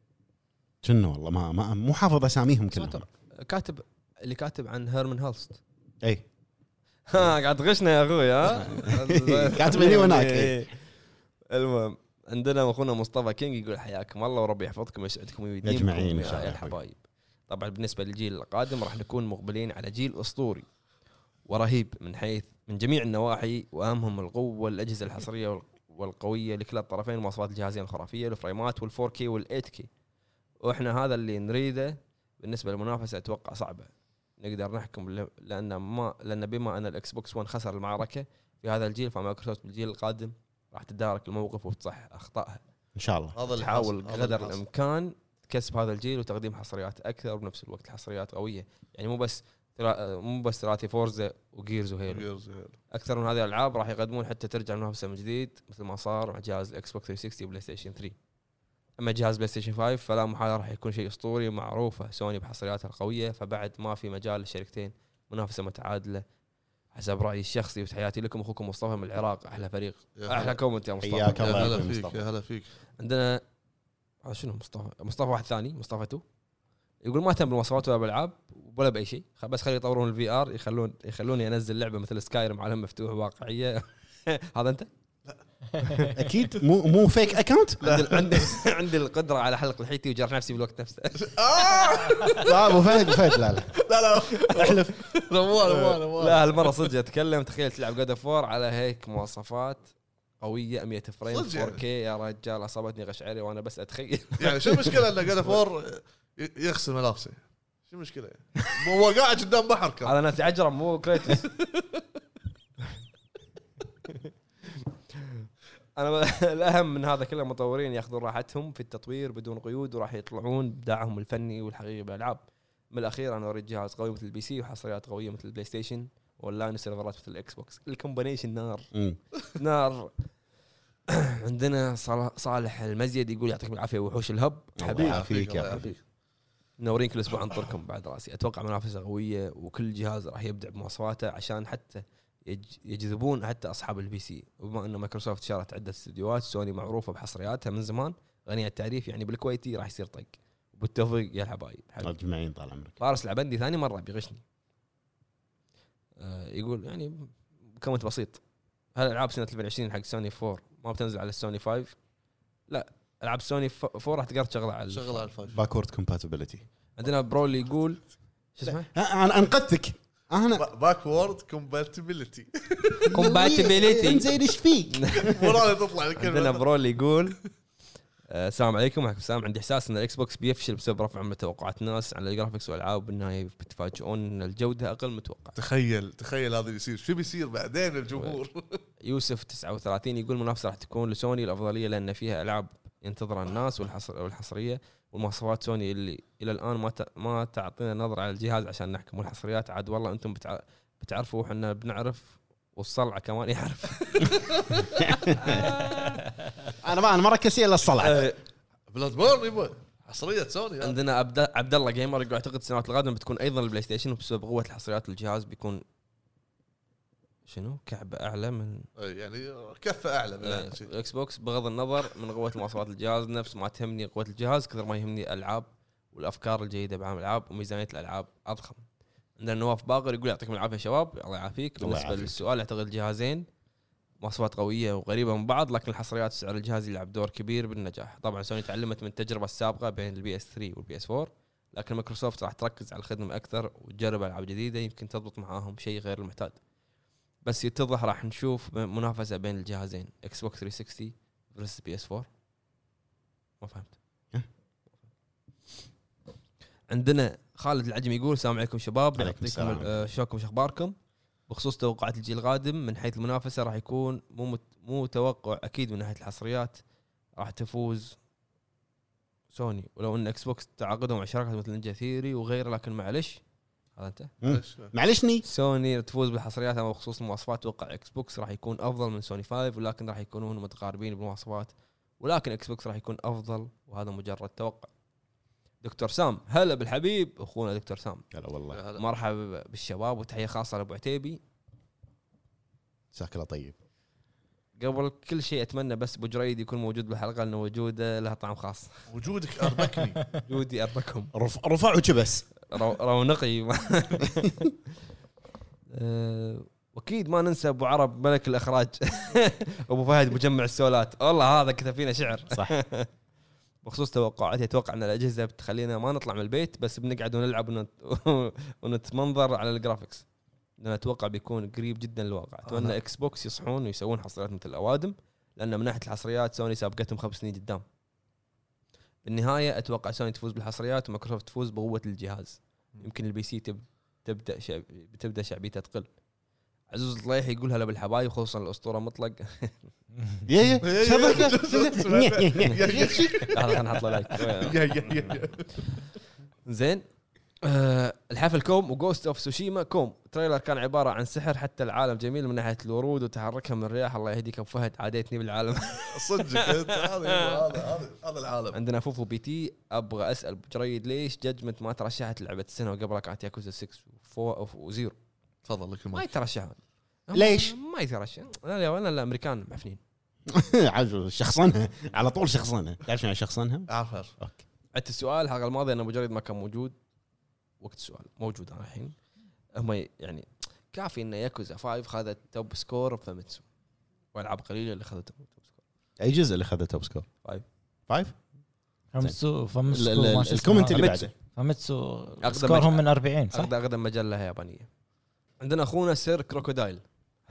[SPEAKER 1] شنو والله ما مو حافظ اساميهم كلهم.
[SPEAKER 2] كاتب اللي كاتب عن هيرمن هالست.
[SPEAKER 1] اي
[SPEAKER 2] قاعد تغشنا يا اخوي.
[SPEAKER 1] كاتب لي هناك.
[SPEAKER 2] المهم عندنا اخونا مصطفى كينج يقول حياكم الله وربي يحفظكم ويسعدكم ويديمكم
[SPEAKER 1] اجمعين
[SPEAKER 2] يا الحبايب. طبعا بالنسبه للجيل القادم راح نكون مقبلين على جيل اسطوري ورهيب من جميع النواحي، واهمهم القوه والاجهزه الحصريه والقويه لكلا الطرفين، مواصفات الجهازين الخرافيه، الفريمات وال4K وال8K. واحنا هذا اللي نريده. بالنسبه للمنافسه اتوقع صعبه نقدر نحكم، لان بما ان الاكس بوكس 1 خسر المعركه في هذا الجيل، فمايكروسوفت بالجيل القادم راح تدارك الموقف وتصحح اخطائها
[SPEAKER 1] ان شاء الله.
[SPEAKER 2] تحاول قدر الامكان كسب هذا الجيل وتقديم حصريات اكثر، وبنفس الوقت الحصريات قويه. يعني مو بس ثلاثي فورزا وجيرز وهيلو. اكثر من هذه الالعاب راح يقدمون حتى ترجع المنافسه من جديد مثل ما صار مع جهاز الاكس بوكس 360 وبلاي ستيشن 3. اما جهاز بلاي ستيشن 5 فلا محاله راح يكون شيء اسطوري ومعروفه سوني بحصرياتها القويه، فبعد ما في مجال للشركتين منافسه متعادله حسب رايي الشخصي. وتحياتي لكم اخوكم مصطفى من العراق. احلى فريق، احلى كومنت يا مصطفى.
[SPEAKER 1] حياك الله.
[SPEAKER 3] يا هلا فيك.
[SPEAKER 2] عندنا شنو مصطفى واحد ثاني، مصطفى 2 يقول ما تم بالمواصفات ولا بالالعاب ولا باي شيء، بس خلي يطورون الفي ار، يخلوني انزل لعبه مثل سكايرم عالم مفتوح واقعيه. هذا انت؟
[SPEAKER 1] اكيد مو فيك اكونت.
[SPEAKER 2] عندي القدره على حلق لحيتي وجرح نفسي بالوقت نفسه.
[SPEAKER 1] لا ابو فهد لا
[SPEAKER 3] لا
[SPEAKER 1] احلف.
[SPEAKER 3] روان
[SPEAKER 2] لا هالمره صدق اتكلم. تخيل تلعب جاد اوف وور على هيك مواصفات قويه 100 فريم 4K يا رجال. اصابتني قشعري وانا بس اتخيل.
[SPEAKER 3] يعني شو المشكله ان جاد فور يغسل ملابسه؟ شو المشكله يعني؟ هو قاعد قدام بحر كان.
[SPEAKER 2] هذا ناس عجرم مو كريتوس. انا الاهم من هذا كله المطورين ياخذون راحتهم في التطوير بدون قيود وراح يطلعون بابداعهم الفني والحقيقي بالالعاب. من الاخير انا اريد جهاز قوي مثل البي سي وحصريات قويه مثل البلاي ستيشن واللاين سيرفرات مثل الاكس بوكس. الكومبينيشن نار نار. عندنا صالح المزيد يقول يعطيكم العافيه وحوش الهب.
[SPEAKER 1] حبيبي فيك يا حبيبي.
[SPEAKER 2] منورين كل اسبوع انطركم بعد راسي. اتوقع منافسه قويه وكل جهاز راح يبدع بمواصفاته عشان حتى يجذبون حتى اصحاب البي سي. وبما انه مايكروسوفت شارت عده استديوهات سوني معروفه بحصرياتها من زمان غنيه التعريف يعني بالكويتي راح يصير طق. وبالتوفيق يا الحبايب.
[SPEAKER 1] اجمعين طال عمرك.
[SPEAKER 2] فارس العبندي ثاني مره بيغشني. يقول يعني كومنت بسيط. هل العاب سنه 2020 حق سوني 4 ما بتنزل على السوني 5؟ لا العاب سوني 4 راح تقدر تشغلها على
[SPEAKER 3] الفايف.
[SPEAKER 1] باكورد كومباتيبلتي.
[SPEAKER 2] عندنا برولي يقول شو اسمه؟
[SPEAKER 1] انا انقذتك. انا
[SPEAKER 3] باكورد كومباتيبلتي.
[SPEAKER 1] زين ايش فيك؟
[SPEAKER 3] ورانا تطلع الكلمه.
[SPEAKER 2] عندنا برولي يقول السلام عليكم. وعليكم السلام. عندي احساس ان الاكس بوكس بيفشل بسبب رفع من توقعات الناس على الجرافيكس والالعاب بالنهايه بتفاجئون ان الجوده اقل متوقع.
[SPEAKER 3] تخيل هذا يصير. شو بيصير بعدين الجمهور؟
[SPEAKER 2] يوسف 39 يقول المنافسه راح تكون لسوني الافضليه لان فيها العاب ينتظرها الناس والحصريه والمواصفات سوني اللي الى الان ما تعطينا نظره على الجهاز عشان نحكم. والحصريات عاد والله انتم بتعرفوا وحنا بنعرف والصلعه كمان يعرف.
[SPEAKER 1] انا ما ركزت الا الصلعه.
[SPEAKER 3] بلاد بورن يبا حصريه سوني.
[SPEAKER 2] عندنا عبد الله جيمر يقول اعتقد السنوات القادمه بتكون ايضا البلاي ستيشن وبسبب قوه الحصريات الجهاز بيكون شنو كعبه اعلى من
[SPEAKER 3] يعني كفه اعلى من
[SPEAKER 2] الاكس بوكس. بغض النظر من قوه مواصفات الجهاز نفس ما تهمني قوه الجهاز كثر ما يهمني الالعاب والافكار الجيده بعالم الالعاب وميزانيه الالعاب اضخم. عندنا نواف باقر يقول يعطيكم العافيه شباب. الله يعافيك. بالنسبه للسؤال اعتقد الجهازين مواصفات قويه وقريبه من بعض لكن الحصريات سعر الجهاز يلعب دور كبير بالنجاح. طبعا سوني تعلمت من التجربه السابقه بين البي اس 3 والبي اس 4 لكن مايكروسوفت راح تركز على الخدمه اكثر وتجرب العاب جديده يمكن تضبط معاهم شيء غير المعتاد. بس يتضح راح نشوف منافسه بين الجهازين اكس بوكس 360 versus بي اس 4. ما فهمت. عندنا خالد العجمي يقول السلام عليكم شباب. يعطيكم شلونكم اخباركم؟ بخصوص توقعات الجيل القادم من حيث المنافسه راح يكون مو توقع اكيد من ناحيه الحصريات راح تفوز سوني ولو ان اكس بوكس تعاقدهم مع شركات مثل نينجا ثيري وغيره لكن معلش هذا انت
[SPEAKER 1] معلشني
[SPEAKER 2] سوني تفوز بالحصريات. اما بخصوص المواصفات توقع اكس بوكس راح يكون افضل من سوني 5 ولكن راح يكونون متقاربين بالمواصفات ولكن اكس بوكس راح يكون افضل وهذا مجرد توقع. دكتور سام هلا بالحبيب اخونا دكتور سام.
[SPEAKER 1] هلا والله.
[SPEAKER 2] مرحبا بالشباب وتحيه خاصه لابو عتيبي.
[SPEAKER 1] شكله طيب.
[SPEAKER 2] قبل كل شيء اتمنى بس ابو جريد يكون موجود بالحلقه لانه وجوده له طعم خاص.
[SPEAKER 3] وجودك اربكني.
[SPEAKER 2] وجودي اربكم.
[SPEAKER 1] رفعوا كبس
[SPEAKER 2] رونقي. واكيد ما ننسى ابو عرب ملك الاخراج. ابو فهد مجمع السولات. والله هذا كتب فينا شعر
[SPEAKER 1] صح.
[SPEAKER 2] بخصوص توقعاتي اتوقع ان الاجهزه بتخلينا ما نطلع من البيت بس بنقعد ونلعب ونتمنظر على الجرافيكس. انا اتوقع بيكون قريب جدا للواقع. اتمنى اكس بوكس يصحون ويسوون حصريات مثل الاوادم لان من ناحيه الحصريات سوني سابقتهم 5 سنين قدام. بالنهايه اتوقع سوني تفوز بالحصريات ومايكروسوفت تفوز بقوه الجهاز. يمكن البي سي بتبدا شعبيتها تقل. عزوز الطليح يقول هلا بالحبايب خصوصا الاسطوره مطلق.
[SPEAKER 1] يا
[SPEAKER 2] هذا نحط له لايك. زين الحفل كوم وجوست اوف سوشيما كوم تريلر كان عباره عن سحر حتى العالم جميل من ناحيه الورود وتحركها من الرياح. الله يهديك ابو فهد عاديتني بالعالم.
[SPEAKER 3] صدق هذا العالم.
[SPEAKER 2] عندنا فوفو بي تي ابغى اسال ابو جريد ليش جادجمنت ما ترشحت لعبه السنه وقبلها كانت ياكوزا 6 و0.
[SPEAKER 3] تفضل لك
[SPEAKER 2] ما يترشحون.
[SPEAKER 1] ليش
[SPEAKER 2] ما يترشح؟ لا الامريكان معفنين.
[SPEAKER 1] عجو شخصنها على طول شخصنها. تعرف شنو شخصنها؟
[SPEAKER 3] عارف.
[SPEAKER 1] اوكي.
[SPEAKER 2] عدت السؤال الحلقه الماضيه ان ابو جريد ما كان موجود وقت السؤال. موجود انا الحين. هم يعني كافي ان ياكوزا 5 خذت توب سكور بفاميتسو والعاب قليله اللي اخذتهم توب سكور.
[SPEAKER 1] اي جزء اللي اخذ توب سكور 5
[SPEAKER 4] فاميتسو
[SPEAKER 1] الكومنت اللي بعده
[SPEAKER 4] فاميتسو سكورهم من 40 صح؟
[SPEAKER 2] اقدم مجله يابانيه. عندنا اخونا سير كروكودايل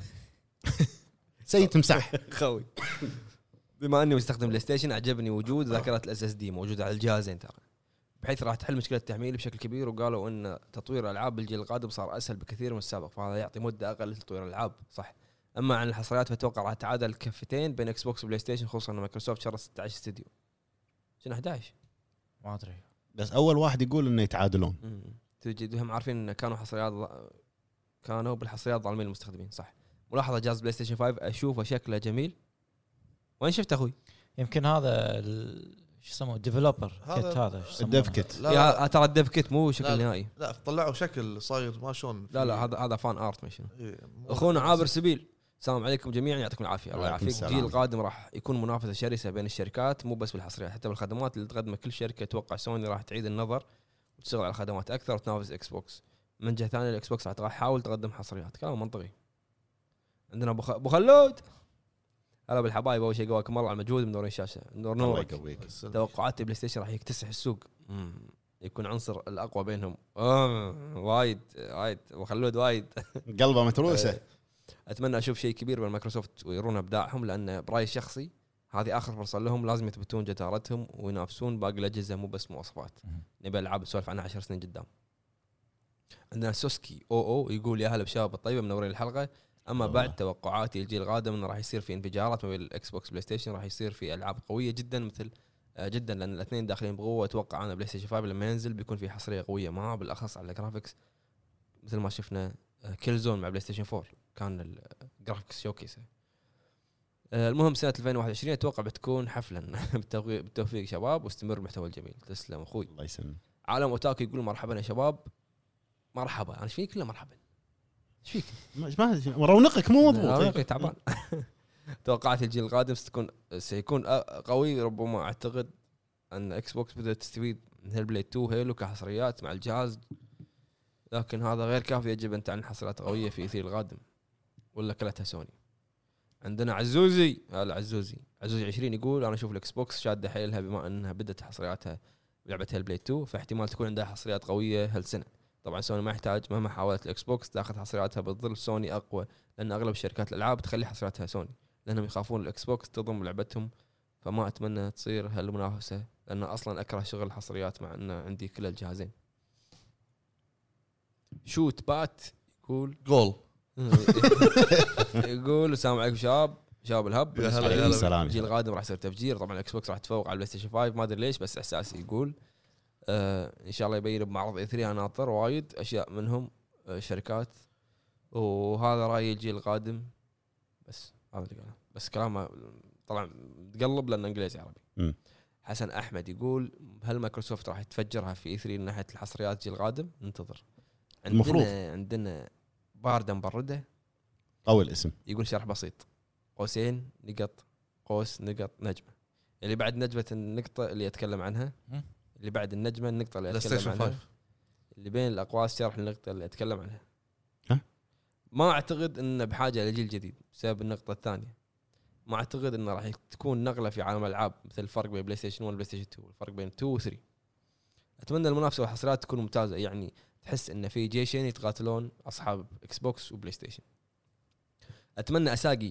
[SPEAKER 1] سيد تمسح
[SPEAKER 2] خوي. بما اني مستخدم بلاي ستيشن عجبني وجود ذاكره الاس اس دي موجوده على الجهازين ترى، بحيث راح تحل مشكله التحميل بشكل كبير. وقالوا ان تطوير الالعاب بالجيل القادم صار اسهل بكثير من السابق، فهذا يعطي مده اقل لتطوير الالعاب صح. اما عن الحصريات فاتوقع راح تعادل الكفتين بين اكس بوكس وبلاي ستيشن، خصوصا ان مايكروسوفت شرت 16 استديو. شنو 11
[SPEAKER 4] ما ادري،
[SPEAKER 1] بس اول واحد يقول انه يتعادلون.
[SPEAKER 2] تجدهم عارفين ان كانوا بالحصريات ظالمين المستخدمين صح. ملاحظه جهاز بلاي ستيشن 5 اشوفه شكله جميل. وين شفت اخوي؟
[SPEAKER 4] يمكن هذا شو يسموه ديفلوبر كيت، هذا
[SPEAKER 1] الديف كيت.
[SPEAKER 2] لا ترى الديف كيت مو شكل نهائي.
[SPEAKER 3] لا طلعوا شكل صاير ما شلون.
[SPEAKER 2] لا هذا فان ارت ماشي. اخونا عابر سبيل، السلام عليكم جميعا، يعطيكم العافيه. الله يعافيك. الجيل القادم راح يكون منافسه شرسه بين الشركات، مو بس بالحصريات حتى بالخدمات اللي تقدمها كل شركه. اتوقع سوني راح تعيد النظر وتشتغل على خدمات اكثر وتنافس اكس بوكس. من جهه ثانيه الاكس بوكس راح تحاول تقدم حصريات. كلام منطقي. عندنا ابو خلود، هلا بالحبايب. اول شيء قواكم الله على المجهود من دور الشاشه. نور توقعاتي بلاي ستيشن راح يكتسح السوق، يكون عنصر الاقوى بينهم. وايد ابو خلود وايد
[SPEAKER 1] قلبه متروسه.
[SPEAKER 2] اتمنى اشوف شيء كبير من مايكروسوفت ويرون ابداعهم، لان برايي الشخصي هذه اخر فرصه لهم، لازم يثبتون جدارتهم وينافسون باقي الاجهزه مو بس مواصفات. نبي العاب نسولف عنها 10 سنين قدام. عندنا سوسكي او يقول يا هلا بشباب الطيبه منورين الحلقه. اما بعد توقعاتي الجيل القادم انه راح يصير في انفجارات ما بين الاكس بوكس بلاي ستيشن، راح يصير في العاب قويه جدا مثل جدا، لان الاثنين داخلين بقوه. اتوقع انا بلاي ستيشن 5 لما ينزل بيكون في حصريه قويه معه، بالاخص على الجرافيكس مثل ما شفنا كيل زون مع بلاي ستيشن 4 كان الجرافيكس شوكيسه. المهم سنه 2021 اتوقع بتكون حفلا. بالتوفيق شباب واستمر المحتوى الجميل. تسلم اخوي
[SPEAKER 1] الله يسلمك.
[SPEAKER 2] عالم اوتاكو يقول مرحبا يا شباب. مرحبا انا ايش فيك كله مرحبا. ايش فيك
[SPEAKER 1] ما رونقك مو مضبوط
[SPEAKER 2] تعبان. توقعات الجيل القادم سيكون قوي. ربما اعتقد ان اكس بوكس بدأت تستفيد من هالبلاي 2 هيلو كحصريات مع الجهاز، لكن هذا غير كافي. يجب ان تعلن حصريات قويه في اثير القادم ولا كلتها سوني. عندنا عزوزي 20 يقول انا اشوف الاكس بوكس شاده حيلها بما انها بدت حصرياتها بلعبه هالبلاي 2، فاحتمال تكون عندها حصريات قويه هالسنه. طبعا سوني ما يحتاج، مهما حاولت الاكس بوكس تاخذ حصرياتها بتظل سوني اقوى، لان اغلب شركات الالعاب تخلي حصرياتها سوني لانهم يخافون الاكس بوكس تضم لعبتهم. فما اتمنى تصير هالمنافسه، لان اصلا اكره شغل الحصريات مع ان عندي كل الجهازين. شوت بات يقول
[SPEAKER 3] جول
[SPEAKER 2] يقول السلام عليكم شباب الهب.
[SPEAKER 1] السلام.
[SPEAKER 2] الجيل القادم راح يصير تفجير. طبعا الاكس بوكس راح تفوق على البلاي ستيشن 5 ما ادري ليش، بس احساسي يقول ان شاء الله يبين بمعرض اي 3. انا ناطر وايد اشياء منهم شركات، وهذا رايي الجيل القادم. بس هذا اللي قاله، بس كلامه طلع تقلب لانه انجليزي عربي. حسن احمد يقول هل مايكروسوفت راح تفجرها في اي 3 من ناحيه الحصريات الجيل القادم؟ ننتظر. عندنا بارده مبرده
[SPEAKER 1] قوي الاسم.
[SPEAKER 2] يقول شرح بسيط: قوسين نقط قوس نقط نجمه. اللي بعد نجمه النقطه اللي اتكلم عنها، اللي بعد النجمه النقطه اللي اتكلم عنها، اللي بين الاقواس شرح النقطه اللي اتكلم عنها. ما اعتقد انه بحاجه لجيل جديد بسبب النقطه الثانيه. ما اعتقد انه راح تكون نقله في عالم الالعاب مثل الفرق بين بلاي ستيشن 1 وبلاي ستيشن 2 والفرق بين 2 و 3. اتمنى المنافسه والحصريات تكون ممتازه، يعني تحس ان في جيشين يتقاتلون اصحاب اكس بوكس وبلاي ستيشن. اتمنى اساقي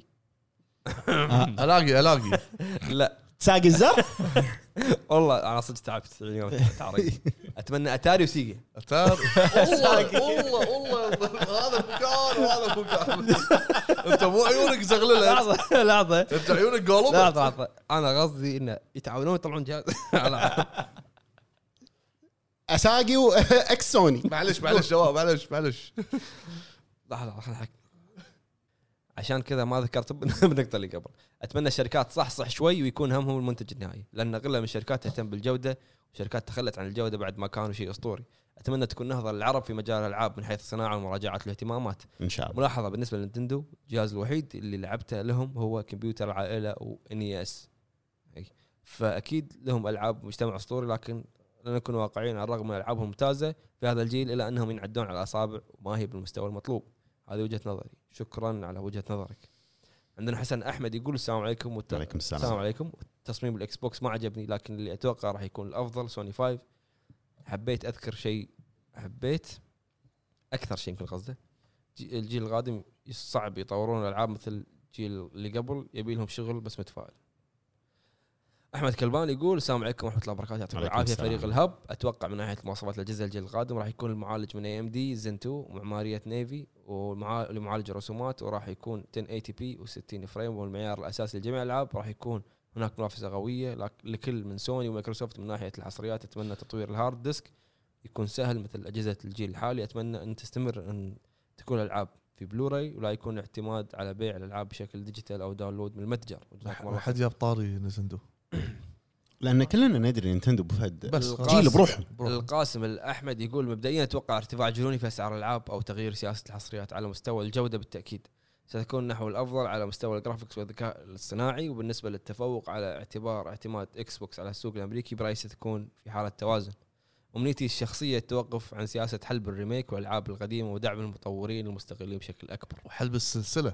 [SPEAKER 3] الاقي
[SPEAKER 2] لا
[SPEAKER 1] ساقي الزر.
[SPEAKER 2] والله انا صدق تعبت اليوم تعرق. اتمنى اتاري وسيجا.
[SPEAKER 3] اتاري والله هذا مكان وهذا مكان. انت مو عيونك زغلله.
[SPEAKER 2] لحظه
[SPEAKER 3] انت عيونك قلبت.
[SPEAKER 2] لحظه انا قصدي انه يتعاونون يطلعون جهاز.
[SPEAKER 1] اساقي واكس سوني.
[SPEAKER 3] معلش جواب معلش
[SPEAKER 2] لحظه خلينا نحكي عشان كذا ما ذكرت بالنقطه اللي قبل. اتمنى الشركات صح شوي ويكون همهم المنتج النهائي، لان اغلب الشركات تهتم بالجوده، وشركات تخلت عن الجوده بعد ما كانوا شيء اسطوري. اتمنى تكون نهضه للعرب في مجال الالعاب من حيث الصناعه ومراجعه الاهتمامات
[SPEAKER 1] ان شاء الله.
[SPEAKER 2] ملاحظه بالنسبه للنينتندو، الجهاز الوحيد اللي لعبته لهم هو كمبيوتر العائله وNES، فاكيد لهم العاب مجتمع اسطوري، لكن لنكون واقعيين على الرغم من العابهم ممتازه في هذا الجيل الا انهم ينعدون على الاصابع وما هي بالمستوى المطلوب. هذه وجهه نظري. شكرا على وجهه نظرك. عندنا حسن احمد يقول السلام عليكم
[SPEAKER 1] وعليكم السلام.
[SPEAKER 2] السلام عليكم. تصميم الاكس بوكس ما عجبني، لكن اللي اتوقع راح يكون الافضل سوني 5. حبيت اكثر شيء يمكن قصده الجيل القادم صعب يطورون الالعاب مثل الجيل اللي قبل، يبي لهم شغل بس متفائل. احمد كلبان يقول السلام عليكم ورحمه الله وبركاته. يعطيكم العافيه فريق الهب. اتوقع من ناحيه مواصفات الاجهزه الجيل القادم راح يكون المعالج من AMD Zen 2 ومعماريه نيفي ومعالج الرسومات، وراح يكون 1080p و60 فريم، والمعيار الاساسي لجميع الالعاب. راح يكون هناك منافسه قويه لكل من سوني ومايكروسوفت. من ناحيه الحصريات اتمنى تطوير الهارد ديسك يكون سهل مثل اجهزه الجيل الحالي. اتمنى ان تستمر ان تكون الالعاب في بلوراي ولا يكون اعتماد على بيع الالعاب بشكل ديجيتال او داونلود من المتجر.
[SPEAKER 3] حد جاب طاري نينتندو،
[SPEAKER 1] لان كلنا ندري نينتندو بفهد
[SPEAKER 3] بس
[SPEAKER 1] جيل بروحهم.
[SPEAKER 2] القاسم الاحمد يقول مبدئيا اتوقع ارتفاع جنوني في اسعار الالعاب او تغيير سياسه الحصريات على مستوى الجوده بالتاكيد ستكون نحو الافضل على مستوى الجرافيكس والذكاء الاصطناعي. وبالنسبه للتفوق على اعتماد اكس بوكس على السوق الامريكي برايي ستكون في حاله توازن. امنيتي الشخصيه التوقف عن سياسه حلب الريميك والالعاب القديمه ودعم المطورين المستقلين بشكل اكبر.
[SPEAKER 3] وحلب السلسله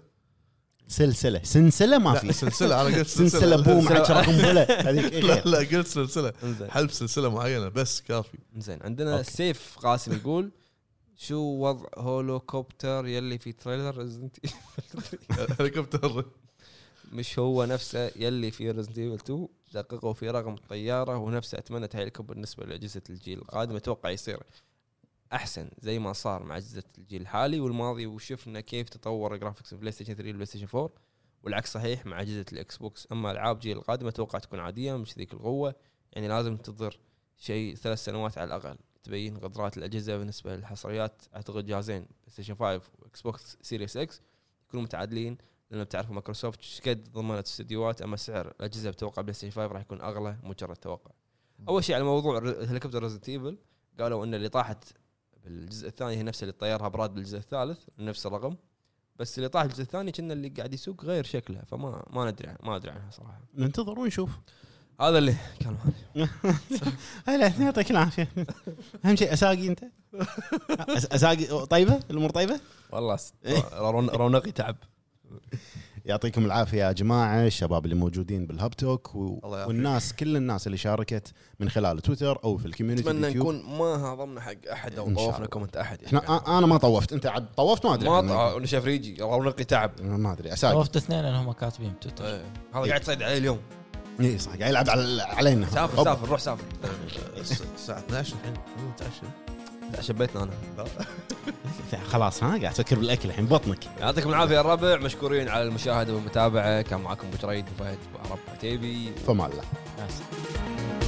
[SPEAKER 1] سلسله ما في
[SPEAKER 3] سلسله. انا قلت
[SPEAKER 1] سلسله بوم 10 قنبله هذيك
[SPEAKER 3] لا قلت سلسله حلب سلسله معينه بس كافي.
[SPEAKER 2] زين عندنا أوكي. سيف قاسم يقول شو وضع هولوكوبتر يلي في تريلر ريزنت
[SPEAKER 3] هولوكوبتر
[SPEAKER 2] مش هو نفسه يلي في ريزنت ايفل 2 دققوا في رقم الطياره ونفسه. اتمنى تهيئكم بالنسبه لاجهزه الجيل القادم اتوقع يصير احسن زي ما صار مع اجهزه الجيل الحالي والماضي، وشفنا كيف تطور جرافيكس بلاي ستيشن 3 والبلاي ستيشن 4 والعكس صحيح مع اجهزه الاكس بوكس. اما العاب الجيل القادم اتوقع تكون عاديه مش ذيك القوه، يعني لازم تنتظر شيء 3 سنوات على الاقل تبين قدرات الاجهزه. بالنسبه للحصريات اعتقد جهازين بلاي ستيشن 5 واكس بوكس سيريس اكس يكونوا متعادلين، لان بتعرفوا مايكروسوفت قد ضمنت استديوهات. اما سعر الاجهزه بتوقع بلاي ستيشن 5 راح يكون اغلى مجرد توقع. اول شيء على موضوع هليكوبتر ريزنت ايفل قالوا ان اللي طاحت بالجزء الثاني هي نفسها اللي طيرها براد بالجزء الثالث نفس الرقم، بس اللي طاح الجزء الثاني كنا اللي قاعد يسوق غير شكلها، فما ما ادري عنها صراحه.
[SPEAKER 1] ننتظر ونشوف.
[SPEAKER 2] هذا اللي كان
[SPEAKER 1] هلا يعطيك العافيه. اهم شيء اساقي انت اساقي طيبه الامور طيبه
[SPEAKER 2] والله رونقي تعب.
[SPEAKER 1] يعطيكم العافيه يا جماعه الشباب اللي موجودين بالهابتوك والناس كل الناس اللي شاركت من خلال تويتر او في الكوميونتي.
[SPEAKER 2] اتمنى نكون ما هضمنا حق احد او طوفنا كومنت احد.
[SPEAKER 1] يعني انا ما طوفت، انت عاد طوفت ما ادري.
[SPEAKER 2] ما شاف ريجي رونقي تعب
[SPEAKER 1] ما ادري اساقي
[SPEAKER 4] طوفت اثنين لانهم كاتبين تويتر.
[SPEAKER 2] هذا قاعد يصيد عليه اليوم.
[SPEAKER 1] اي صح قاعد يلعب علينا.
[SPEAKER 2] سافر روح سافر
[SPEAKER 3] الساعه 12 الحين نتعشى.
[SPEAKER 2] شبيتنا انا
[SPEAKER 1] خلاص ها قاعد تفكر بالاكل الحين بطنك.
[SPEAKER 2] يعطيكم العافيه يا الربع، مشكورين على المشاهده والمتابعه. كان معكم ابو جريد وفهد وعرب عتيبي
[SPEAKER 1] فما الله.